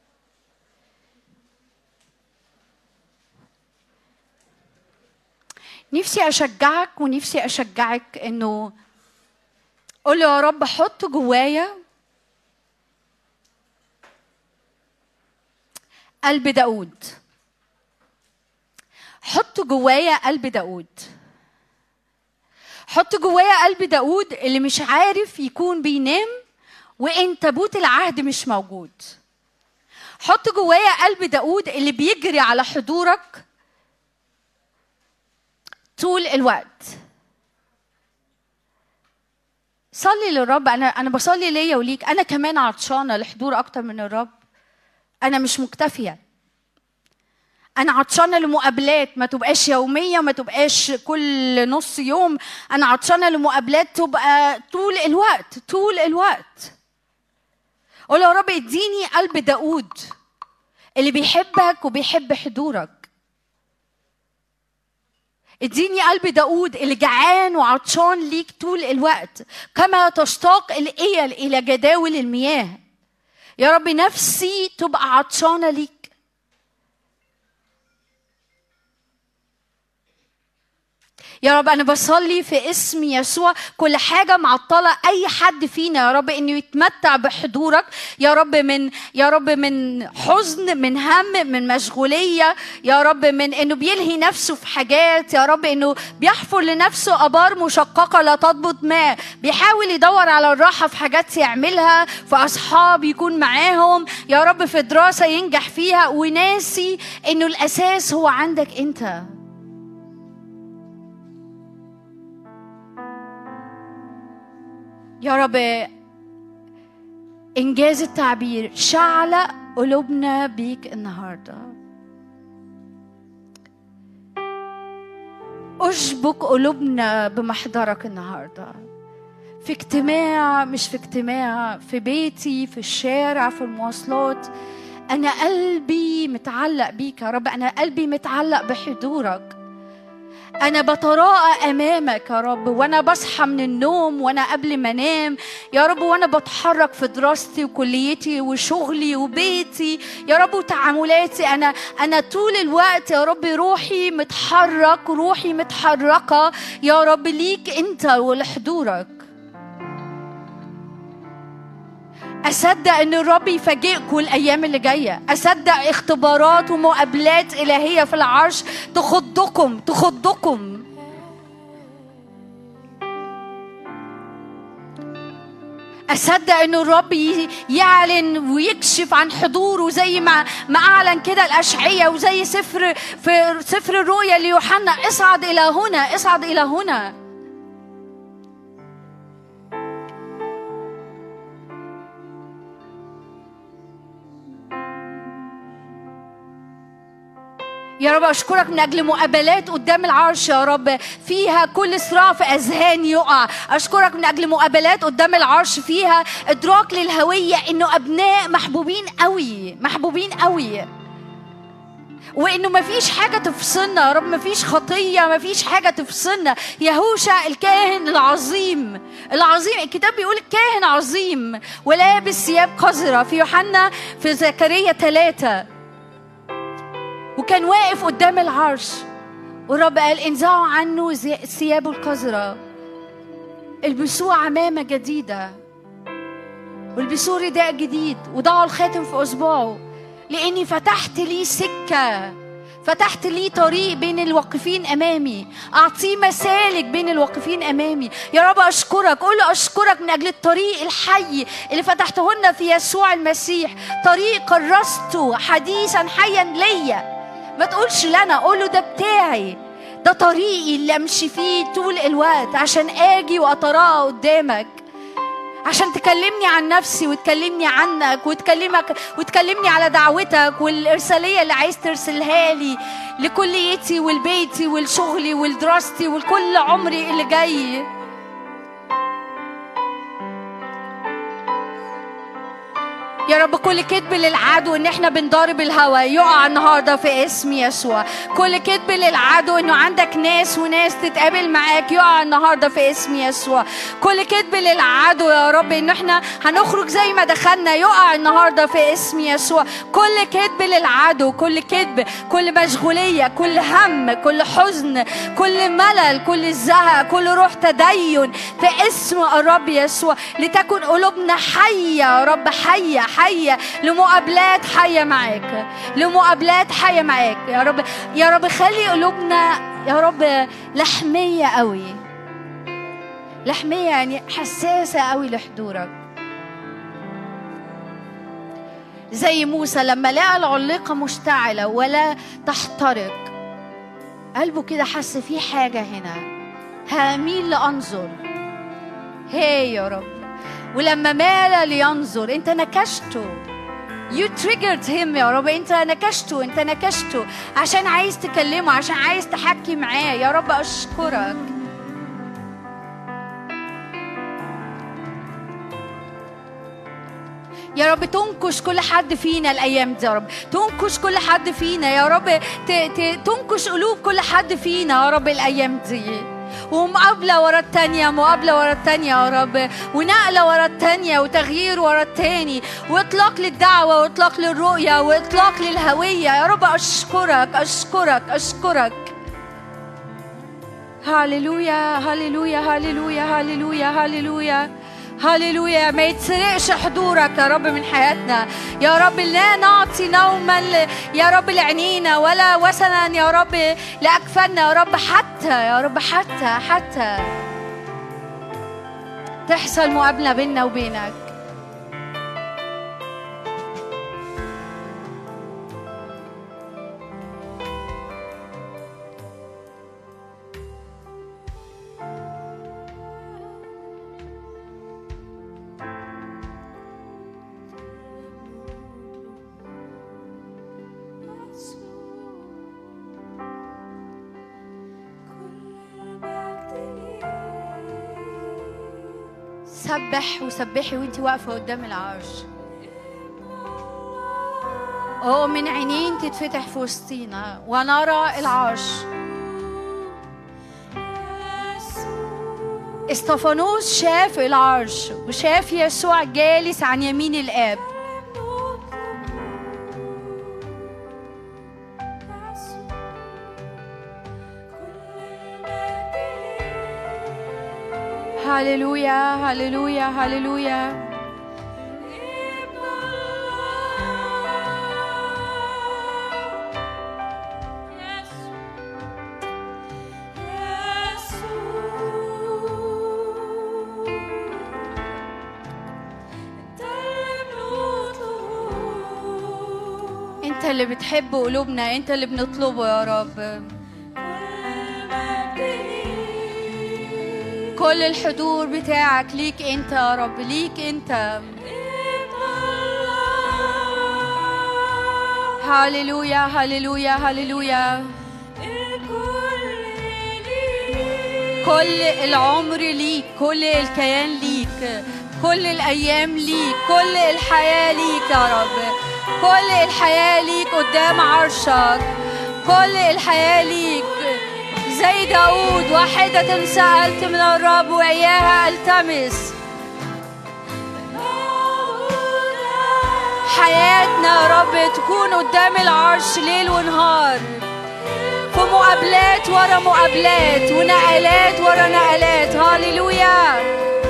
نفسي أشجعك ونفسي أشجعك إنه قول يا رب حط جوايا قلب داود، حط جوايا قلب داود، حط جوايا قلب داود اللي مش عارف يكون بينام وإن تابوت العهد مش موجود. حط جوايا قلب داود اللي بيجري على حضورك طول الوقت. صلي للرب. أنا بصلي ليا وليك. أنا كمان عطشانة لحضور أكتر من الرب. أنا مش مكتفية. أنا عطشانة لمقابلات ما تبقاش يومية وما تبقاش كل نص يوم. أنا عطشانة لمقابلات تبقى طول الوقت طول الوقت. قول يا رب اديني قلب داود اللي بيحبك وبيحب حضورك. اديني قلب داود اللي جعان وعطشان ليك طول الوقت كما تشتاق الإيل إلى جداول المياه. يا رب نفسي تبقى عطشانة ليك. يا رب أنا بصلي في اسم يسوع كل حاجة معطلة أي حد فينا يا رب إنه يتمتع بحضورك يا رب من حزن، من هم، من مشغولية يا رب، من إنه بيلهي نفسه في حاجات يا رب، إنه بيحفر لنفسه آبار مشققة لا تضبط ماء، بيحاول يدور على الراحة في حاجات يعملها، في أصحاب يكون معاهم يا رب، في دراسة ينجح فيها، وناسي إنه الأساس هو عندك أنت. يا رب إنجاز التعبير شعل قلوبنا بيك النهاردة. أشبك قلوبنا بمحضرك النهاردة، في اجتماع مش في اجتماع، في بيتي، في الشارع، في المواصلات. أنا قلبي متعلق بيك يا رب، أنا قلبي متعلق بحضورك. أنا بتراءى أمامك يا رب، وأنا بصحى من النوم، وأنا قبل ما أنام يا رب، وأنا بتحرك في دراستي وكليتي وشغلي وبيتي يا رب وتعاملاتي. أنا طول الوقت يا رب روحي متحرك، روحي متحركة يا رب ليك أنت ولحضورك. أصدق أن الرب يفاجئكم الأيام اللي جاية. أصدق اختبارات ومقابلات إلهية في العرش تخضكم. أصدق أن الرب يعلن ويكشف عن حضوره زي ما أعلن كده الأشعياء، وزي في سفر الرؤيا ليوحنا: اصعد إلى هنا، اصعد إلى هنا. يا رب أشكرك من أجل مقابلات قدام العرش يا رب فيها كل صراع في أذهان يقع. أشكرك من أجل مقابلات قدام العرش فيها إدراك للهوية، إنه أبناء محبوبين قوي، محبوبين قوي، وإنه مفيش حاجة تفصلنا يا رب، مفيش خطية، مفيش حاجة تفصلنا. يهوشع الكاهن العظيم، الكتاب بيقول الكاهن عظيم ولابس ثياب قذرة في يوحنا، في زكريا 3، وكان واقف قدام العرش، والرب قال: انزعوا عنه ثيابه القذرة، البسوه عمامة جديدة، والبسوه رداء جديد، وضعوا الخاتم في أصبعه، لأني فتحت لي سكة، فتحت لي طريق بين الواقفين أمامي، أعطيه مسالك بين الواقفين أمامي. يا رب أشكرك، قول له أشكرك من أجل الطريق الحي اللي فتحتهن في يسوع المسيح، طريق كرسته حديثا حيا ليا. ما تقولش لنا، قوله ده بتاعي، ده طريقي اللي أمشي فيه طول الوقت عشان آجي وأتراءى قدامك، عشان تكلمني عن نفسي وتكلمني عنك وتكلمني على دعوتك والإرسالية اللي عايز ترسلها لي لكليتي والبيتي والشغلي والدراستي والكل عمري اللي جاي. يا رب كل كذب للعدو ان احنا بنضارب الهوى يقع النهارده في اسم يسوع. كل كذب للعدو انه عندك ناس وناس تتقابل معاك يقع النهارده في اسم يسوع. كل كذب للعدو يا رب انه احنا هنخرج زي ما دخلنا يقع النهارده في اسم يسوع. كل كذب للعدو، كل كذب، كل مشغوليه، كل هم، كل حزن، كل ملل، كل زهق، كل روح تدين في اسم الرب يسوع. لتكن قلوبنا حيه يا رب، حيه لمقابلات حية معاك، لمقابلات حية معاك يا رب. يا رب خلي قلوبنا يا رب لحمية قوي، لحمية يعني حساسة قوي لحضورك. زي موسى لما لقى العليقة مشتعلة ولا تحترق، قلبه كده حس فيه حاجة هنا، هميل لأنظر. هي يا رب، ولما مال لينظر انت نكشته. You triggered him يا رب، انت نكشته عشان عايز تكلمه، عشان عايز تحكي معاه. يا رب اشكرك. يا رب تنكش كل حد فينا الايام دي يا رب، تنكش كل حد فينا يا رب، تنكش قلوب كل حد فينا يا رب الايام دي. ومقابلة ورا التانية، مقابلة ورا التانية يا رب، ونقلة ورا التانية، وتغيير ورا التاني، واطلاق للدعوة، واطلاق للرؤية، واطلاق للهوية. يا رب أشكرك. هاليلويا هاليلويا هاليلويا هاليلويا هاليلويا هاليلويا. ما يتسرقش حضورك يا رب من حياتنا يا رب. لا نعطي نوما يا رب لعينينا، ولا وسنا يا رب لأكفاننا يا رب، حتى تحصل مقابلة بيننا وبينك. سبح وسبحي وانتي واقفة قدام العرش. من عينين تتفتح في وسطينا ونرى العرش. استفانوس شاف العرش وشاف يسوع جالس عن يمين الآب. هاليلويا هاليلويا هاليلويا. انت اللي بتحب قلوبنا، انت اللي بنطلبه يا رب. كل الحضور بتاعك ليك انت يا رب، ليك انت. هاليلويا هاليلويا هاليلويا. كل العمر ليك، كل الكيان ليك، كل الأيام ليك، كل الحياة ليك يا رب. كل الحياة ليك قدام عرشك، كل الحياة ليك. زي داود، واحدة سألت من الرب وإياها ألتمس. حياتنا يا رب تكون قدام العرش ليل ونهار، في مقابلات ورا مقابلات ونقلات ورا نقلات. هاليلويا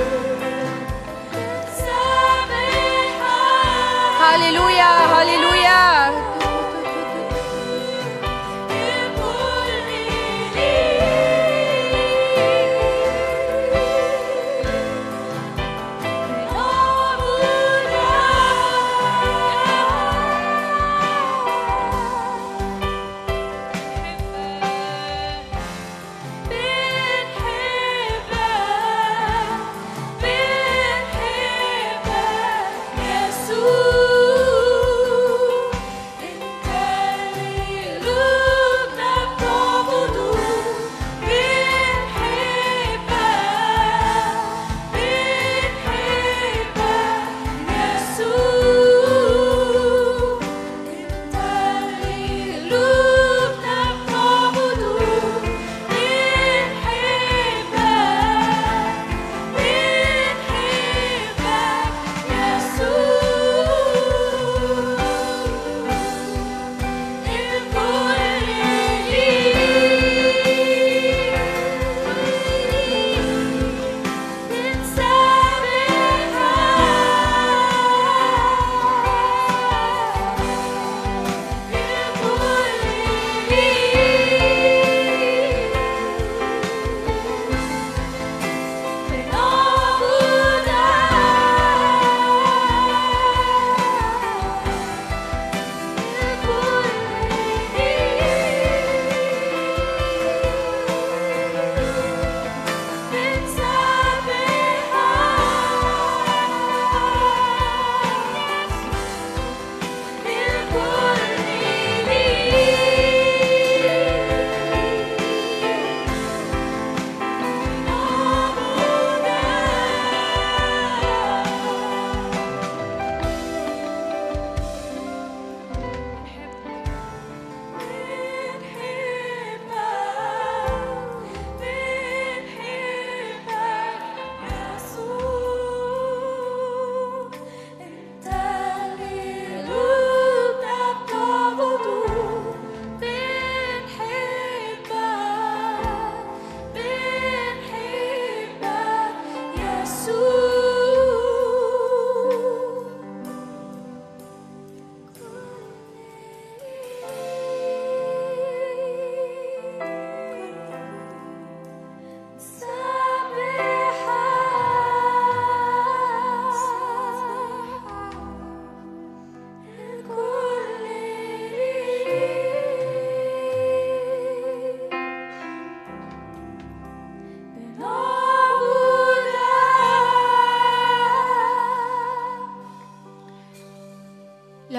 هاليلويا هاليلويا.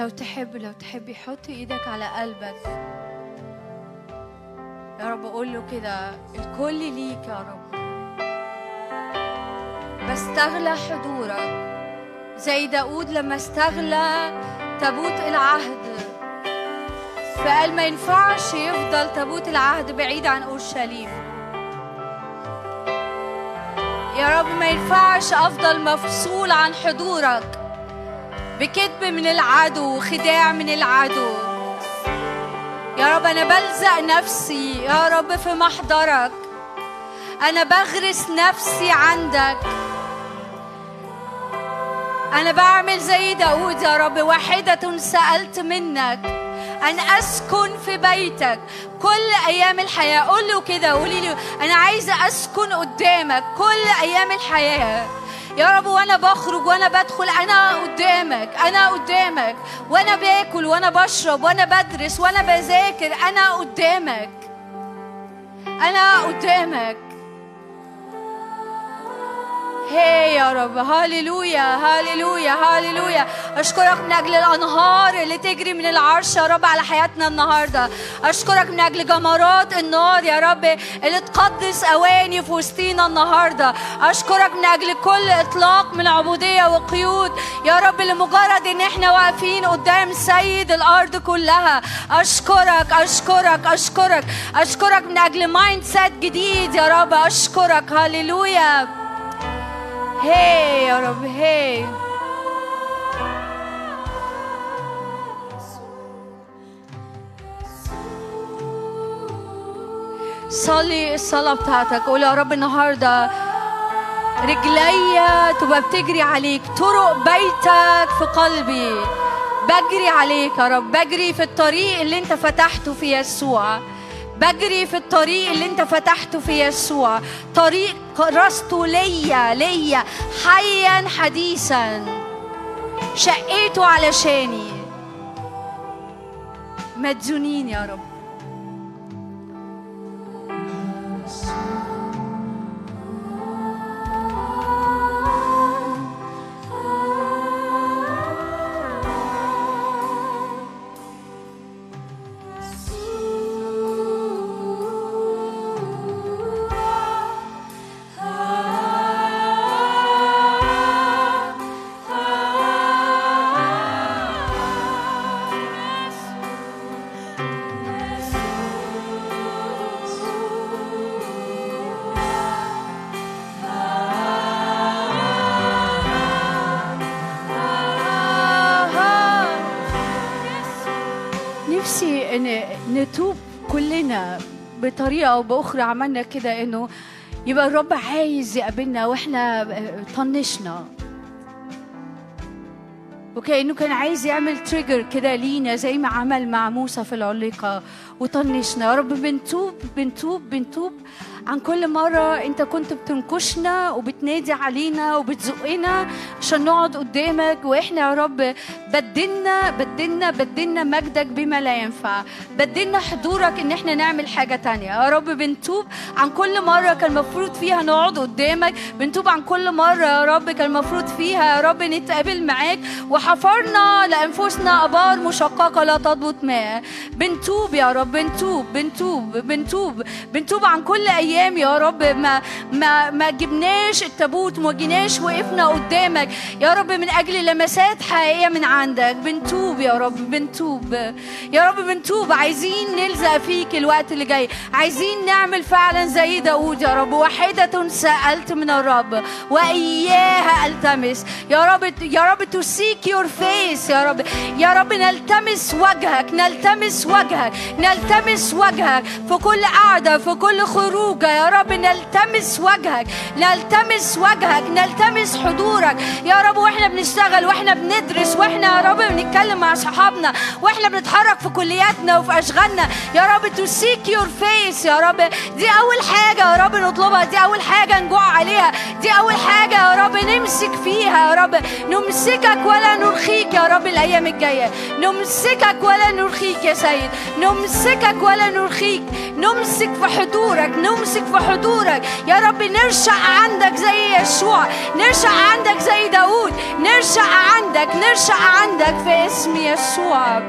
لو تحبي حط ايدك على قلبك يا رب. قول له كده الكل ليك يا رب، بستغلى حضورك زي داود لما استغلى تابوت العهد، فقال ما ينفعش يفضل تابوت العهد بعيد عن أورشليم. يا رب ما ينفعش أفضل مفصول عن حضورك بكذب من العدو وخداع من العدو. يا رب أنا بلزق نفسي يا رب في محضرك، أنا بغرس نفسي عندك، أنا بعمل زي داود يا رب. واحدة سألت منك أن أسكن في بيتك كل أيام الحياة. قول له كده، قولي له أنا عايزة أسكن قدامك كل أيام الحياة يا رب. وأنا بخرج وأنا بدخل أنا قدامك، أنا قدامك، وأنا باكل وأنا بشرب وأنا بدرس وأنا بذاكر أنا قدامك، أنا قدامك. هي يا رب. هاليلويا هاليلويا هاليلويا. أشكرك من أجل الأنهار اللي تجري من العرش يا رب على حياتنا النهاردة. أشكرك من أجل جمرات النار يا رب اللي تقدس أواني في وسطينا النهاردة. أشكرك من أجل كل إطلاق من عبودية وقيود يا رب لمجرد إن إحنا واقفين قدام سيد الأرض كلها. أشكرك أشكرك أشكرك أشكرك من أجل مايند سيت جديد يا رب. أشكرك. هاليلويا. هي يا رب. هي صلي الصلاة بتاعتك. قول يا رب النهاردة رجليا تبقى بتجري عليك، طرق بيتك في قلبي بجري عليك يا رب. بجري في الطريق اللي انت فتحته في يسوع، بجري في الطريق اللي انت فتحته في يسوع، طريق كرسته ليا حيا حديثا شقيته علشاني. مديونين يا رب. نتوب كلنا بطريقة أو بأخرى. عملنا كده إنه يبقى الرب عايز يقابلنا وإحنا طنشنا، وكأنه كان عايز يعمل تريجر كده لينا زي ما عمل مع موسى في العليقة وطنشنا. يا رب بنتوب بنتوب بنتوب عن كل مرة أنت كنت بتنكشنا وبتنادي علينا وبتزقنا عشان نقعد قدامك، وإحنا يا رب بدلنا مجدك بما لا ينفع، بدلنا حضورك إن إحنا نعمل حاجة تانية. يا رب بنتوب عن كل مرة كان مفروض فيها نقعد قدامك، بنتوب عن كل مرة يا رب كان مفروض فيها يا رب نتقابل معاك وحفرنا لأنفسنا أبار مشققة لا تضبط ماء. بنتوب يا رب، بنتوب عن كل أيام يا رب ما جبناش التابوت، ما جيناش وقفنا قدامك يا رب من أجل لمسات حقيقية من عندك. بنتوب يا رب، بنتوب عايزين نلزق فيك الوقت اللي جاي، عايزين نعمل فعلا زي داود يا رب. واحدة سألت من الرب وإياها ألتمس يا رب to seek your face يا رب نلتمس وجهك في كل قعدة في كل خروج يا رب. نلتمس وجهك نلتمس حضورك يا رب، واحنا بنشتغل واحنا بندرس واحنا يا رب بنتكلم مع صحابنا واحنا بنتحرك في كلياتنا وفي اشغالنا يا رب. to seek your face يا رب. دي اول حاجة يا رب نطلبها، دي اول حاجة نجوع عليها، دي اول حاجة يا رب نمسك فيها يا رب. نمسكك ولا نرخيك يا رب. الايام الجاية نمسكك ولا نرخيك يا سيد، نمسكك نمسكك ولا نرخيك، نمسك في حضورك، نمسك في حضورك يا رب. نرشق عندك زي يشوع، نرشق عندك زي داود، نرشق عندك، نرشق عندك في اسم يسوع.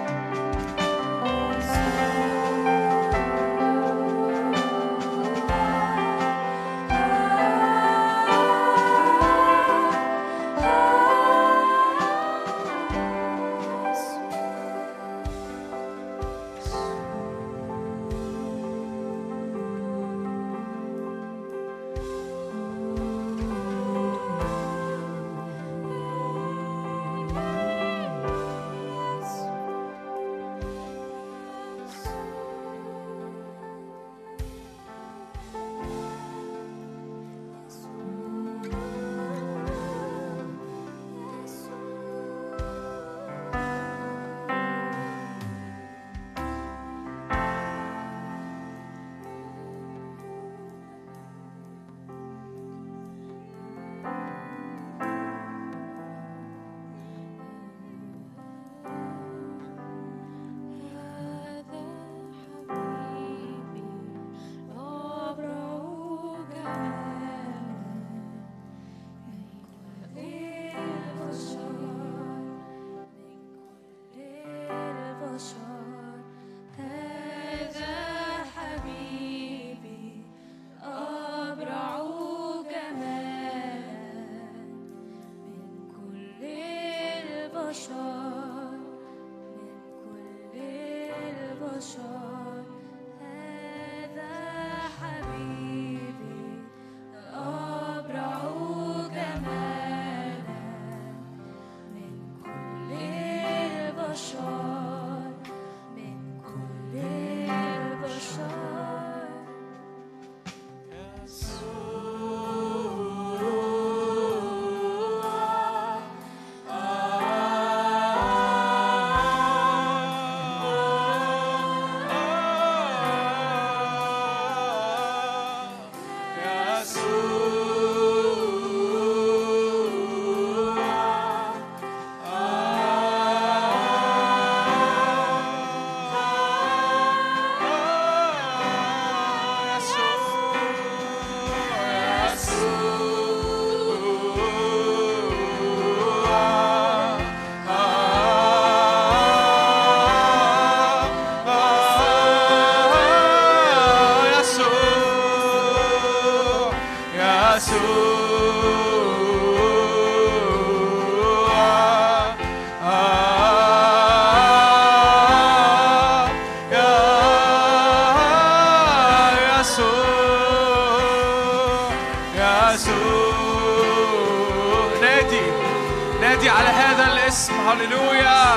نادي على هذا الاسم. هللويا.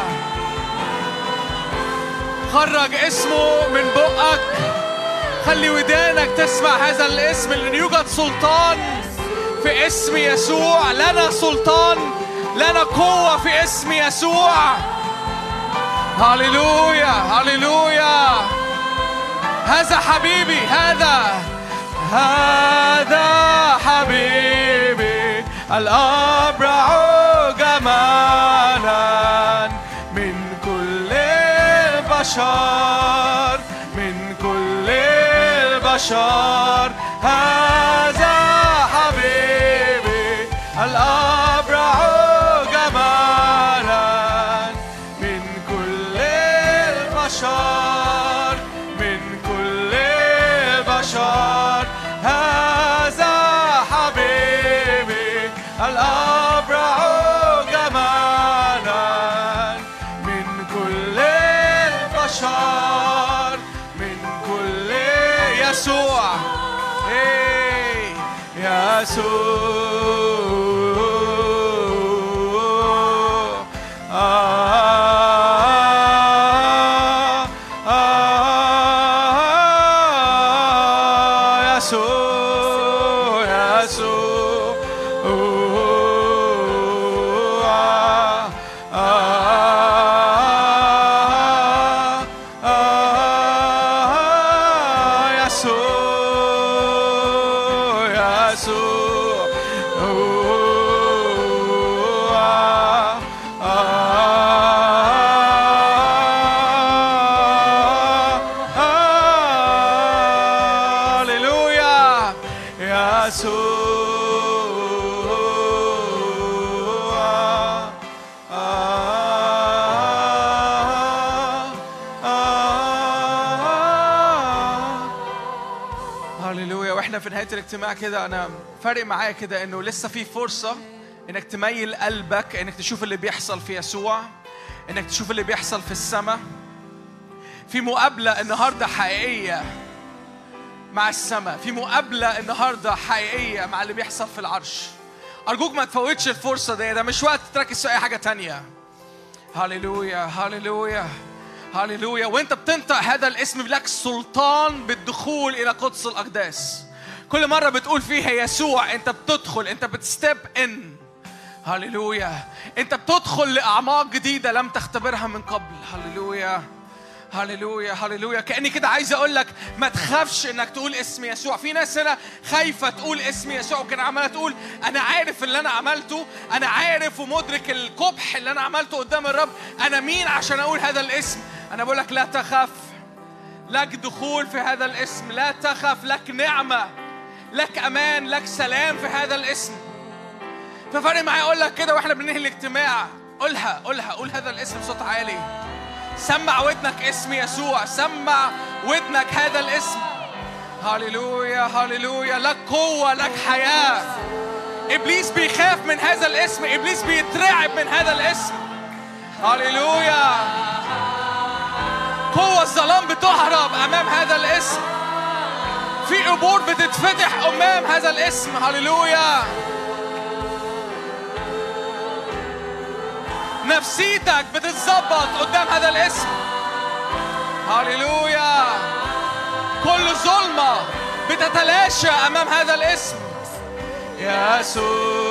خرج اسمه من بقك. خلي ودانك تسمع هذا الاسم، لأن يوجد سلطان في اسم يسوع. لنا سلطان، لنا قوة في اسم يسوع. هللويا هللويا. هذا حبيبي، هذا حبيبي الأبرع جمالا من كل البشر، من كل البشر. هذا حبيبي الأبرع جمالا من كل البشر، من كل البشر. هذا حبيبي الأبرع جمالا من كل البشر، من كل يسوع. هللويا. واحنا في نهاية الاجتماع كده أنا فارق معايا كده إنه لسه في فرصة إنك تميل قلبك، إنك تشوف اللي بيحصل في يسوع، إنك تشوف اللي بيحصل في السماء. في مقابلة النهاردة حقيقية مع السماء، في مقابلة النهاردة حقيقية مع اللي بيحصل في العرش. أرجوك ما تفوتش الفرصة دي، ده مش وقت تركز في أي حاجة تانية. هللويا هللويا هللويا. وانت بتنطق هذا الاسم لك سلطان بالدخول إلى قدس الأقداس. كل مرة بتقول فيها يسوع انت بتدخل، انت بتستيب ان. هللويا. انت بتدخل لأعماق جديدة لم تختبرها من قبل. هللويا هللويا هللويا. كأني كده عايز أقول لك ما تخافش إنك تقول اسم يسوع. في ناس هنا خايفة تقول اسم يسوع، وكان عمالة تقول أنا عارف اللي أنا عملته، أنا عارف ومدرك القبح اللي أنا عملته قدام الرب، أنا مين عشان أقول هذا الاسم؟ أنا بقول لك لا تخاف، لك دخول في هذا الاسم، لا تخاف، لك نعمة، لك أمان، لك سلام في هذا الاسم. ففرق معايا أقول لك كده وإحنا بننهي الاجتماع، قولها قول هذا الاسم بصوت عالي. سمع ودنك اسم يسوع، سمع ودنك هذا الاسم. هللويا هللويا. لك قوة، لك حياة. إبليس بيخاف من هذا الاسم، إبليس بيترعب من هذا الاسم. هللويا. قوة الظلام بتهرب أمام هذا الاسم. في قبور بتتفتح أمام هذا الاسم. هللويا. نفسيتك بتتظبط قدام هذا الاسم. هللويا. كل ظلمة بتتلاشى أمام هذا الاسم. يسوع.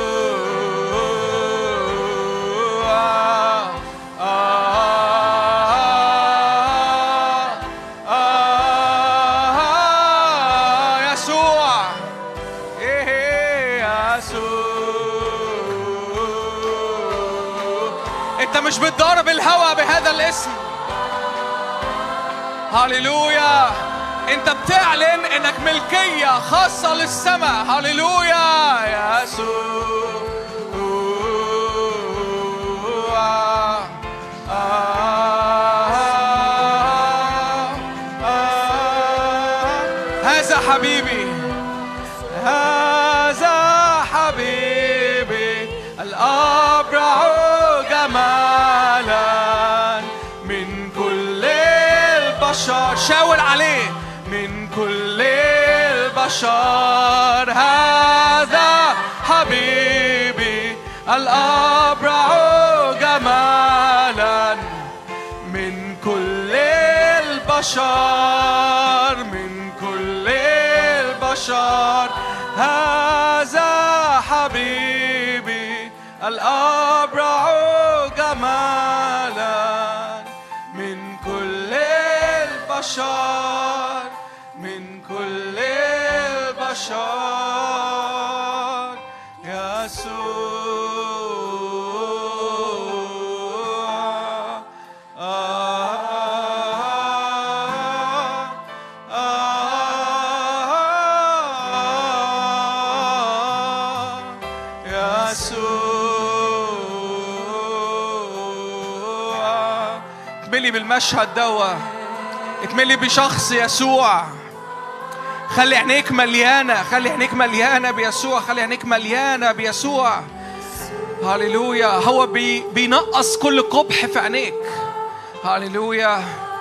انت مش بتضارب الهوى بهذا الاسم. هللويا. انت بتعلن انك ملكية خاصة للسماء. هللويا. يسوع. هذا حبيبي، هذا حبيبي الأبرع جمالا من كل البشر. شاور عليه. من كل البشر هذا حبيبي الأبرع جمالا من كل البشر. من كل البشر هذا حبيبي الأبرع جمالا من كل البشر. من كل البشر يسوع. اتملي بالمشهد دوا، اتملي بشخص يسوع. خلي عينيك مليانة، خلي عينيك مليانة بيسوع، خلي عينيك مليانة بيسوع. هاليلويا. هو بينقص كل قبح في عينيك. هاليلويا.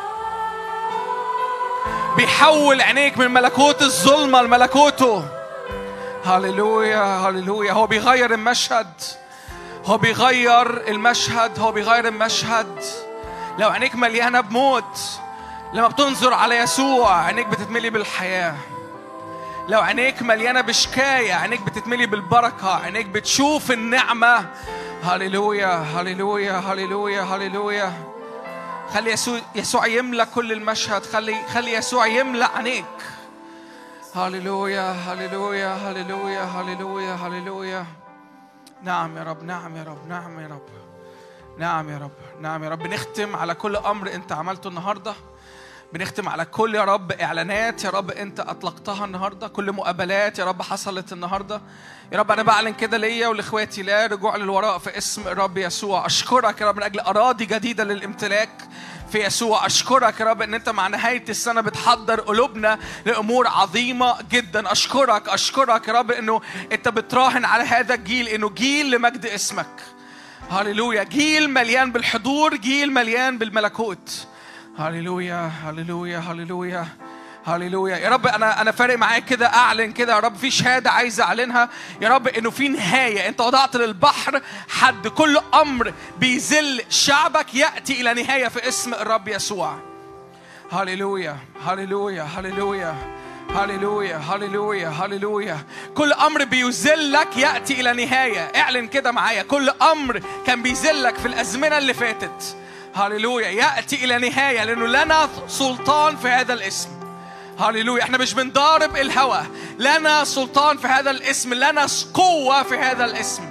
بيحول عينيك من ملكوت الظلمة لملكوته. هاليلويا هاليلويا. هو بيغير المشهد، هو بيغير المشهد، هو بيغير المشهد. لو عينيك مليانة بموت، لما بتنظر على يسوع عينيك بتتملي بالحياة. لو عينيك مليانة بشكاية عينيك بتتملي بالبركة، عينيك بتشوف النعمة. هاليلويا هاليلويا هاليلويا هاليلويا. خلي يسوع يملأ كل المشهد، خلي يسوع يملأ عينيك. هاليلويا هاليلويا هاليلويا هاليلويا هاليلويا. نعم يا رب، نعم يا رب، نعم يا رب، نعم يا رب، نعم يا رب. نختم على كل أمر أنت عملته النهاردة. بنختم على كل يا رب إعلانات يا رب أنت أطلقتها النهاردة، كل مقابلات يا رب حصلت النهاردة. يا رب أنا بعلن كده ليا ولإخواتي لا رجوع للوراء في اسم الرب يسوع. أشكرك يا رب من أجل أراضي جديدة للامتلاك في يسوع. أشكرك يا رب أن أنت مع نهاية السنة بتحضر قلوبنا لأمور عظيمة جدا. أشكرك يا رب أنه أنت بتراهن على هذا الجيل، أنه جيل لمجد اسمك. هاليلويا، جيل مليان بالحضور، جيل مليان بالملكوت. هاليلويا هاليلويا هاليلويا هاليلويا. يا رب أنا فارق معاك كده أعلن كده يا رب في شهادة عايز أعلنها يا رب إنه في نهاية. أنت وضعت للبحر حد، كل أمر بيذل شعبك يأتي إلى نهاية في اسم الرب يسوع. هاليلويا هاليلويا هاليلويا هاليلويا هاليلويا هاليلويا. كل أمر بيذلك يأتي إلى نهاية. اعلن كده معايا كل أمر كان بيذلك في الأزمنة اللي فاتت هاليلويا يأتي إلى نهاية، لأنه لنا سلطان في هذا الاسم. هاليلويا. احنا مش بنضارب الهوى، لنا سلطان في هذا الاسم، لنا قوة في هذا الاسم.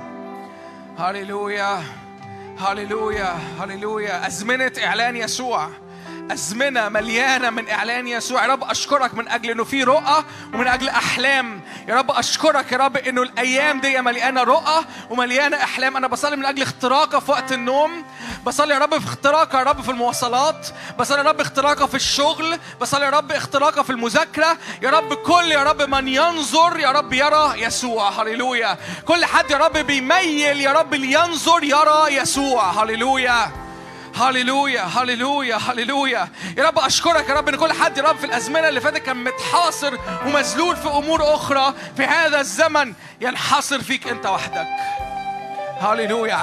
هاليلويا هاليلويا هاليلويا. أزمنة إعلان يسوع، أزمنة مليانة من إعلان يسوع. يا رب أشكرك من أجل أنه في رؤى ومن أجل أحلام. يا رب أشكرك يا رب أنه الأيام دي مليانة رؤى ومليانة أحلام. أنا بصلي من أجل اختراقة في وقت النوم، بصلي يا رب في اختراقة يا رب في المواصلات، بصلي يا رب اختراقة في الشغل، بصلي يا رب اختراقة في المذاكرة. يا رب كل يا رب من ينظر يا رب يرى يسوع. هاليلويا. كل حد يا رب بيميل يا رب لينظر يرى يسوع. هاليلويا هاليلويا هاليلويا هاليلويا. يا رب أشكرك يا رب إن كل حد يا رب في الأزمنة اللي فاتت كان متحاصر ومذلول في أمور أخرى، في هذا الزمن ينحصر فيك أنت وحدك. هاليلويا.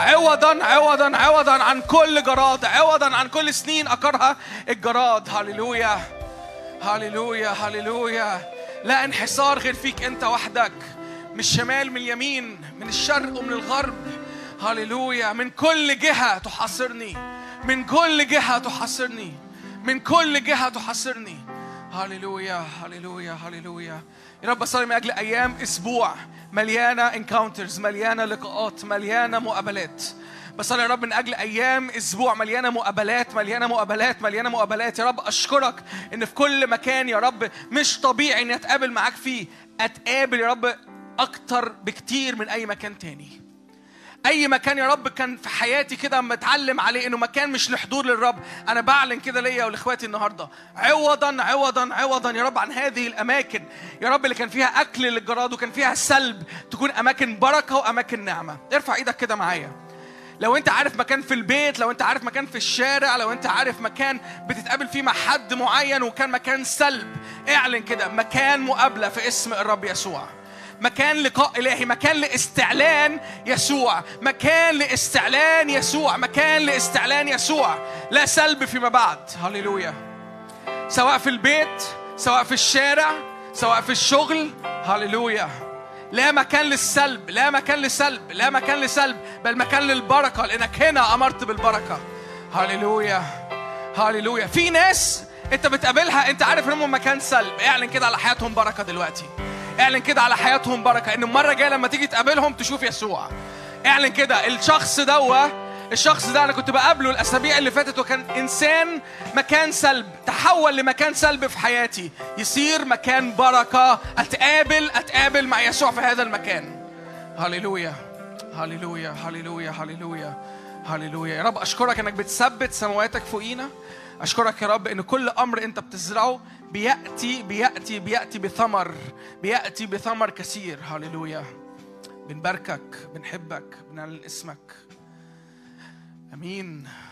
عوضا عن كل جراد، عوضا عن كل سنين أقرها الجراد. هاليلويا هاليلويا هاليلويا. لا انحصار غير فيك أنت وحدك، من الشمال من اليمين من الشرق ومن الغرب. هاليلويا. من كل جهة تحاصرني، من كل جهة تحاصرني، من كل جهة تحاصرني. هاليلويا هاليلويا هاليلويا. يا رب أصلي من أجل أيام أسبوع مليانة انكاونترز، مليانة لقاءات، مليانة مقابلات. بصلي يا رب من أجل أيام أسبوع مليانة مقابلات مليانة مقابلات مليانة مقابلات. يا رب أشكرك إن في كل مكان يا رب مش طبيعي إني أتقابل معاك فيه، أتقابل يا رب أكتر بكتير من أي مكان تاني. أي مكان يا رب كان في حياتي كده متعلم عليه إنه مكان مش لحضور للرب، أنا بعلن كده ليا ولإخواتي النهاردة عوضا يا رب عن هذه الأماكن يا رب اللي كان فيها أكل للجراد وكان فيها سلب، تكون أماكن بركة وأماكن نعمة. ارفع إيدك كده معايا. لو أنت عارف مكان في البيت، لو أنت عارف مكان في الشارع، لو أنت عارف مكان بتتقابل فيه مع حد معين وكان مكان سلب، اعلن كده مكان مقابلة في اسم الرب يسوع. مكان لقاء إلهي، مكان لاستعلان يسوع، مكان لاستعلان يسوع، مكان لاستعلان يسوع. لا سلب فيما بعد. هاليلويا. سواء في البيت، سواء في الشارع، سواء في الشغل. هاليلويا. لا مكان للسلب، لا مكان لسلب، لا مكان لسلب، بل مكان للبركة، لأنك هنا أمرت بالبركة. هاليلويا هاليلويا. في ناس أنت بتقابلها أنت عارف إنهم مكان سلب، اعلن كده على حياتهم بركة دلوقتي. اعلن كده على حياتهم بركة، إن المرة الجاية لما تيجي تقابلهم تشوف يسوع. اعلن كده الشخص ده أنا كنت بقابله الأسابيع اللي فاتت وكان إنسان مكان سلب، تحول لمكان سلب في حياتي يصير مكان بركة. أتقابل مع يسوع في هذا المكان. هاليلويا هاليلويا هاليلويا هاليلويا هاليلويا. يا رب أشكرك إنك بتثبت سماواتك فوقينا. أشكرك يا رب إن كل أمر أنت بتزرعه بيأتي بثمر كثير. هاليلويا. بنباركك، بنحبك، بنعلن اسمك. أمين.